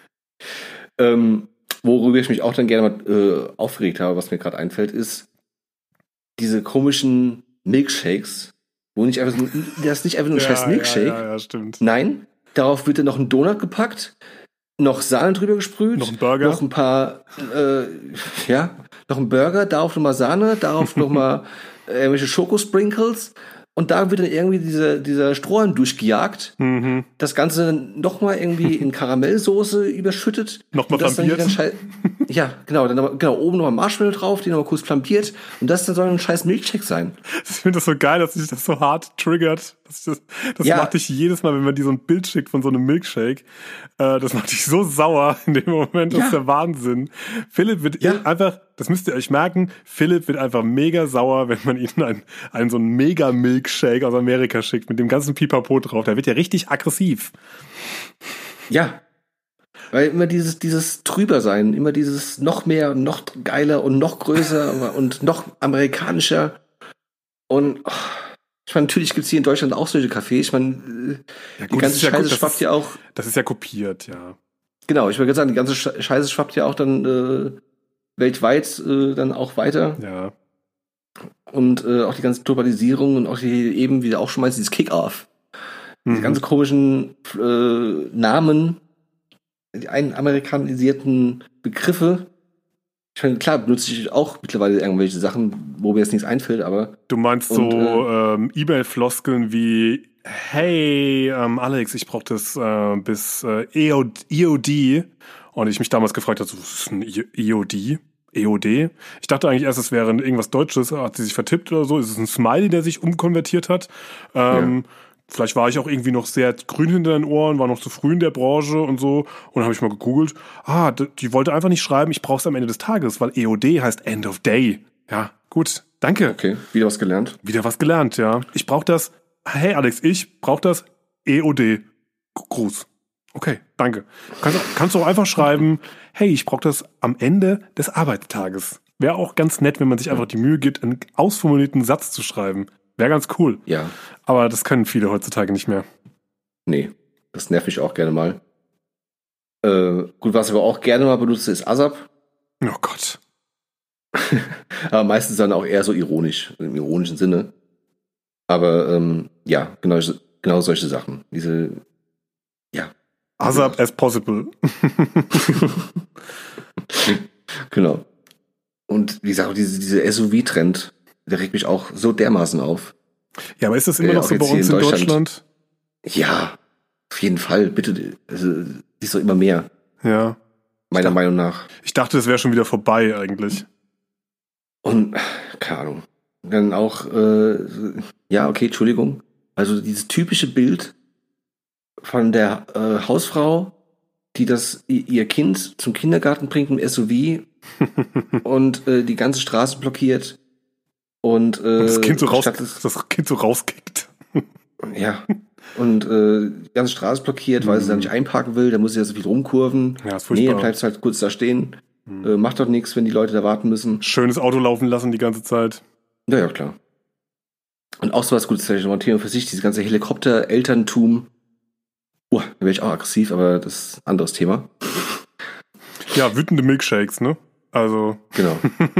ähm, worüber ich mich auch dann gerne mal äh, aufgeregt habe, was mir gerade einfällt, ist diese komischen Milkshakes, wo nicht einfach so, das ist nicht einfach nur ein scheiß Milkshake. Ja, ja, ja, stimmt. Nein, darauf wird dann noch ein Donut gepackt, noch Sahne drüber gesprüht, Noch ein Burger. noch ein paar, äh, ja, noch ein Burger, darauf nochmal Sahne, darauf nochmal äh, irgendwelche Schokosprinkles und da wird dann irgendwie dieser, dieser Strohhalm durchgejagt. Mhm. Das Ganze nochmal irgendwie in Karamellsoße überschüttet. Nochmal Und das dann flambiert. wieder ein Schei- Ja, genau, dann noch, genau, oben nochmal Marshmallow drauf, die nochmal kurz flambiert. Und das dann soll ein scheiß Milkshake sein. Ich finde das so geil, dass sich das so hart triggert. Das, das, das Ja. macht dich jedes Mal, wenn man dir so ein Bild schickt von so einem Milkshake, äh, das macht dich so sauer in dem Moment. Das Ja. ist der Wahnsinn. Philipp wird Ja. einfach, das müsst ihr euch merken, Philipp wird einfach mega sauer, wenn man ihm einen, einen so einen Mega-Milkshake aus Amerika schickt mit dem ganzen Pipapo drauf. Der wird ja richtig aggressiv. Ja. Weil immer dieses, dieses Drübersein, immer dieses noch mehr und noch geiler und noch größer und noch amerikanischer. Und oh, ich meine, natürlich gibt's hier in Deutschland auch solche Cafés. Ich meine, Ja, die gut, ganze das ist ja Scheiße gut, das schwappt ist- ja auch. Das ist ja kopiert, ja. Genau, ich wollte gerade sagen, die ganze Sche- Scheiße schwappt ja auch dann äh, weltweit äh, dann auch weiter. Ja. Und äh, auch die ganze Globalisierung und auch die eben, wie du auch schon meinst, dieses Kick-Off. Diese Mhm. ganz komischen äh, Namen, die einamerikanisierten Begriffe. Ich meine, klar benutze ich auch mittlerweile irgendwelche Sachen, wo mir jetzt nichts einfällt, aber Du meinst Und, so ähm, E-Mail-Floskeln wie hey, ähm, Alex, ich brauche das äh, bis äh, E O D und ich mich damals gefragt habe, so, was ist ein E O D? E O D? Ich dachte eigentlich erst, es wäre irgendwas Deutsches, hat sie sich vertippt oder so. Ist es ein Smiley, der sich umkonvertiert hat? Ähm, Vielleicht war ich auch irgendwie noch sehr grün hinter den Ohren, war noch zu früh in der Branche und so. Und dann habe ich mal gegoogelt. Ah, d- die wollte einfach nicht schreiben, ich brauche es am Ende des Tages, weil E O D heißt End of Day. Ja, gut, danke. okay, wieder was gelernt. Wieder was gelernt, ja. Ich brauche das. Hey Alex, ich brauche das E O D. G- Gruß. Okay, danke. Kannst auch, kannst auch einfach schreiben, hey, ich brauche das am Ende des Arbeitstages. Wäre auch ganz nett, wenn man sich einfach die Mühe gibt, einen ausformulierten Satz zu schreiben. Wäre ganz cool. Ja, Aber das können viele heutzutage nicht mehr. nee, das nervt mich auch gerne mal. Äh, gut, was ich aber auch gerne mal benutze, ist ASAP. Oh Gott. Aber meistens dann auch eher so ironisch, im ironischen Sinne. Aber ähm, ja, genau, genau solche Sachen. Diese, ja. ASAP as possible. Genau. Und wie gesagt, auch diese, diese S U V-Trend, der regt mich auch so dermaßen auf. Ja, aber ist das immer Ja, noch auch so bei jetzt hier uns in in Deutschland. Deutschland? Ja, auf jeden Fall. Bitte, also, ist doch immer mehr, Ja. meiner dachte- Meinung nach. Ich dachte, das wäre schon wieder vorbei eigentlich. Und, keine Ahnung. Dann auch, äh, ja, okay, Entschuldigung. Also dieses typische Bild von der äh, Hausfrau, die das i- ihr Kind zum Kindergarten bringt im S U V und äh, die ganze Straße blockiert und äh, Das Kind so raus, statt es- das Kind so rauskickt. ja, und äh, die ganze Straße blockiert, weil sie da nicht einparken will, da muss sie ja so viel rumkurven. Ja, ist Nee, furchtbar. dann bleibt es halt kurz da stehen. Äh, macht doch nichts, wenn die Leute da warten müssen. Schönes Auto laufen lassen die ganze Zeit. Ja, ja, klar. Und auch sowas Gutes, das ist nochmal ein Thema für sich, dieses ganze Helikopter-Elterntum. Uah, da wäre ich auch aggressiv, aber das ist ein anderes Thema. Ja, wütende Milkshakes, ne? Also, Genau.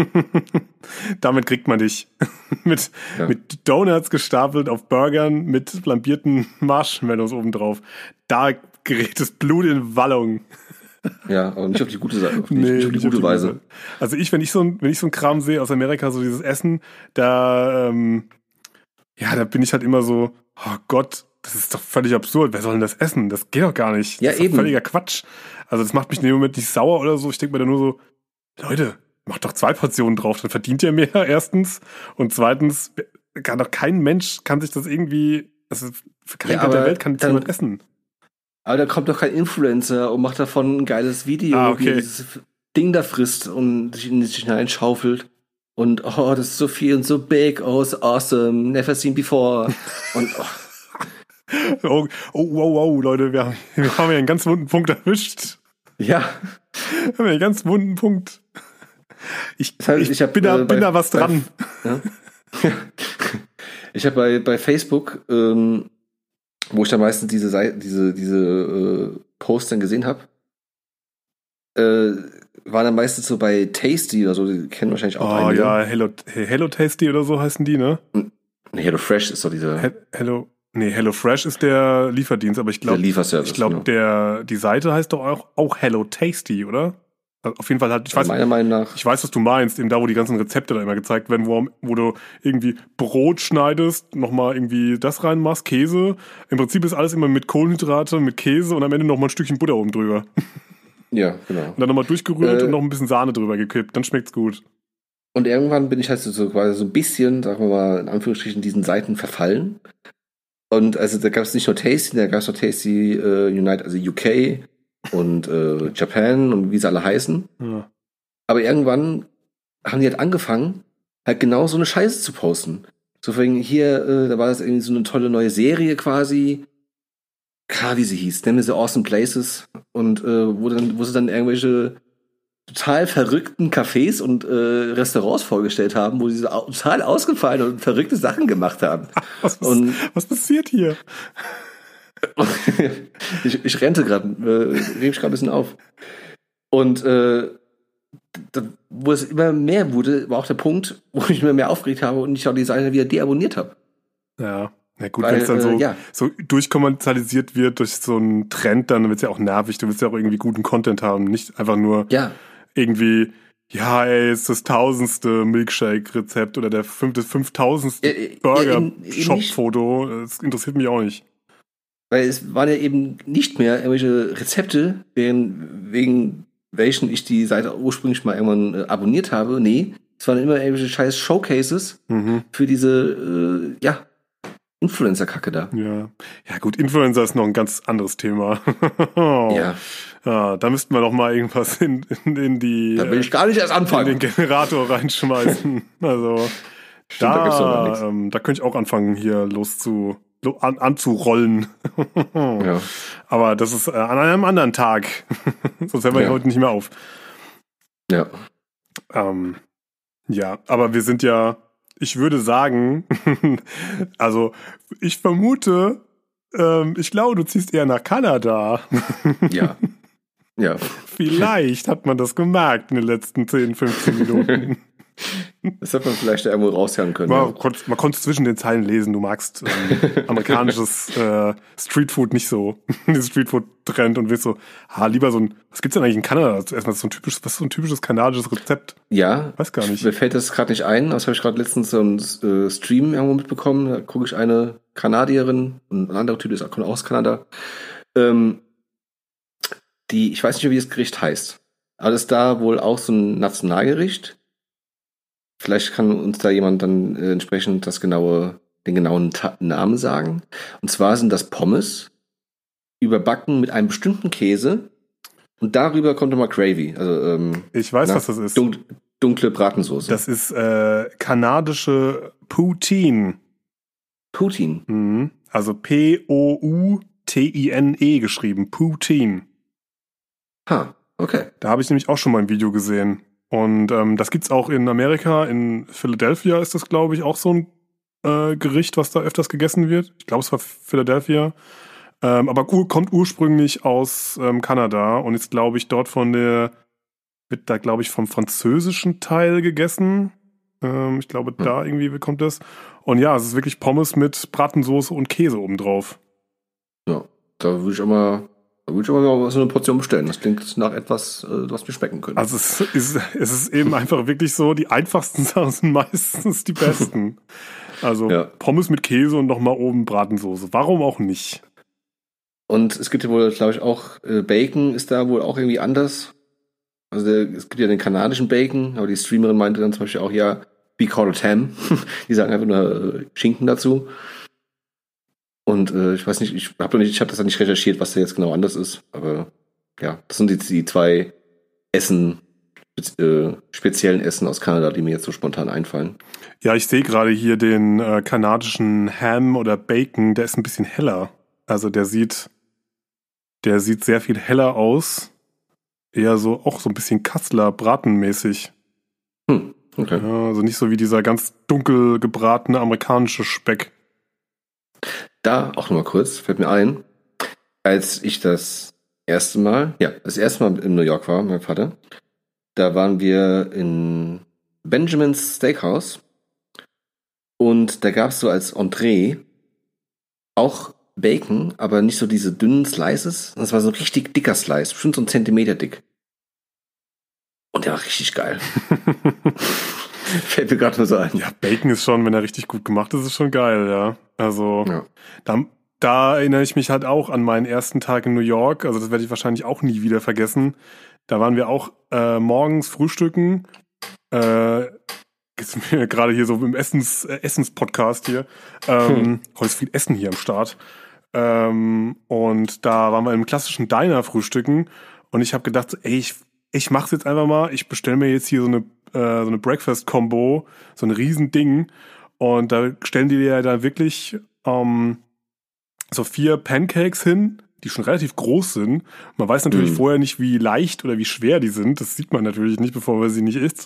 damit kriegt man dich. mit, Ja. mit Donuts gestapelt auf Burgern mit flambierten Marshmallows obendrauf. Da gerät das Blut in Wallung. Ja, aber nicht auf die gute Seite, auf die, Nee, nicht auf die nicht auf gute die Weise. gute. Also ich, wenn ich so ein, wenn ich so ein Kram sehe aus Amerika, so dieses Essen, da, ähm, ja, da bin ich halt immer so, oh Gott, das ist doch völlig absurd. Wer soll denn das essen? Das geht doch gar nicht. Das Ja, ist doch eben. völliger Quatsch. Also das macht mich in dem Moment nicht sauer oder so. Ich denke mir da nur so, Leute, macht doch zwei Portionen drauf, dann verdient ihr mehr, erstens. Und zweitens, kann doch kein Mensch, kann sich das irgendwie, also für kein Ja, Geld der aber Welt kann das dann- jemand essen. Aber da kommt doch kein Influencer und macht davon ein geiles Video, Ah, okay. wie er dieses Ding da frisst und sich in sich hineinschaufelt. Und, oh, das ist so viel und so big, oh, it's awesome, never seen before. Und, oh, Oh, oh, wow, wow, Leute, wir haben, wir haben ja einen ganz wunden Punkt erwischt. ja. Wir haben ja einen ganz wunden Punkt. Ich, Das heißt, ich, ich hab, bin, da, äh, bin bei- da was bei- dran. Ja. Ich habe bei, bei Facebook, ähm, wo ich dann meistens diese Seite, diese, diese äh, Posts dann gesehen habe, äh, waren dann meistens so bei Tasty oder so, die kennen wahrscheinlich auch Oh einige. ja, Hello, Hello Tasty oder so heißen die, ne? Nee, Hello Fresh ist doch dieser, He- Hello, nee, Hello Fresh ist der Lieferdienst, aber ich dieser glaube, Lieferservice. ich glaube, genau. der, die Seite heißt doch auch, auch Hello Tasty, oder? Also auf jeden Fall halt, ich weiß, Meiner Meinung nach. ich weiß, was du meinst, eben da, wo die ganzen Rezepte da immer gezeigt werden, wo, wo du irgendwie Brot schneidest, nochmal irgendwie das reinmachst, Käse. Im Prinzip ist alles immer mit Kohlenhydrate, mit Käse und am Ende nochmal ein Stückchen Butter oben drüber. Ja, genau. Und dann nochmal durchgerührt Äh, und noch ein bisschen Sahne drüber gekippt. Dann schmeckt's gut. Und irgendwann bin ich halt so, so quasi so ein bisschen, sagen wir mal, in Anführungsstrichen, diesen Seiten verfallen. Und also da gab es nicht nur Tasty, da gab es noch Tasty äh, United, also U K und äh, Japan und wie sie alle heißen. Ja. Aber irgendwann haben die halt angefangen, halt genau so eine Scheiße zu posten. So wegen hier, äh, da war das irgendwie so eine tolle neue Serie quasi. Klar, wie sie hieß, nennen wir sie Awesome Places. Und äh, wo, dann, wo sie dann irgendwelche total verrückten Cafés und äh, Restaurants vorgestellt haben, wo sie so au- total ausgefallen und verrückte Sachen gemacht haben. Was, was, Und was passiert hier? ich, ich rente gerade, äh, reg mich gerade ein bisschen auf. Und äh, da, wo es immer mehr wurde, war auch der Punkt, wo ich mich immer mehr aufgeregt habe und ich auch die Seite wieder deabonniert habe. Ja. Na gut, Weil, wenn es dann so, äh, ja. so durchkommerzialisiert wird durch so einen Trend, dann wird's ja auch nervig. Du willst ja auch irgendwie guten Content haben, nicht einfach nur Ja, irgendwie, ja, ey, ist das tausendste Milkshake-Rezept oder der fünfte, fünftausendste Ja, ja, eben- eben nicht. Burger-Shop-Foto. Das interessiert mich auch nicht. weil es waren ja eben nicht mehr irgendwelche Rezepte, wegen, wegen welchen ich die Seite ursprünglich mal irgendwann äh, abonniert habe. Nee, es waren immer irgendwelche scheiß Showcases Mhm. für diese, äh, ja, Influencer-Kacke da. Ja. Ja, gut, Influencer ist noch ein ganz anderes Thema. Ja, Ja, da müssten wir doch mal irgendwas in, in, in die, da will ich gar nicht erst in den anfangen. Generator reinschmeißen. Also, Stimmt, da gibt's doch gar nichts. da, ähm, da könnte ich auch anfangen, hier los zu, lo- an, anzurollen. Ja. Aber das ist äh, an einem anderen Tag. Sonst hören wir Ja. heute nicht mehr auf. Ja. Ähm, ja, aber wir sind ja, ich würde sagen, also ich vermute, ähm, ich glaube, du ziehst eher nach Kanada. Ja. Ja. Vielleicht hat man das gemerkt in den letzten zehn, fünfzehn Minuten. Das hätte man vielleicht irgendwo raushören können. Man, Ja. kon- man konnte es zwischen den Zeilen lesen, du magst ähm, amerikanisches äh, Streetfood nicht so, den Streetfood-Trend und willst so, ah, lieber so ein, was gibt's denn eigentlich in Kanada dazu essen? Was ist so ein typisches, was ist so ein typisches kanadisches Rezept? Ja, Weiß gar nicht. mir fällt das gerade nicht ein. Das habe ich gerade letztens so einen äh, Stream irgendwo mitbekommen. Da gucke ich eine Kanadierin und ein anderer Typ, ist auch kommt aus Kanada. Ähm, die, ich weiß nicht mehr, wie das Gericht heißt. Aber das ist da wohl auch so ein Nationalgericht. Vielleicht kann uns da jemand dann äh, entsprechend das genaue, den genauen Ta- Namen sagen. Und zwar sind das Pommes, überbacken mit einem bestimmten Käse. Und darüber kommt nochmal Gravy. Also, ähm, Ich weiß, na, was das ist. dun- dunkle Bratensoße. Das ist äh, kanadische Poutine. Poutine. Mhm. Also P O U T I N E geschrieben. Poutine. Ha, okay. Da habe ich nämlich auch schon mal ein Video gesehen. Und ähm, das gibt's auch in Amerika. In Philadelphia ist das, glaube ich, auch so ein äh, Gericht, was da öfters gegessen wird. Ich glaube, es war Philadelphia. Ähm, aber ur- kommt ursprünglich aus ähm, Kanada und ist, glaube ich, dort von der, wird da, glaube ich, vom französischen Teil gegessen. Ähm, ich glaube, Hm. da irgendwie kommt das. Und ja, es ist wirklich Pommes mit Bratensoße und Käse obendrauf. Ja, da würde ich auch mal, da würde ich auch mal so eine Portion bestellen. Das klingt nach etwas, äh, was mir schmecken könnte. Also es ist, es ist eben einfach wirklich so, die einfachsten Sachen sind meistens die besten. Also Ja. Pommes mit Käse und nochmal oben Bratensoße. Warum auch nicht? Und es gibt ja wohl, glaube ich, auch äh, Bacon ist da wohl auch irgendwie anders. Also der, es gibt ja den kanadischen Bacon, aber die Streamerin meinte dann zum Beispiel auch, ja, we call it ham. Die sagen einfach nur äh, Schinken dazu. Und äh, ich weiß nicht, ich habe nicht, ich habe das dann nicht recherchiert, was da jetzt genau anders ist. Aber ja, das sind jetzt die zwei Essen, äh, speziellen Essen aus Kanada, die mir jetzt so spontan einfallen. Ja, ich sehe gerade hier den äh, kanadischen Ham oder Bacon, der ist ein bisschen heller. Also der sieht, der sieht sehr viel heller aus. Eher so, auch so ein bisschen Kassler, bratenmäßig. Hm, okay. Ja, also nicht so wie dieser ganz dunkel gebratene amerikanische Speck. Da auch nochmal kurz, fällt mir ein, als ich das erste Mal, ja, das erste Mal in New York war, mein Vater, da waren wir in Benjamin's Steakhouse und da gab es so als Entree auch Bacon, aber nicht so diese dünnen Slices, das war so ein richtig dicker Slice, bestimmt so ein Zentimeter dick. Und der war richtig geil. Fällt mir gerade nur so ein. Ja, Bacon ist schon, wenn er richtig gut gemacht ist, ist schon geil, ja. Also Ja. da, da erinnere ich mich halt auch an meinen ersten Tag in New York. Also das werde ich wahrscheinlich auch nie wieder vergessen. Da waren wir auch äh, morgens frühstücken. Äh, jetzt sind wir gerade hier so im Essens, äh, Essens-Podcast hier. Ähm, Hm. Heute ist viel Essen hier am Start. Ähm, und da waren wir im klassischen Diner frühstücken. Und ich habe gedacht, so, ey, ich, ich mach's jetzt einfach mal. Ich bestelle mir jetzt hier so eine, äh, so eine Breakfast-Combo, so ein Riesending. Und da stellen die dir ja dann wirklich ähm, so vier Pancakes hin, die schon relativ groß sind. Man weiß natürlich Mhm. vorher nicht, wie leicht oder wie schwer die sind. Das sieht man natürlich nicht, bevor man sie nicht isst.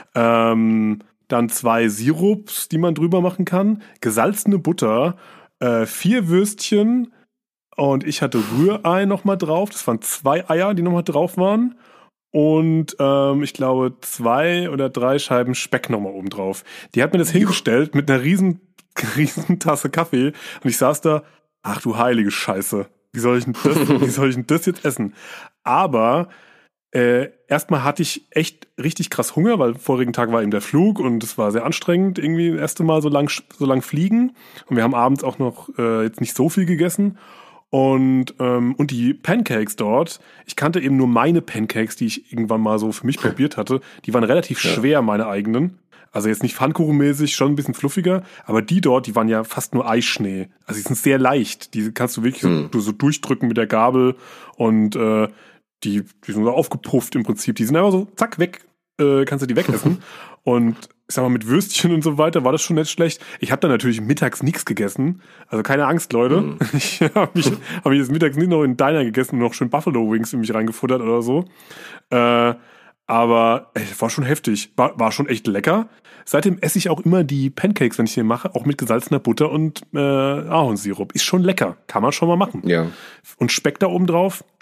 Ähm, dann zwei Sirups, die man drüber machen kann. Gesalzene Butter, äh, vier Würstchen und ich hatte Rührei nochmal drauf. Das waren zwei Eier, die nochmal drauf waren. Und ähm, ich glaube zwei oder drei Scheiben Speck nochmal oben drauf. Die hat mir das hingestellt mit einer riesen, riesen Tasse Kaffee. Und ich saß da, ach du heilige Scheiße. Wie soll ich denn das, wie soll ich denn das jetzt essen? Aber äh, erstmal hatte ich echt richtig krass Hunger, weil vorigen Tag war eben der Flug und es war sehr anstrengend, irgendwie das erste Mal so lang, so lang fliegen. Und wir haben abends auch noch äh, jetzt nicht so viel gegessen. Und, ähm, und die Pancakes dort, ich kannte eben nur meine Pancakes, die ich irgendwann mal so für mich probiert hatte. Die waren relativ Ja. schwer, meine eigenen. Also jetzt nicht Pfannkuchenmäßig, schon ein bisschen fluffiger. Aber die dort, die waren ja fast nur Eischnee. Also die sind sehr leicht. Die kannst du wirklich Hm. so, so durchdrücken mit der Gabel. Und äh, die, die sind so aufgepufft im Prinzip. Die sind einfach so, zack, weg. Äh, kannst du die wegessen. Und ich sag mal, mit Würstchen und so weiter war das schon nicht schlecht. Ich habe dann natürlich mittags nichts gegessen. Also keine Angst, Leute. Mhm. Ich habe mich, hab mich jetzt mittags nicht noch in den Diner gegessen und noch schön Buffalo Wings in mich reingefuttert oder so. Äh, aber ey, war schon heftig. War, war schon echt lecker. Seitdem esse ich auch immer die Pancakes, wenn ich die mache, auch mit gesalzener Butter und äh, Ahornsirup. Ist schon lecker. Kann man schon mal machen. Ja. Und Speck da oben drauf, ja,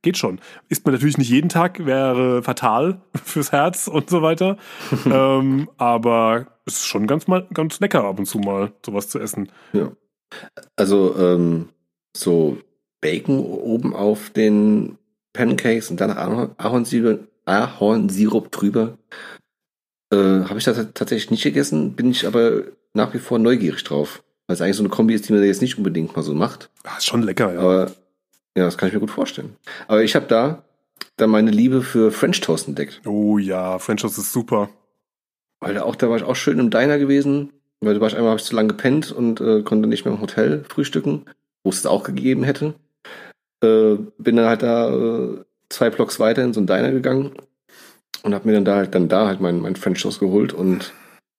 geht schon. Isst man natürlich nicht jeden Tag, wäre fatal fürs Herz und so weiter. ähm, aber es ist schon ganz mal ganz lecker ab und zu mal sowas zu essen. Ja. Also ähm, so Bacon oben auf den Pancakes und dann Ahorn- Ahornsirup, Ahornsirup drüber. Äh, habe ich das tatsächlich nicht gegessen, bin ich aber nach wie vor neugierig drauf. Weil es eigentlich so eine Kombi ist, die man jetzt nicht unbedingt mal so macht. Ah, ist schon lecker, ja. Aber ja, das kann ich mir gut vorstellen. Aber ich habe da dann meine Liebe für French Toast entdeckt. Oh ja, French Toast ist super. Weil da auch, da war ich auch schön im Diner gewesen. Weil da war ich einmal, habe ich zu lange gepennt und äh, konnte nicht mehr im Hotel frühstücken, wo es es auch gegeben hätte. Äh, bin dann halt da äh, zwei Blocks weiter in so einen Diner gegangen und habe mir dann da halt dann da halt mein, mein French Toast geholt und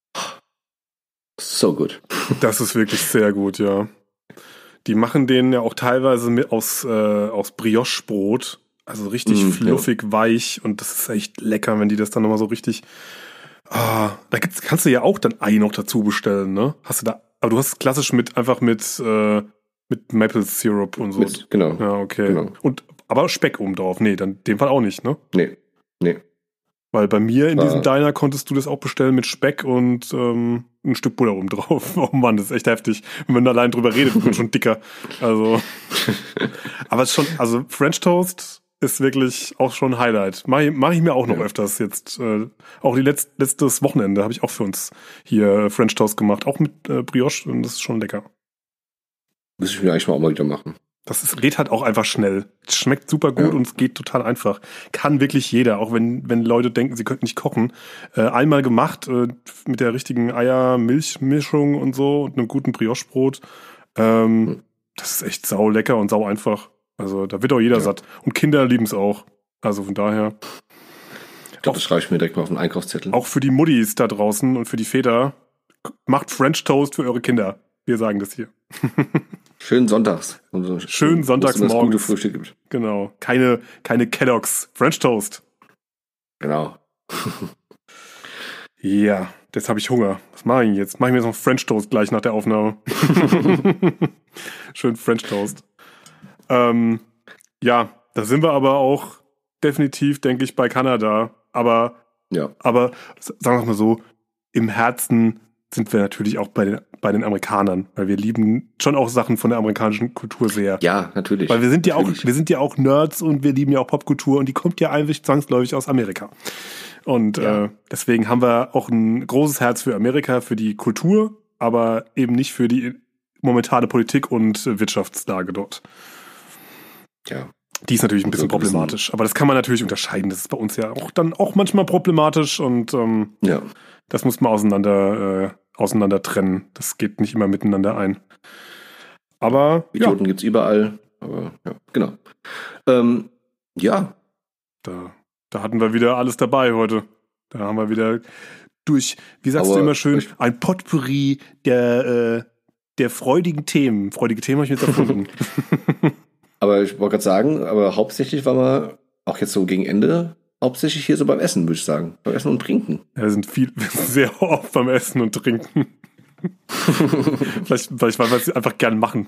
so gut. Das ist wirklich sehr gut, ja. Die machen den ja auch teilweise mit aus, äh, aus Brioche-Brot. Also richtig Mm, fluffig, weich. Und das ist echt lecker, wenn die das dann nochmal so richtig... Ah, da gibt's, kannst du ja auch dann Ei noch dazu bestellen, ne? Hast du da... Aber du hast es klassisch mit einfach mit, äh, mit Maple Syrup und so. Mit, genau. Ja, okay. Genau. Und aber Speck oben drauf. Nee, dann in dem Fall auch nicht, ne? Nee, nee. Weil bei mir in Ah. diesem Diner konntest du das auch bestellen mit Speck und ähm, ein Stück Butter oben drauf. Oh Mann, das ist echt heftig. Wenn man allein drüber redet, wird man schon dicker. Also, aber es ist schon, also French Toast ist wirklich auch schon ein Highlight. Mache ich, mach ich mir auch noch Ja. öfters jetzt. Äh, auch die letzt, letztes Wochenende habe ich auch für uns hier French Toast gemacht. Auch mit äh, Brioche und das ist schon lecker. Müsste ich mir eigentlich mal auch mal wieder machen. Das ist, geht halt auch einfach schnell. Es schmeckt super gut Ja. und es geht total einfach. Kann wirklich jeder, auch wenn, wenn Leute denken, sie könnten nicht kochen. Äh, einmal gemacht, äh, mit der richtigen Eier-Milch-Mischung und so und einem guten Brioche-Brot. Ähm, Hm. Das ist echt sau lecker und sau einfach. Also da wird auch jeder Ja. satt. Und Kinder lieben es auch. Also von daher, Ich glaube, das schreibe ich mir direkt mal auf den Einkaufszettel. auch für die Muttis da draußen und für die Väter, macht French Toast für eure Kinder. Wir sagen das hier. Schön sonntags. Und so- Schön wo es sonntags immer das gute morgens. Frühstück gibt. Genau. Keine, keine Kellogg's. French Toast. Genau. Ja, jetzt habe ich Hunger. Was mache ich jetzt? Mache ich mir jetzt noch French Toast gleich nach der Aufnahme. Schön French Toast. Ähm, ja, da sind wir aber auch definitiv, denke ich, bei Kanada. Aber, Ja. aber sagen wir mal so, im Herzen sind wir natürlich auch bei den, bei den Amerikanern, weil wir lieben schon auch Sachen von der amerikanischen Kultur sehr. Ja, natürlich. Weil wir sind ja auch, Natürlich. wir sind ja auch Nerds und wir lieben ja auch Popkultur und die kommt ja eigentlich zwangsläufig aus Amerika. Und Ja. äh, deswegen haben wir auch ein großes Herz für Amerika, für die Kultur, aber eben nicht für die momentane Politik und äh, Wirtschaftslage dort. Ja. Die ist natürlich ein bisschen Also ein bisschen- problematisch, aber das kann man natürlich unterscheiden. Das ist bei uns ja auch dann auch manchmal problematisch und ähm, Ja. das muss man auseinander, äh, auseinander trennen. Das geht nicht immer miteinander ein. Aber ja, Idioten gibt's überall. Aber ja, genau. Ähm, ja. Da, da hatten wir wieder alles dabei heute. Da haben wir wieder durch, wie sagst Aber du immer schön, ich- ein Potpourri der, äh, der freudigen Themen. Freudige Themen habe ich mir jetzt erfunden. Aber ich wollte gerade sagen, aber hauptsächlich war man auch jetzt so gegen Ende hauptsächlich hier so beim Essen, würde ich sagen. Beim Essen und Trinken. Ja, wir sind viel, wir sind sehr oft beim Essen und Trinken. vielleicht, vielleicht, weil wir es einfach gern machen.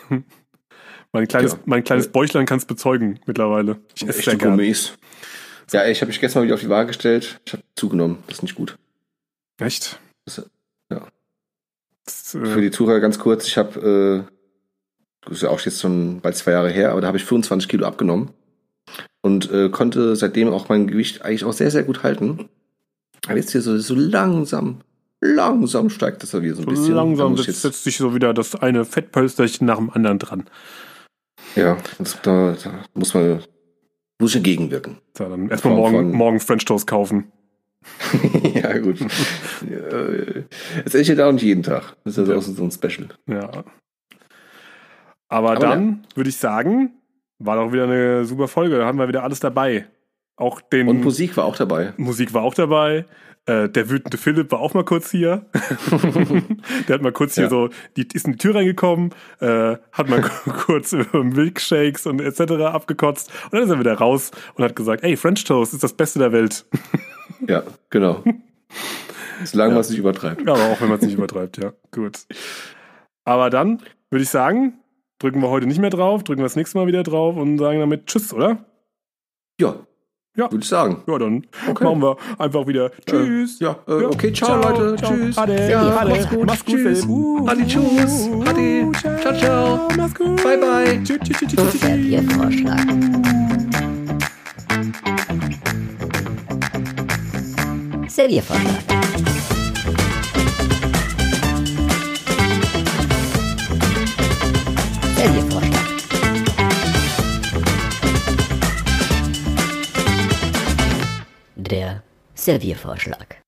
mein kleines, Ja. mein kleines Bäuchlein kann es bezeugen mittlerweile. Ich esse sehr Echte gern. Gourmets. Ja, ich habe mich gestern mal wieder auf die Waage gestellt. Ich habe zugenommen. Das ist nicht gut. Echt? Das, ja. Das, Für äh, die Zuhörer ganz kurz. Ich habe, äh, das ist ja auch jetzt schon bald zwei Jahre her, aber da habe ich fünfundzwanzig Kilo abgenommen. Und äh, konnte seitdem auch mein Gewicht eigentlich auch sehr, sehr gut halten. Aber jetzt hier so, so langsam, langsam steigt das da wieder so ein so bisschen. Da langsam muss ich setzt, setzt sich so wieder das eine Fettpölsterchen nach dem anderen dran. Ja, das, da, da muss man, muss ich entgegenwirken. So, dann erstmal Form morgen, von- morgen French Toast kaufen. Ja, gut. Ja, das esse ich ja da auch nicht jeden Tag. Das ist ja Ja. auch so ein Special. Ja. Aber, Aber dann würde ich sagen, war doch wieder eine super Folge. Da haben wir wieder alles dabei. Auch den Und Musik war auch dabei. Musik war auch dabei. Äh, der wütende Philipp war auch mal kurz hier. Der hat mal kurz hier Ja. so, die ist in die Tür reingekommen, äh, hat mal kurz über Milkshakes und et cetera abgekotzt und dann ist er wieder raus und hat gesagt, ey, French Toast ist das Beste der Welt. Ja, genau. Solange man es nicht übertreibt. Aber auch wenn man es nicht übertreibt, ja. Gut. Aber dann würde ich sagen, drücken wir heute nicht mehr drauf, drücken wir das nächste Mal wieder drauf und sagen damit Tschüss, oder? Ja, Ja. würde ich sagen. Ja, dann Okay. machen wir einfach wieder. Tschüss. Äh, ja, äh, okay, ciao, Leute. Ciao. Tschüss. Ade, Ja, ade. mach's gut. Mach's gut, Tschüss. Philipp. Uh, Adi, tschüss. Adi. Ciao, ciao. Mach's gut. Bye, bye. Tschüss, tschüss, tschüss, tschüss, tschüss. Serviervorschlag. Serviervorschlag. Serviervorschlag. Der Serviervorschlag.